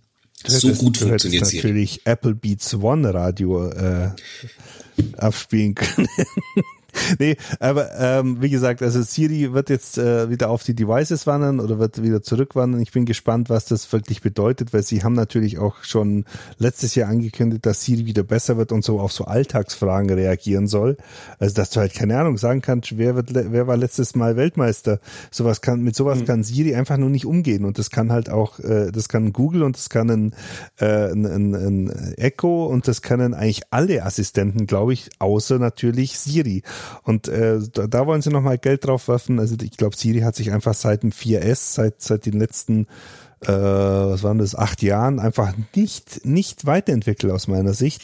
So hättest, gut funktioniert es hier. Natürlich Apple Beats One Radio äh, abspielen können. Nee, aber ähm, wie gesagt, also Siri wird jetzt äh, wieder auf die Devices wandern oder wird wieder zurückwandern. Ich bin gespannt, was das wirklich bedeutet, weil sie haben natürlich auch schon letztes Jahr angekündigt, dass Siri wieder besser wird und so auf so Alltagsfragen reagieren soll. Also dass du halt keine Ahnung sagen kannst, wer wird, wer war letztes Mal Weltmeister. Sowas kann mit sowas mhm. kann Siri einfach nur nicht umgehen und das kann halt auch, äh, das kann Google und das kann ein, äh, ein, ein, ein Echo und das können eigentlich alle Assistenten, glaube ich, außer natürlich Siri. Und äh, da, da wollen sie nochmal Geld drauf werfen. Also ich glaube, Siri hat sich einfach seit dem vier S, seit seit den letzten, äh, was waren das, acht Jahren einfach nicht nicht weiterentwickelt aus meiner Sicht.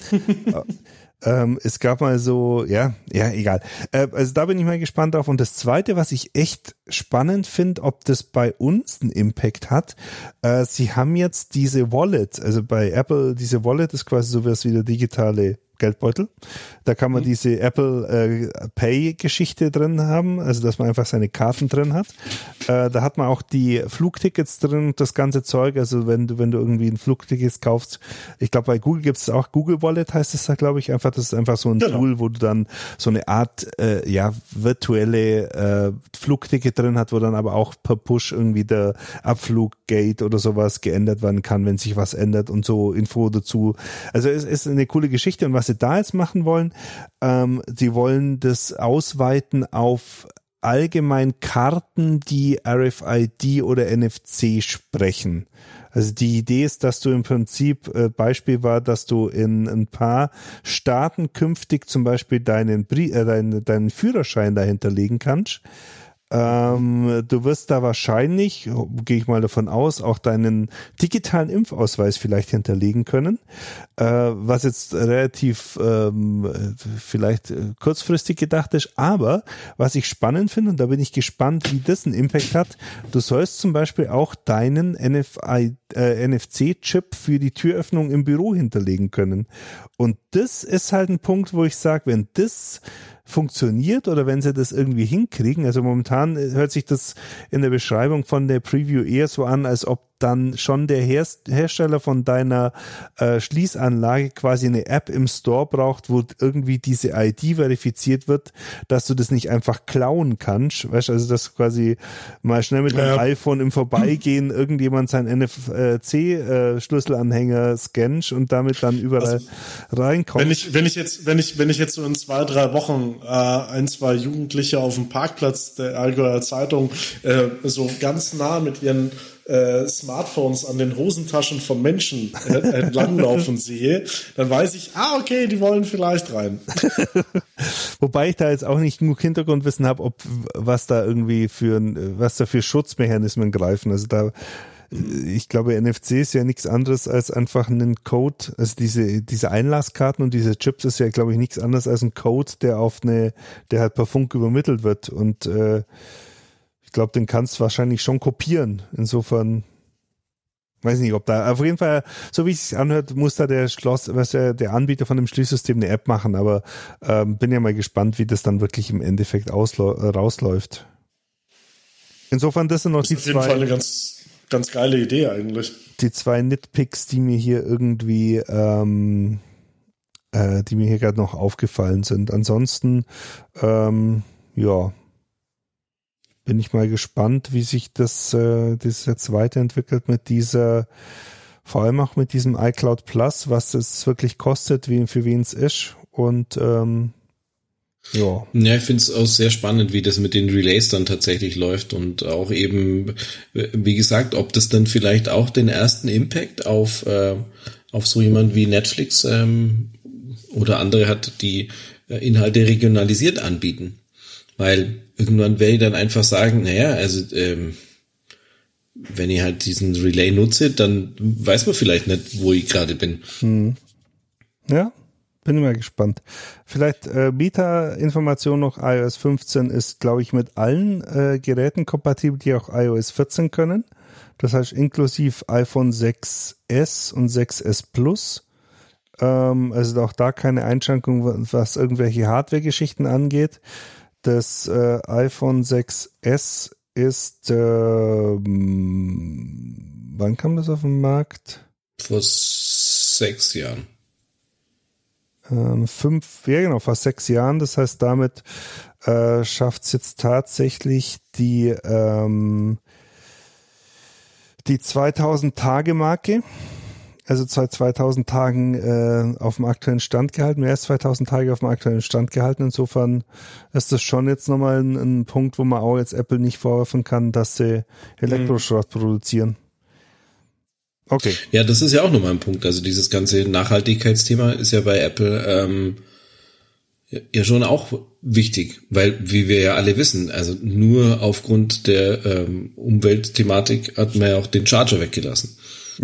ähm, es gab mal so, ja, ja, egal. Äh, also da bin ich mal gespannt drauf. Und das Zweite, was ich echt spannend finde, ob das bei uns einen Impact hat, äh, sie haben jetzt diese Wallet, also bei Apple, diese Wallet ist quasi so was wie der digitale Geldbeutel. Da kann man mhm. diese Apple äh, Pay-Geschichte drin haben, also dass man einfach seine Karten drin hat. Äh, da hat man auch die Flugtickets drin, das ganze Zeug. Also wenn du wenn du irgendwie ein Flugticket kaufst, ich glaube bei Google gibt es auch Google Wallet, heißt es da, glaube ich. Einfach, das ist einfach so ein genau. Tool, wo du dann so eine Art äh, ja virtuelle äh, Flugticket drin hat, wo dann aber auch per Push irgendwie der Abfluggate oder sowas geändert werden kann, wenn sich was ändert und so Info dazu. Also es ist eine coole Geschichte und was sie da jetzt machen wollen, ähm, sie wollen das ausweiten auf allgemein Karten, die R F I D oder N F C sprechen. Also die Idee ist, dass du im Prinzip, äh, Beispiel war, dass du in ein paar Staaten künftig zum Beispiel deinen, äh, deinen, deinen Führerschein dahinterlegen kannst. Ähm, du wirst da wahrscheinlich, gehe ich mal davon aus, auch deinen digitalen Impfausweis vielleicht hinterlegen können, äh, was jetzt relativ ähm, vielleicht kurzfristig gedacht ist, aber was ich spannend finde, und da bin ich gespannt, wie das einen Impact hat, du sollst zum Beispiel auch deinen N F I, äh, N F C-Chip für die Türöffnung im Büro hinterlegen können. Und das ist halt ein Punkt, wo ich sage, wenn das funktioniert oder wenn sie das irgendwie hinkriegen. Also momentan hört sich das in der Beschreibung von der Preview eher so an, als ob dann schon der Her- Hersteller von deiner äh, Schließanlage quasi eine App im Store braucht, wo irgendwie diese I D verifiziert wird, dass du das nicht einfach klauen kannst. Weißt du, also dass quasi mal schnell mit dem ja. iPhone im Vorbeigehen irgendjemand seinen N F C-Schlüsselanhänger äh, scannt und damit dann überall also, reinkommt. Wenn ich, wenn ich jetzt, wenn ich, wenn ich jetzt so in zwei, drei Wochen äh, ein, zwei Jugendliche auf dem Parkplatz der Allgäuer Zeitung äh, so ganz nah mit ihren Äh, Smartphones an den Hosentaschen vom Menschen äh, entlanglaufen sehe, dann weiß ich, ah, okay, die wollen vielleicht rein. Wobei ich da jetzt auch nicht genug Hintergrundwissen habe, ob was da irgendwie für was da für Schutzmechanismen greifen. Also da, ich glaube, N F C ist ja nichts anderes als einfach ein Code, also diese diese Einlasskarten und diese Chips ist ja, glaube ich, nichts anderes als ein Code, der auf eine, der halt per Funk übermittelt wird und äh, ich glaube, den kannst du wahrscheinlich schon kopieren. Insofern, weiß nicht, ob da, auf jeden Fall, so wie es sich anhört, muss da der Schloss, was der, der Anbieter von dem Schließsystem eine App machen, aber ähm, bin ja mal gespannt, wie das dann wirklich im Endeffekt ausläu- rausläuft. insofern, das sind noch das die ist auf jeden zwei, Fall eine ganz, ganz geile Idee eigentlich. Die zwei Nitpicks, die mir hier irgendwie, ähm, äh, die mir hier gerade noch aufgefallen sind. Ansonsten, ähm, ja, bin ich mal gespannt, wie sich das, äh, das jetzt weiterentwickelt mit dieser, vor allem auch mit diesem iCloud Plus, was es wirklich kostet, wie, für wen es ist. Und ähm, ja. Ja, ich finde es auch sehr spannend, wie das mit den Relays dann tatsächlich läuft und auch eben, wie gesagt, ob das dann vielleicht auch den ersten Impact auf äh, auf so jemand wie Netflix ähm, oder andere hat, die äh, Inhalte regionalisiert anbieten. Weil irgendwann werde ich dann einfach sagen, naja, also ähm, wenn ich halt diesen Relay nutze, dann weiß man vielleicht nicht, wo ich gerade bin. Hm. Ja. Bin mal gespannt. Vielleicht äh, Beta-Information noch, iOS fünfzehn ist, glaube ich, mit allen äh, Geräten kompatibel, die auch iOS vierzehn können. Das heißt inklusive iPhone sechs S und sechs S Plus. Ähm, also auch da keine Einschränkung, was irgendwelche Hardware-Geschichten angeht. Das äh, iPhone sechs S ist, äh, wann kam das auf den Markt? Vor sechs Jahren. Ähm, fünf, ja genau, fast sechs Jahren. Das heißt, damit äh, schafft es jetzt tatsächlich die ähm, die zweitausend-Tage-Marke. Also seit zweitausend Tagen äh, auf dem aktuellen Stand gehalten, mehr als zweitausend Tage auf dem aktuellen Stand gehalten. Insofern ist das schon jetzt nochmal ein, ein Punkt, wo man auch jetzt Apple nicht vorwerfen kann, dass sie Elektroschrott mhm. produzieren. Okay. Ja, das ist ja auch nochmal ein Punkt. Also dieses ganze Nachhaltigkeitsthema ist ja bei Apple ähm, ja schon auch wichtig, weil, wie wir ja alle wissen, also nur aufgrund der ähm, Umweltthematik hat man ja auch den Charger weggelassen.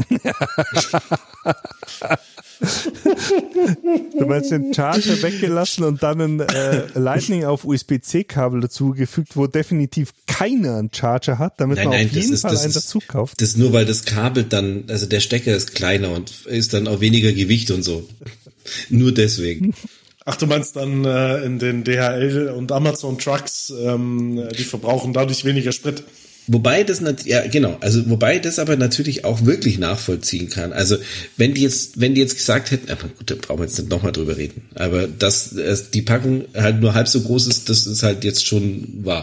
Du meinst den Charger weggelassen und dann ein äh, Lightning auf U S B C Kabel dazugefügt, wo definitiv keiner einen Charger hat, damit nein, man nein, auf jeden ist, Fall einen ist, dazu kauft. Das ist nur, weil das Kabel dann, also der Stecker ist kleiner und ist dann auch weniger Gewicht und so. Nur deswegen. Ach, du meinst dann äh, in den D H L und Amazon Trucks, ähm, die verbrauchen dadurch weniger Sprit. Wobei das natürlich, ja genau, also wobei das aber natürlich auch wirklich nachvollziehen kann. Also wenn die jetzt, wenn die jetzt gesagt hätten, aber gut, da brauchen wir jetzt nicht nochmal drüber reden, aber dass, dass die Packung halt nur halb so groß ist, das ist halt jetzt schon wahr.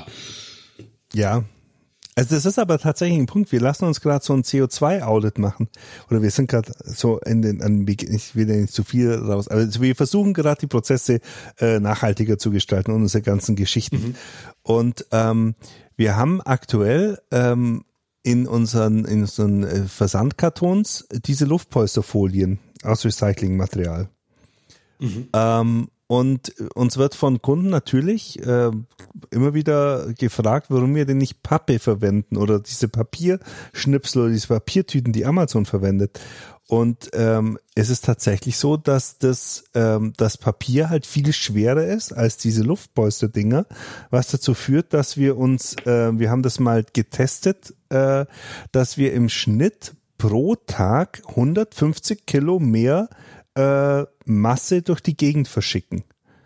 Ja, also das ist aber tatsächlich ein Punkt. Wir lassen uns gerade so ein C O zwei Audit machen. Oder wir sind gerade so in den, an, ich will ja nicht zu viel raus, also wir versuchen gerade die Prozesse äh, nachhaltiger zu gestalten und unsere ganzen Geschichten. Mhm. Und ähm, wir haben aktuell ähm, in unseren, in unseren äh, Versandkartons diese Luftpolsterfolien aus Recyclingmaterial. Mhm. Ähm, und uns wird von Kunden natürlich äh, immer wieder gefragt, warum wir denn nicht Pappe verwenden oder diese Papierschnipsel oder diese Papiertüten, die Amazon verwendet. Und ähm, es ist tatsächlich so, dass das, ähm, das Papier halt viel schwerer ist als diese Luftpolster-Dinger, was dazu führt, dass wir uns, äh, wir haben das mal getestet, äh, dass wir im Schnitt pro Tag hundertfünfzig Kilo mehr äh, Masse durch die Gegend verschicken.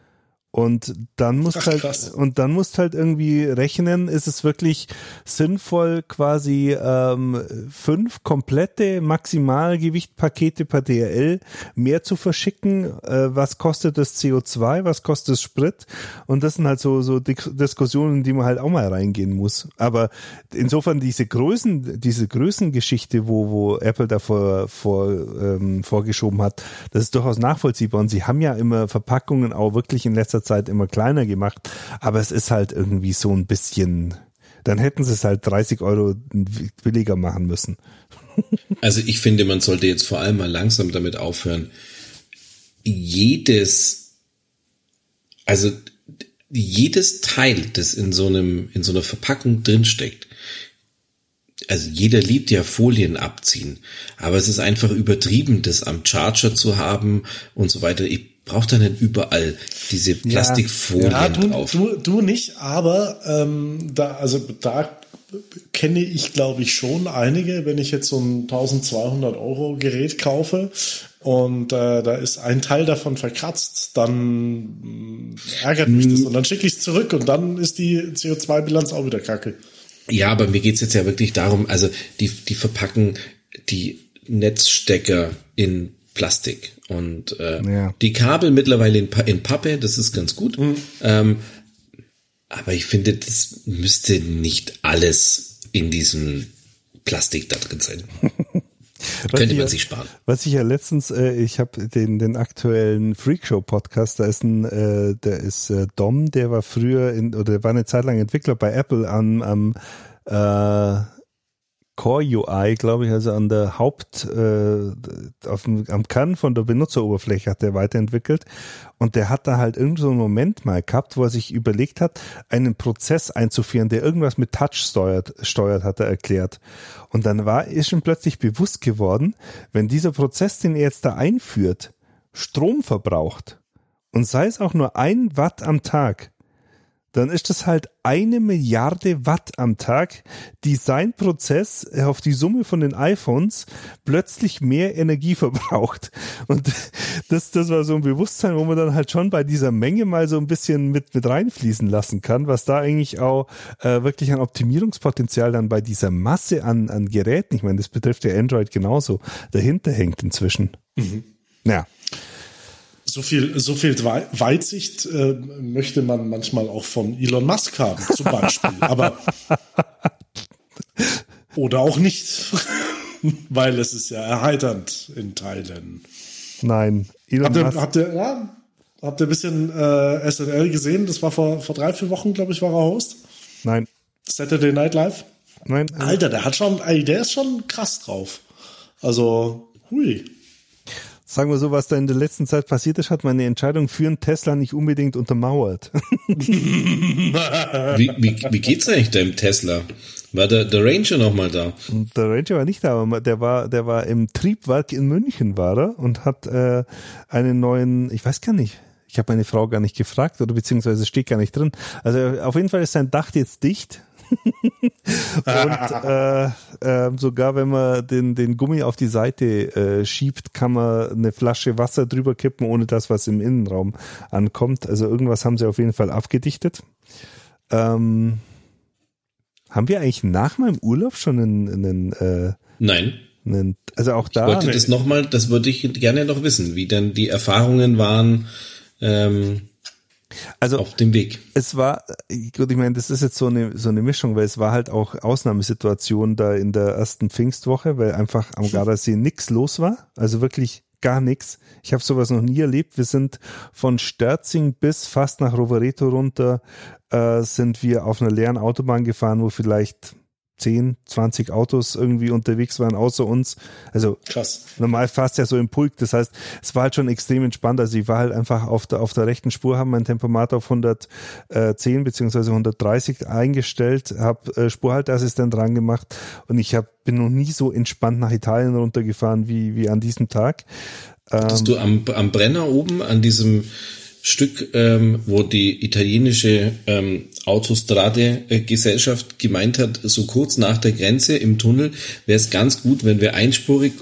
Und dann musst Ach, halt krass. und dann musst halt irgendwie rechnen, ist es wirklich sinnvoll, quasi ähm, fünf komplette Maximalgewichtpakete per D H L mehr zu verschicken. Äh, was kostet das C O zwei? Was kostet das Sprit? Und das sind halt so so Diskussionen, in die man halt auch mal reingehen muss. Aber insofern diese Größen, diese Größengeschichte, wo wo Apple da vor, vor ähm, vorgeschoben hat, das ist durchaus nachvollziehbar. Und sie haben ja immer Verpackungen auch wirklich in letzter Zeit immer kleiner gemacht, aber es ist halt irgendwie so ein bisschen, dann hätten sie es halt dreißig Euro billiger machen müssen. Also ich finde, man sollte jetzt vor allem mal langsam damit aufhören, jedes, also jedes Teil, das in so einem, in so einer Verpackung drinsteckt, also jeder liebt ja Folien abziehen, aber es ist einfach übertrieben, das am Charger zu haben und so weiter. Ich brauche da nicht überall diese Plastikfolien ja, du, drauf. Du, du nicht, aber ähm, da, also da kenne ich, glaube ich, schon einige, wenn ich jetzt so ein eintausendzweihundert Euro Gerät kaufe und äh, da ist ein Teil davon verkratzt, dann äh, ärgert mich das und dann schicke ich es zurück und dann ist die C O zwei Bilanz auch wieder kacke. Ja, aber mir geht's jetzt ja wirklich darum, also die, die verpacken die Netzstecker in Plastik und äh, ja. die Kabel mittlerweile in, in Pappe, das ist ganz gut. Mhm. Ähm, aber ich finde, das müsste nicht alles in diesem Plastik da drin sein. Könnte man sich sparen. Was ich ja letztens, äh, ich habe den den aktuellen Freakshow-Podcast, da ist ein, äh, der ist äh, Dom, der war früher, in, oder war eine Zeit lang Entwickler bei Apple am, am äh, Core U I, glaube ich, also an der Haupt, äh, auf dem, am Kern von der Benutzeroberfläche hat der weiterentwickelt und der hat da halt irgend so einen Moment mal gehabt, wo er sich überlegt hat, einen Prozess einzuführen, der irgendwas mit Touch steuert, steuert, hat er erklärt. Und dann war, ist ihm plötzlich bewusst geworden, wenn dieser Prozess, den er jetzt da einführt, Strom verbraucht und sei es auch nur ein Watt am Tag, dann ist das halt eine Milliarde Watt am Tag, die sein Prozess auf die Summe von den iPhones plötzlich mehr Energie verbraucht. Und das, das war so ein Bewusstsein, wo man dann halt schon bei dieser Menge mal so ein bisschen mit, mit reinfließen lassen kann, was da eigentlich auch äh, wirklich ein Optimierungspotenzial dann bei dieser Masse an, an Geräten, ich meine, das betrifft ja Android genauso, dahinter hängt inzwischen. Mhm. Ja. So viel, so viel Weitsicht äh, möchte man manchmal auch von Elon Musk haben, zum Beispiel. Aber oder auch nicht, weil es ist ja erheiternd in Teilen. Nein, Elon habt ihr, Musk. Habt ihr, ja, habt ihr ein bisschen äh, S N L gesehen? Das war vor, vor drei, vier Wochen, glaube ich, war er Host. Nein. Saturday Night Live? Nein. Alter, der hat schon, ey, der ist schon krass drauf. Also, hui. Sagen wir so, was da in der letzten Zeit passiert ist, hat meine Entscheidung für einen Tesla nicht unbedingt untermauert. wie, wie, wie geht's eigentlich deinem Tesla? War der, der Ranger noch mal da? Der Ranger war nicht da, aber der war, der war im Triebwerk in München, war er, und hat äh, einen neuen, ich weiß gar nicht, ich habe meine Frau gar nicht gefragt, oder beziehungsweise steht gar nicht drin. Also auf jeden Fall ist sein Dach jetzt dicht. Und äh, äh, sogar wenn man den, den Gummi auf die Seite äh, schiebt, kann man eine Flasche Wasser drüber kippen, ohne das, was im Innenraum ankommt. Also irgendwas haben sie auf jeden Fall abgedichtet. Ähm, haben wir eigentlich nach meinem Urlaub schon einen, einen äh, Nein. Einen, also auch da. Ich wollte das nochmal, das würde ich gerne noch wissen, wie denn die Erfahrungen waren, ähm, Also auf dem Weg. Es war, gut, ich meine, das ist jetzt so eine so eine Mischung, weil es war halt auch Ausnahmesituation da in der ersten Pfingstwoche, weil einfach am Gardasee nichts los war, also wirklich gar nichts. Ich habe sowas noch nie erlebt. Wir sind von Sterzing bis fast nach Rovereto runter, äh, sind wir auf einer leeren Autobahn gefahren, wo vielleicht zehn, zwanzig Autos irgendwie unterwegs waren, außer uns. Also krass. Normal fast ja so im Pulk. Das heißt, es war halt schon extrem entspannt. Also ich war halt einfach auf der auf der rechten Spur, haben mein Tempomat auf hundertzehn beziehungsweise hundertdreißig eingestellt, habe äh, Spurhalteassistent dran gemacht und ich hab, bin noch nie so entspannt nach Italien runtergefahren wie wie an diesem Tag. Hattest ähm, du am am Brenner oben an diesem Stück, ähm, wo die italienische ähm, Autostrade-Gesellschaft gemeint hat, so kurz nach der Grenze im Tunnel wäre es ganz gut, wenn wir einspurig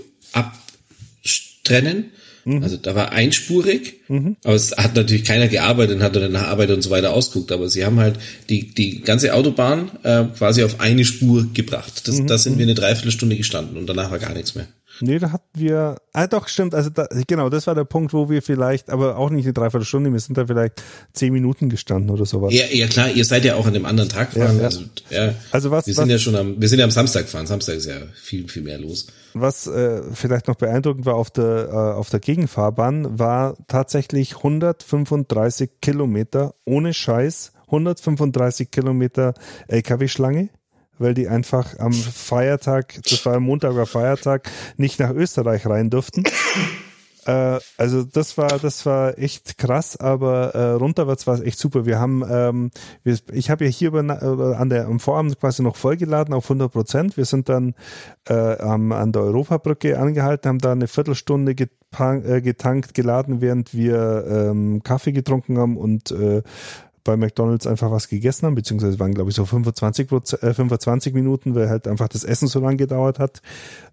abtrennen. Mhm. Also da war einspurig, mhm. aber es hat natürlich keiner gearbeitet und hat dann nach Arbeit und so weiter ausgeguckt, aber sie haben halt die die ganze Autobahn äh, quasi auf eine Spur gebracht. Das, mhm. Da sind wir eine Dreiviertelstunde gestanden und danach war gar nichts mehr. Nee, da hatten wir, ah doch, stimmt, also da, genau, das war der Punkt, wo wir vielleicht, aber auch nicht eine Dreiviertelstunde, wir sind da vielleicht zehn Minuten gestanden oder sowas. Ja, ja klar, ihr seid ja auch an dem anderen Tag gefahren, ja, ja. also ja, also was, wir sind was, ja schon am, wir sind ja am Samstag gefahren, Samstag ist ja viel, viel mehr los. Was äh, vielleicht noch beeindruckend war auf der, äh, auf der Gegenfahrbahn, war tatsächlich hundertfünfunddreißig Kilometer, ohne Scheiß, hundertfünfunddreißig Kilometer L K W-Schlange. Weil die einfach am Feiertag, das war am Montag war Feiertag, nicht nach Österreich rein durften. äh, also das war das war echt krass, aber äh, runterwärts war es echt super. Wir haben, ähm, wir, ich habe ja hier über, oder an der am Vorabend quasi noch vollgeladen auf hundert Prozent. Wir sind dann äh, am, an der Europabrücke angehalten, haben da eine Viertelstunde getankt, äh, getankt geladen, während wir ähm, Kaffee getrunken haben und äh, bei McDonald's einfach was gegessen haben, beziehungsweise waren, glaube ich, so fünfundzwanzig, äh, fünfundzwanzig Minuten, weil halt einfach das Essen so lange gedauert hat.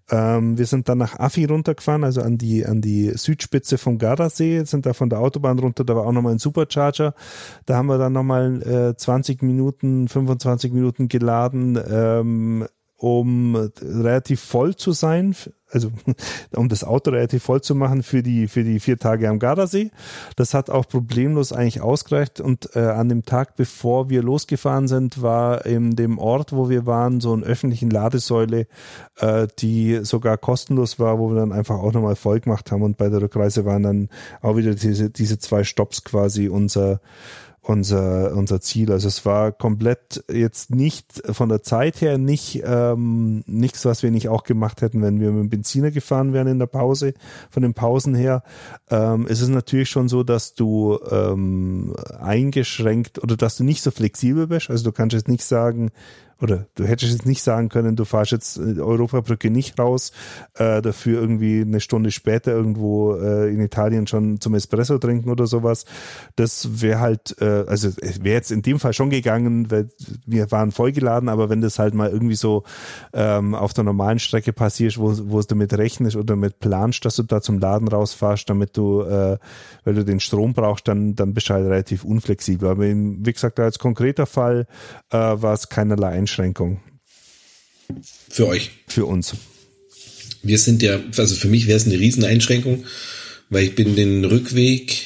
Ähm, wir sind dann nach Affi runtergefahren, also an die an die Südspitze vom Gardasee, sind da von der Autobahn runter, da war auch nochmal ein Supercharger. Da haben wir dann nochmal äh, zwanzig Minuten, fünfundzwanzig Minuten geladen, ähm, um relativ voll zu sein, also um das Auto relativ voll zu machen für die für die vier Tage am Gardasee. Das hat auch problemlos eigentlich ausgereicht und äh, an dem Tag, bevor wir losgefahren sind, war in dem Ort, wo wir waren, so eine öffentliche Ladesäule, äh, die sogar kostenlos war, wo wir dann einfach auch nochmal voll gemacht haben und bei der Rückreise waren dann auch wieder diese diese zwei Stopps quasi unser unser unser Ziel. Also es war komplett jetzt nicht von der Zeit her nicht ähm, nichts, was wir nicht auch gemacht hätten, wenn wir mit dem Benziner gefahren wären in der Pause, von den Pausen her. Ähm, es ist natürlich schon so, dass du ähm, eingeschränkt oder dass du nicht so flexibel bist. Also du kannst jetzt nicht sagen, oder du hättest jetzt nicht sagen können, du fahrst jetzt Europabrücke nicht raus, äh, dafür irgendwie eine Stunde später irgendwo äh, in Italien schon zum Espresso trinken oder sowas. Das wäre halt, äh, also wäre jetzt in dem Fall schon gegangen, weil wir waren vollgeladen, aber wenn das halt mal irgendwie so ähm, auf der normalen Strecke passiert, wo wo du damit rechnest oder mit planst, dass du da zum Laden rausfährst, damit du, äh, weil du den Strom brauchst, dann dann bist du halt relativ unflexibel. Aber im, wie gesagt, als konkreter Fall äh, war es keinerlei Einschränkung. Für euch? Für uns. Wir sind ja, also für mich wäre es eine Rieseneinschränkung, weil ich bin den Rückweg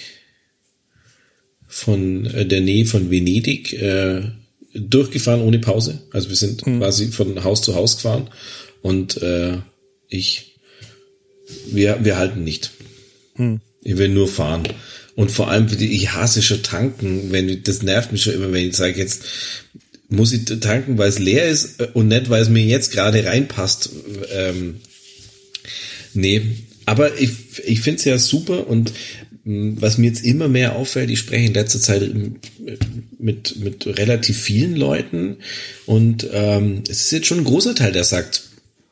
von der Nähe von Venedig äh, durchgefahren ohne Pause. Also wir sind hm. quasi von Haus zu Haus gefahren und äh, ich, wir, wir halten nicht. Hm. Ich will nur fahren. Und vor allem, ich hasse schon tanken, wenn das nervt mich schon immer, wenn ich sage, jetzt muss ich tanken, weil es leer ist und nicht, weil es mir jetzt gerade reinpasst. Ähm, nee, aber ich, ich finde es ja super und was mir jetzt immer mehr auffällt, ich spreche in letzter Zeit mit mit relativ vielen Leuten und ähm, es ist jetzt schon ein großer Teil, der sagt,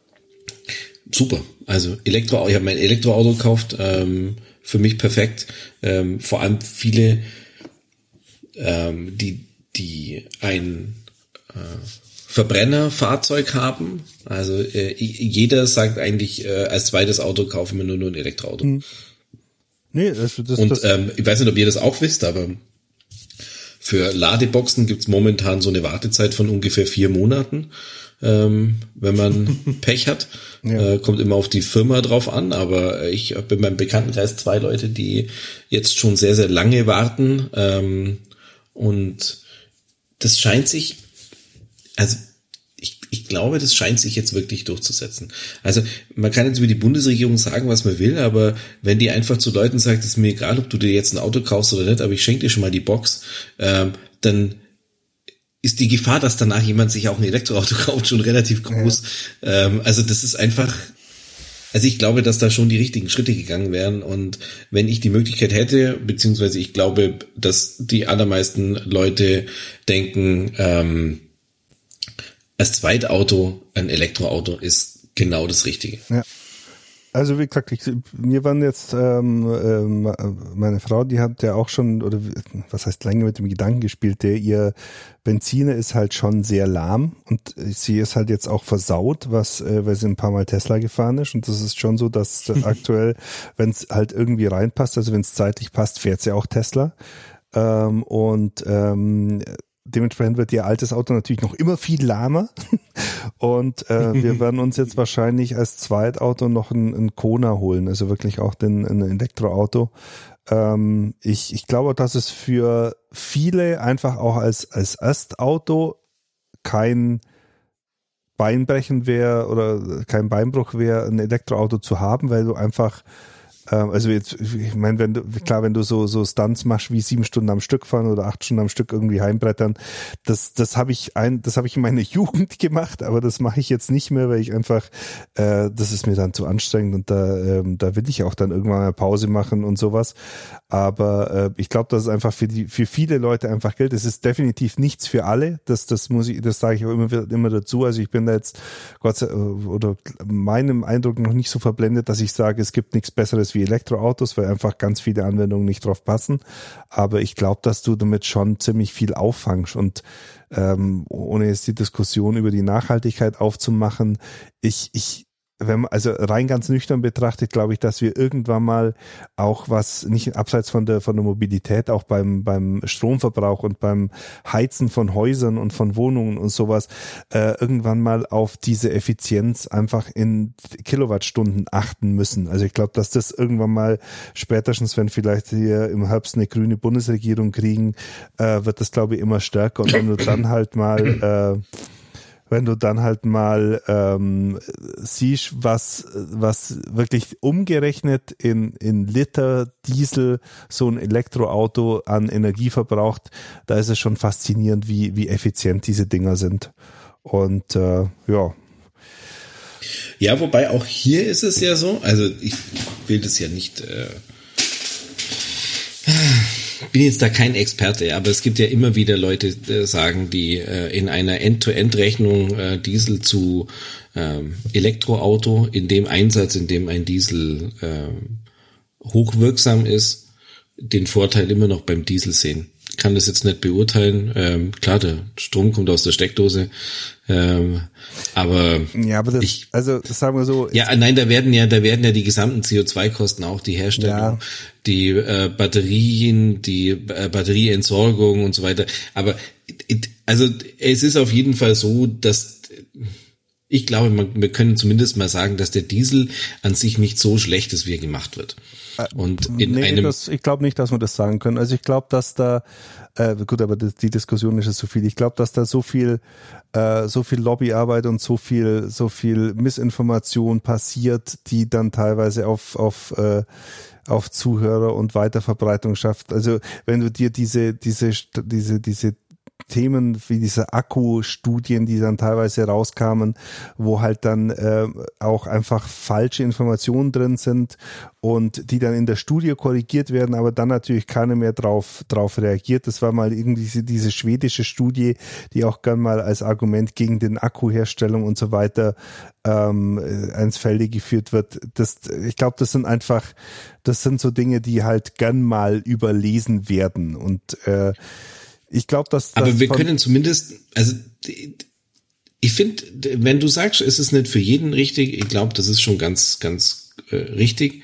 super, also Elektro, ich habe mein Elektroauto gekauft, ähm, für mich perfekt, ähm, vor allem viele, ähm, die die ein äh, Verbrennerfahrzeug haben, also äh, jeder sagt eigentlich, äh, als zweites Auto kaufen wir nur, nur ein Elektroauto. Hm. Nee, das, das, und das, ähm, ich weiß nicht, ob ihr das auch wisst, aber für Ladeboxen gibt's momentan so eine Wartezeit von ungefähr vier Monaten, ähm, wenn man Pech hat. Ja. Äh, kommt immer auf die Firma drauf an, aber ich habe in meinem Bekanntenkreis zwei Leute, die jetzt schon sehr, sehr lange warten, ähm, und das scheint sich, also ich, ich glaube, das scheint sich jetzt wirklich durchzusetzen. Also man kann jetzt über die Bundesregierung sagen, was man will, aber wenn die einfach zu Leuten sagt, es ist mir egal, ob du dir jetzt ein Auto kaufst oder nicht, aber ich schenke dir schon mal die Box, ähm, dann ist die Gefahr, dass danach jemand sich auch ein Elektroauto kauft, schon relativ groß. Ja. Ähm, also das ist einfach, also ich glaube, dass da schon die richtigen Schritte gegangen wären und wenn ich die Möglichkeit hätte, beziehungsweise ich glaube, dass die allermeisten Leute denken, ähm, als Zweitauto ein Elektroauto ist genau das Richtige. Ja. Also wie gesagt, ich, wir waren jetzt, ähm, ähm, meine Frau, die hat ja auch schon, oder was heißt lange mit dem Gedanken gespielt, der ihr Benziner ist halt schon sehr lahm und sie ist halt jetzt auch versaut, was, äh, weil sie ein paar Mal Tesla gefahren ist und das ist schon so, dass aktuell, wenn es halt irgendwie reinpasst, also wenn es zeitlich passt, fährt sie auch Tesla ähm, und ähm, dementsprechend wird ihr altes Auto natürlich noch immer viel lahmer und äh, wir werden uns jetzt wahrscheinlich als Zweitauto noch ein, ein Kona holen, also wirklich auch den, ein Elektroauto. Ähm, ich, ich glaube, dass es für viele einfach auch als, als Erstauto kein Beinbrechen wäre oder kein Beinbruch wäre, ein Elektroauto zu haben, weil du einfach also jetzt, ich meine, wenn du, klar, wenn du so, so Stunts machst wie sieben Stunden am Stück fahren oder acht Stunden am Stück irgendwie heimbrettern, das, das habe ich ein, das habe ich in meiner Jugend gemacht, aber das mache ich jetzt nicht mehr, weil ich einfach, äh, das ist mir dann zu anstrengend und da, ähm, da will ich auch dann irgendwann mal Pause machen und sowas. Aber äh, ich glaube, dass es einfach für die, für viele Leute einfach gilt. Es ist definitiv nichts für alle. Das, das muss ich, das sage ich auch immer, immer dazu. Also ich bin da jetzt Gott sei Dank, oder meinem Eindruck noch nicht so verblendet, dass ich sage, es gibt nichts Besseres wie Elektroautos, weil einfach ganz viele Anwendungen nicht drauf passen. Aber ich glaube, dass du damit schon ziemlich viel auffangst und ähm, ohne jetzt die Diskussion über die Nachhaltigkeit aufzumachen, ich, ich wenn man, also rein ganz nüchtern betrachtet, glaube ich, dass wir irgendwann mal auch was, nicht abseits von der, von der Mobilität, auch beim, beim Stromverbrauch und beim Heizen von Häusern und von Wohnungen und sowas, äh, irgendwann mal auf diese Effizienz einfach in Kilowattstunden achten müssen. Also ich glaube, dass das irgendwann mal spätestens, wenn vielleicht hier im Herbst eine grüne Bundesregierung kriegen, äh, wird das, glaube ich, immer stärker. Und wenn du dann halt mal, äh, wenn du dann halt mal ähm, siehst, was was wirklich umgerechnet in in Liter Diesel so ein Elektroauto an Energie verbraucht, da ist es schon faszinierend, wie wie effizient diese Dinger sind. Und äh, ja. Ja, wobei auch hier ist es ja so, also ich will das ja nicht... Äh bin jetzt da kein Experte, aber es gibt ja immer wieder Leute, die sagen, die äh, in einer End-to-End-Rechnung äh, Diesel zu ähm, Elektroauto, in dem Einsatz, in dem ein Diesel äh, hochwirksam ist, den Vorteil immer noch beim Diesel sehen. Ich kann das jetzt nicht beurteilen. Ähm, klar, der Strom kommt aus der Steckdose, ähm, aber ja, aber das, ich, also sagen wir so. Ja, nein, da werden ja, da werden ja die gesamten C O zwei Kosten, auch die Herstellung, ja. die äh, Batterien, die äh, Batterieentsorgung und so weiter. Aber also es ist auf jeden Fall so, dass ich glaube, man, wir können zumindest mal sagen, dass der Diesel an sich nicht so schlecht ist, wie er gemacht wird. Und in nee, einem das, ich glaube nicht, dass wir das sagen können. Also ich glaube, dass da äh, gut, aber das, die Diskussion ist ja so viel. Ich glaube, dass da so viel äh, so viel Lobbyarbeit und so viel so viel Missinformation passiert, die dann teilweise auf auf äh, auf Zuhörer und Weiterverbreitung schafft. Also wenn du dir diese diese diese diese Themen wie diese Akkustudien, die dann teilweise rauskamen, wo halt dann äh, auch einfach falsche Informationen drin sind und die dann in der Studie korrigiert werden, aber dann natürlich keiner mehr drauf drauf reagiert. Das war mal irgendwie diese, diese schwedische Studie, die auch gern mal als Argument gegen den Akkuherstellung und so weiter ähm, ins Felde geführt wird. Das, ich glaube, das sind einfach, das sind so Dinge, die halt gern mal überlesen werden und äh, ich glaube, dass, dass aber wir können zumindest, also ich finde, wenn du sagst, es ist nicht für jeden richtig, ich glaube, das ist schon ganz, ganz äh, richtig.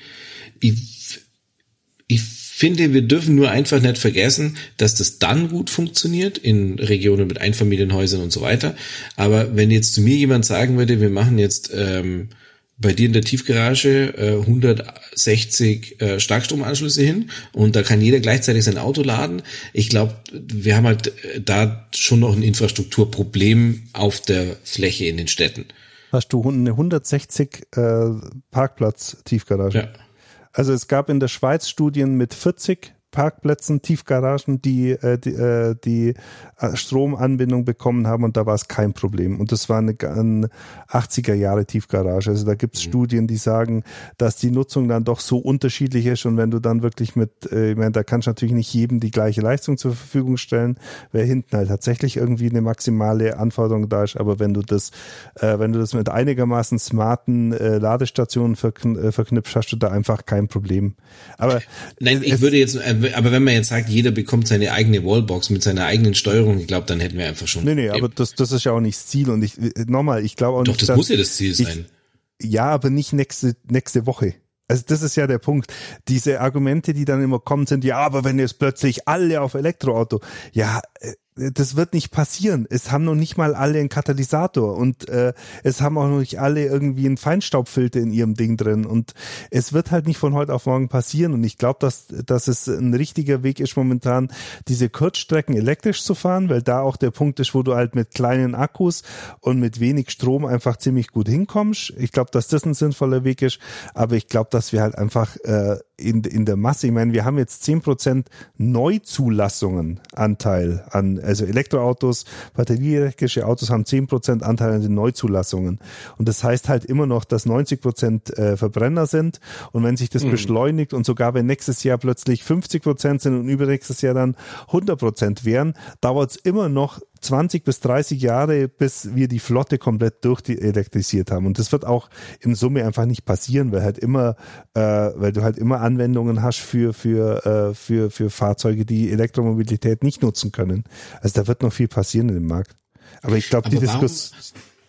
Ich, ich finde, wir dürfen nur einfach nicht vergessen, dass das dann gut funktioniert in Regionen mit Einfamilienhäusern und so weiter. Aber wenn jetzt zu mir jemand sagen würde, wir machen jetzt ähm, bei dir in der Tiefgarage äh, hundertsechzig äh, Starkstromanschlüsse hin und da kann jeder gleichzeitig sein Auto laden. Ich glaube, wir haben halt da schon noch ein Infrastrukturproblem auf der Fläche in den Städten. Hast du eine hundertsechzig äh, Parkplatz-Tiefgarage? Ja. Also es gab in der Schweiz Studien mit vierzig Parkplätzen, Tiefgaragen, die äh, die, äh, die Stromanbindung bekommen haben und da war es kein Problem. Und das war eine, eine achtziger Jahre Tiefgarage. Also da gibt es mhm. Studien, die sagen, dass die Nutzung dann doch so unterschiedlich ist und wenn du dann wirklich mit, äh, ich meine, da kannst du natürlich nicht jedem die gleiche Leistung zur Verfügung stellen, weil hinten halt tatsächlich irgendwie eine maximale Anforderung da ist, aber wenn du das, äh, wenn du das mit einigermaßen smarten äh, Ladestationen verkn- äh, verknüpfst, hast du da einfach kein Problem. Aber nein, ich würde jetzt aber wenn man jetzt sagt, jeder bekommt seine eigene Wallbox mit seiner eigenen Steuerung, ich glaube, dann hätten wir einfach schon... Nee, nee, aber das, das ist ja auch nicht das Ziel und ich, nochmal, ich glaube auch Doch, nicht... Doch, das muss ja das Ziel sein. Ich, ja, aber nicht nächste, nächste Woche. Also das ist ja der Punkt. Diese Argumente, die dann immer kommen, sind, ja, aber wenn jetzt plötzlich alle auf Elektroauto, ja, das wird nicht passieren. Es haben noch nicht mal alle einen Katalysator und äh, es haben auch noch nicht alle irgendwie einen Feinstaubfilter in ihrem Ding drin und es wird halt nicht von heute auf morgen passieren und ich glaube, dass dass es ein richtiger Weg ist momentan, diese Kurzstrecken elektrisch zu fahren, weil da auch der Punkt ist, wo du halt mit kleinen Akkus und mit wenig Strom einfach ziemlich gut hinkommst. Ich glaube, dass das ein sinnvoller Weg ist, aber ich glaube, dass wir halt einfach äh, in in der Masse, ich meine, wir haben jetzt zehn Prozent Neuzulassungen Anteil an, also Elektroautos, batterieelektrische Autos haben zehn Prozent Anteil an den Neuzulassungen und das heißt halt immer noch, dass neunzig Prozent äh, Verbrenner sind und wenn sich das mhm. beschleunigt und sogar wenn nächstes Jahr plötzlich fünfzig Prozent sind und übernächstes Jahr dann hundert Prozent wären, dauert es immer noch zwanzig bis dreißig Jahre, bis wir die Flotte komplett durchelektrisiert haben. Und das wird auch in Summe einfach nicht passieren, weil halt immer, äh, weil du halt immer Anwendungen hast für für äh, für für Fahrzeuge, die Elektromobilität nicht nutzen können. Also da wird noch viel passieren in dem Markt. Aber ich glaube, die Diskussion.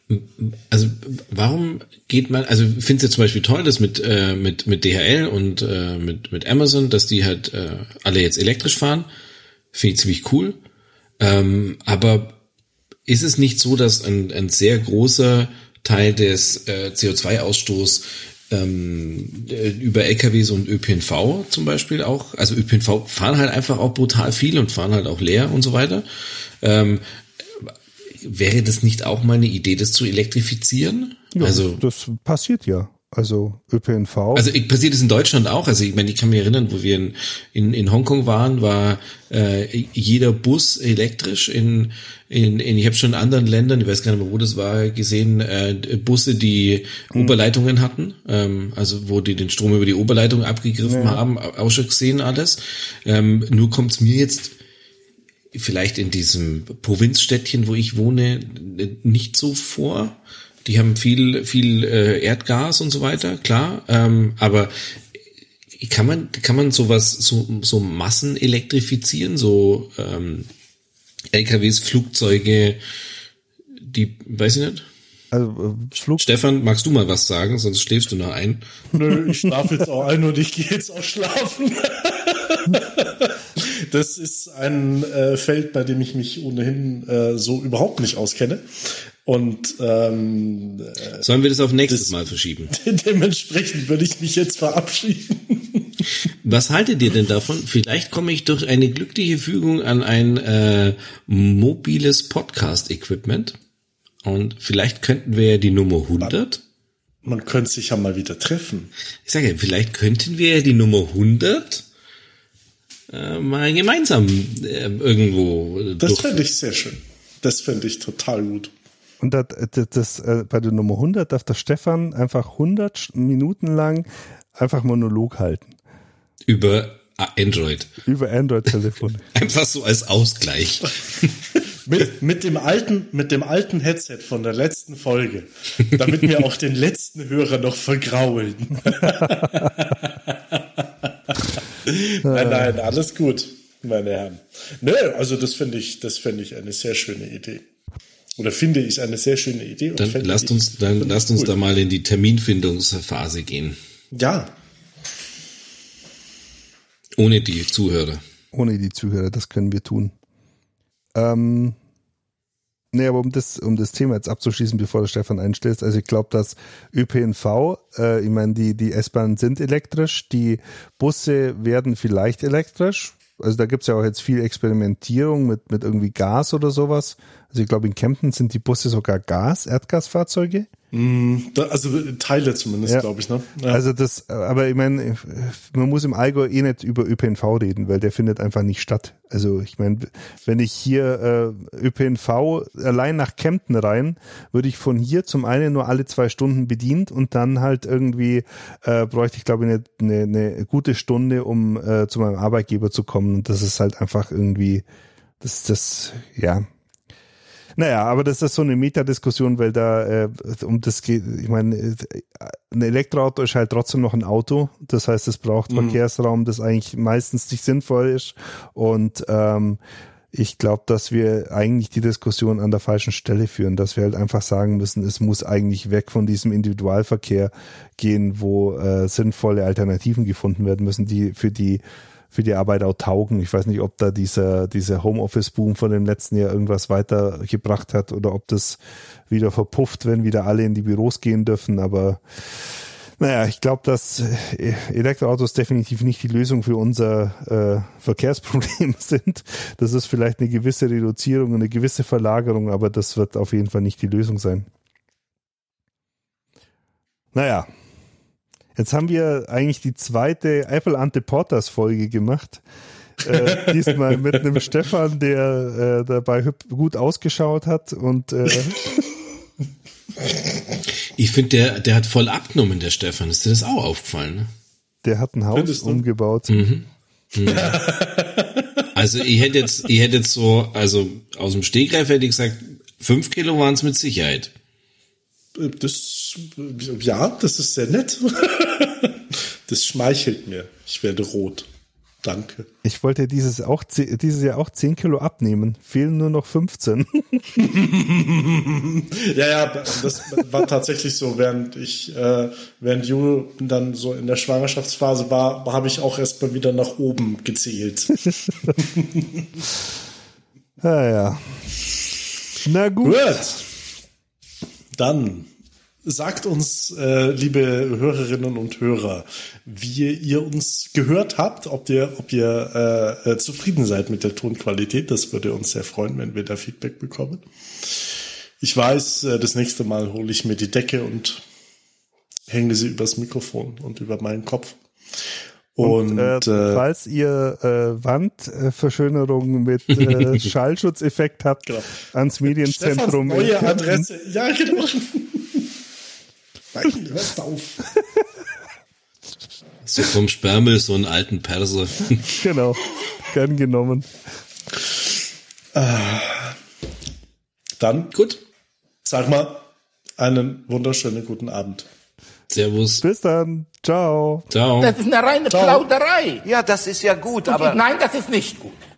Also warum geht man, also ich finde es ja zum Beispiel toll, dass mit äh, mit mit D H L und äh, mit mit Amazon, dass die halt äh, alle jetzt elektrisch fahren, finde ich ziemlich cool. Ähm, aber ist es nicht so, dass ein, ein sehr großer Teil des äh, C O zwei Ausstoß ähm, über L K Ws und Ö P N V zum Beispiel auch, also Ö P N V fahren halt einfach auch brutal viel und fahren halt auch leer und so weiter. Ähm, wäre das nicht auch mal eine Idee, das zu elektrifizieren? Ja, also das passiert ja. Also Ö P N V. Also passiert es in Deutschland auch. Also ich meine, ich kann mich erinnern, wo wir in in, in Hongkong waren, war äh, jeder Bus elektrisch. In in, in ich habe schon in anderen Ländern, ich weiß gar nicht mehr, wo das war, gesehen äh, Busse, die hm. Oberleitungen hatten. Ähm, also wo die den Strom über die Oberleitung abgegriffen ja. haben, auch schon gesehen alles. Ähm, nur kommt es mir jetzt vielleicht in diesem Provinzstädtchen, wo ich wohne, nicht so vor. Die haben viel viel äh, Erdgas und so weiter, klar. Ähm, aber kann man kann man sowas so so Massen elektrifizieren, so ähm, L K Ws, Flugzeuge, die weiß ich nicht. Also äh, Flug. Stefan, magst du mal was sagen, sonst schläfst du noch ein? Nö, ich schlafe jetzt auch ein und ich gehe jetzt auch schlafen. Das ist ein äh, Feld, bei dem ich mich ohnehin äh, so überhaupt nicht auskenne. Und ähm, sollen wir das auf nächstes das, Mal verschieben? Dementsprechend würde ich mich jetzt verabschieden. Was haltet ihr denn davon? Vielleicht komme ich durch eine glückliche Fügung an ein äh, mobiles Podcast-Equipment. Und vielleicht könnten wir ja die Nummer hundert. Man, man könnte sich ja mal wieder treffen. Ich sage ja, vielleicht könnten wir ja die Nummer hundert äh, mal gemeinsam äh, irgendwo. Das fände ich sehr schön. Das fände ich total gut. Und das, das, das, äh, bei der Nummer hundert darf der Stefan einfach hundert Minuten lang einfach Monolog halten. Über Android. Über Android-Telefon. Einfach so als Ausgleich. mit, mit dem alten, mit dem alten Headset von der letzten Folge. Damit wir auch den letzten Hörer noch vergraulen. Nein, nein, alles gut, meine Herren. Nö, also das finde ich, das finde ich eine sehr schöne Idee. Oder finde ich eine sehr schöne Idee. Und dann lasst uns, dann lasst uns cool. da mal in die Terminfindungsphase gehen. Ja. Ohne die Zuhörer. Ohne die Zuhörer, das können wir tun. Ähm, nee, aber um das, um das Thema jetzt abzuschließen, bevor der Stefan einstellt, also ich glaube, dass Ö P N V, äh, ich meine, die, die S-Bahnen sind elektrisch, die Busse werden vielleicht elektrisch. Also da gibt's ja auch jetzt viel Experimentierung mit, mit irgendwie Gas oder sowas. Also ich glaube, in Kempten sind die Busse sogar Gas, Erdgasfahrzeuge. Mm, da, also Teile zumindest, ja. glaube ich. Ne? Ja. Also das, aber ich meine, man muss im Allgäu eh nicht über Ö P N V reden, weil der findet einfach nicht statt. Also ich meine, wenn ich hier äh, Ö P N V allein nach Kempten rein, würde ich von hier zum einen nur alle zwei Stunden bedient und dann halt irgendwie äh, bräuchte ich, glaube ich, eine, eine, eine gute Stunde, um äh, zu meinem Arbeitgeber zu kommen. Und das ist halt einfach irgendwie, das, das, ja. Naja, aber das ist so eine Metadiskussion, weil da äh, um das geht, ich meine, ein Elektroauto ist halt trotzdem noch ein Auto, das heißt, es braucht mhm. Verkehrsraum, das eigentlich meistens nicht sinnvoll ist und ähm, ich glaube, dass wir eigentlich die Diskussion an der falschen Stelle führen, dass wir halt einfach sagen müssen, es muss eigentlich weg von diesem Individualverkehr gehen, wo äh, sinnvolle Alternativen gefunden werden müssen, die für die für die Arbeit auch taugen. Ich weiß nicht, ob da dieser, dieser Homeoffice-Boom von dem letzten Jahr irgendwas weitergebracht hat oder ob das wieder verpufft, wenn wieder alle in die Büros gehen dürfen. Aber naja, ich glaube, dass Elektroautos definitiv nicht die Lösung für unser äh, Verkehrsproblem sind. Das ist vielleicht eine gewisse Reduzierung, eine gewisse Verlagerung, aber das wird auf jeden Fall nicht die Lösung sein. Naja. Jetzt haben wir eigentlich die zweite Apple Anteportas Folge gemacht. Äh, diesmal mit einem Stefan, der äh, dabei gut ausgeschaut hat und äh, ich finde, der, der hat voll abgenommen, der Stefan. Ist dir das auch aufgefallen? Ne? Der hat ein Haus umgebaut. Mhm. Mhm. Also ich hätte jetzt, ich hätte jetzt so, also aus dem Stegreif hätte ich gesagt, fünf Kilo waren es mit Sicherheit. Das, ja, das ist sehr nett. Das schmeichelt mir. Ich werde rot. Danke. Ich wollte dieses, auch, dieses Jahr auch zehn Kilo abnehmen. Fehlen nur noch fünfzehn. ja, ja, das war tatsächlich so. Während ich, äh, während Ju dann so in der Schwangerschaftsphase war, habe ich auch erst mal wieder nach oben gezählt. ah, ja. Na gut. Gut. Dann sagt uns, äh, liebe Hörerinnen und Hörer, wie ihr uns gehört habt, ob ihr, ob ihr äh, zufrieden seid mit der Tonqualität. Das würde uns sehr freuen, wenn wir da Feedback bekommen. Ich weiß, äh, das nächste Mal hole ich mir die Decke und hänge sie übers Mikrofon und über meinen Kopf. Und, und äh, äh, falls ihr äh, Wandverschönung mit äh, Schallschutzeffekt habt, genau. ans Medienzentrum. Stefans neue Adresse. Ja, genau. Nein, hörst auf. So vom Sperrmüll so einen alten Perser. Genau, gern genommen. Dann, gut. Sag mal, einen wunderschönen guten Abend. Servus. Bis dann. Ciao. Ciao. Das ist eine reine Ciao. Plauderei. Ja, das ist ja gut, Und aber... nein, das ist nicht gut.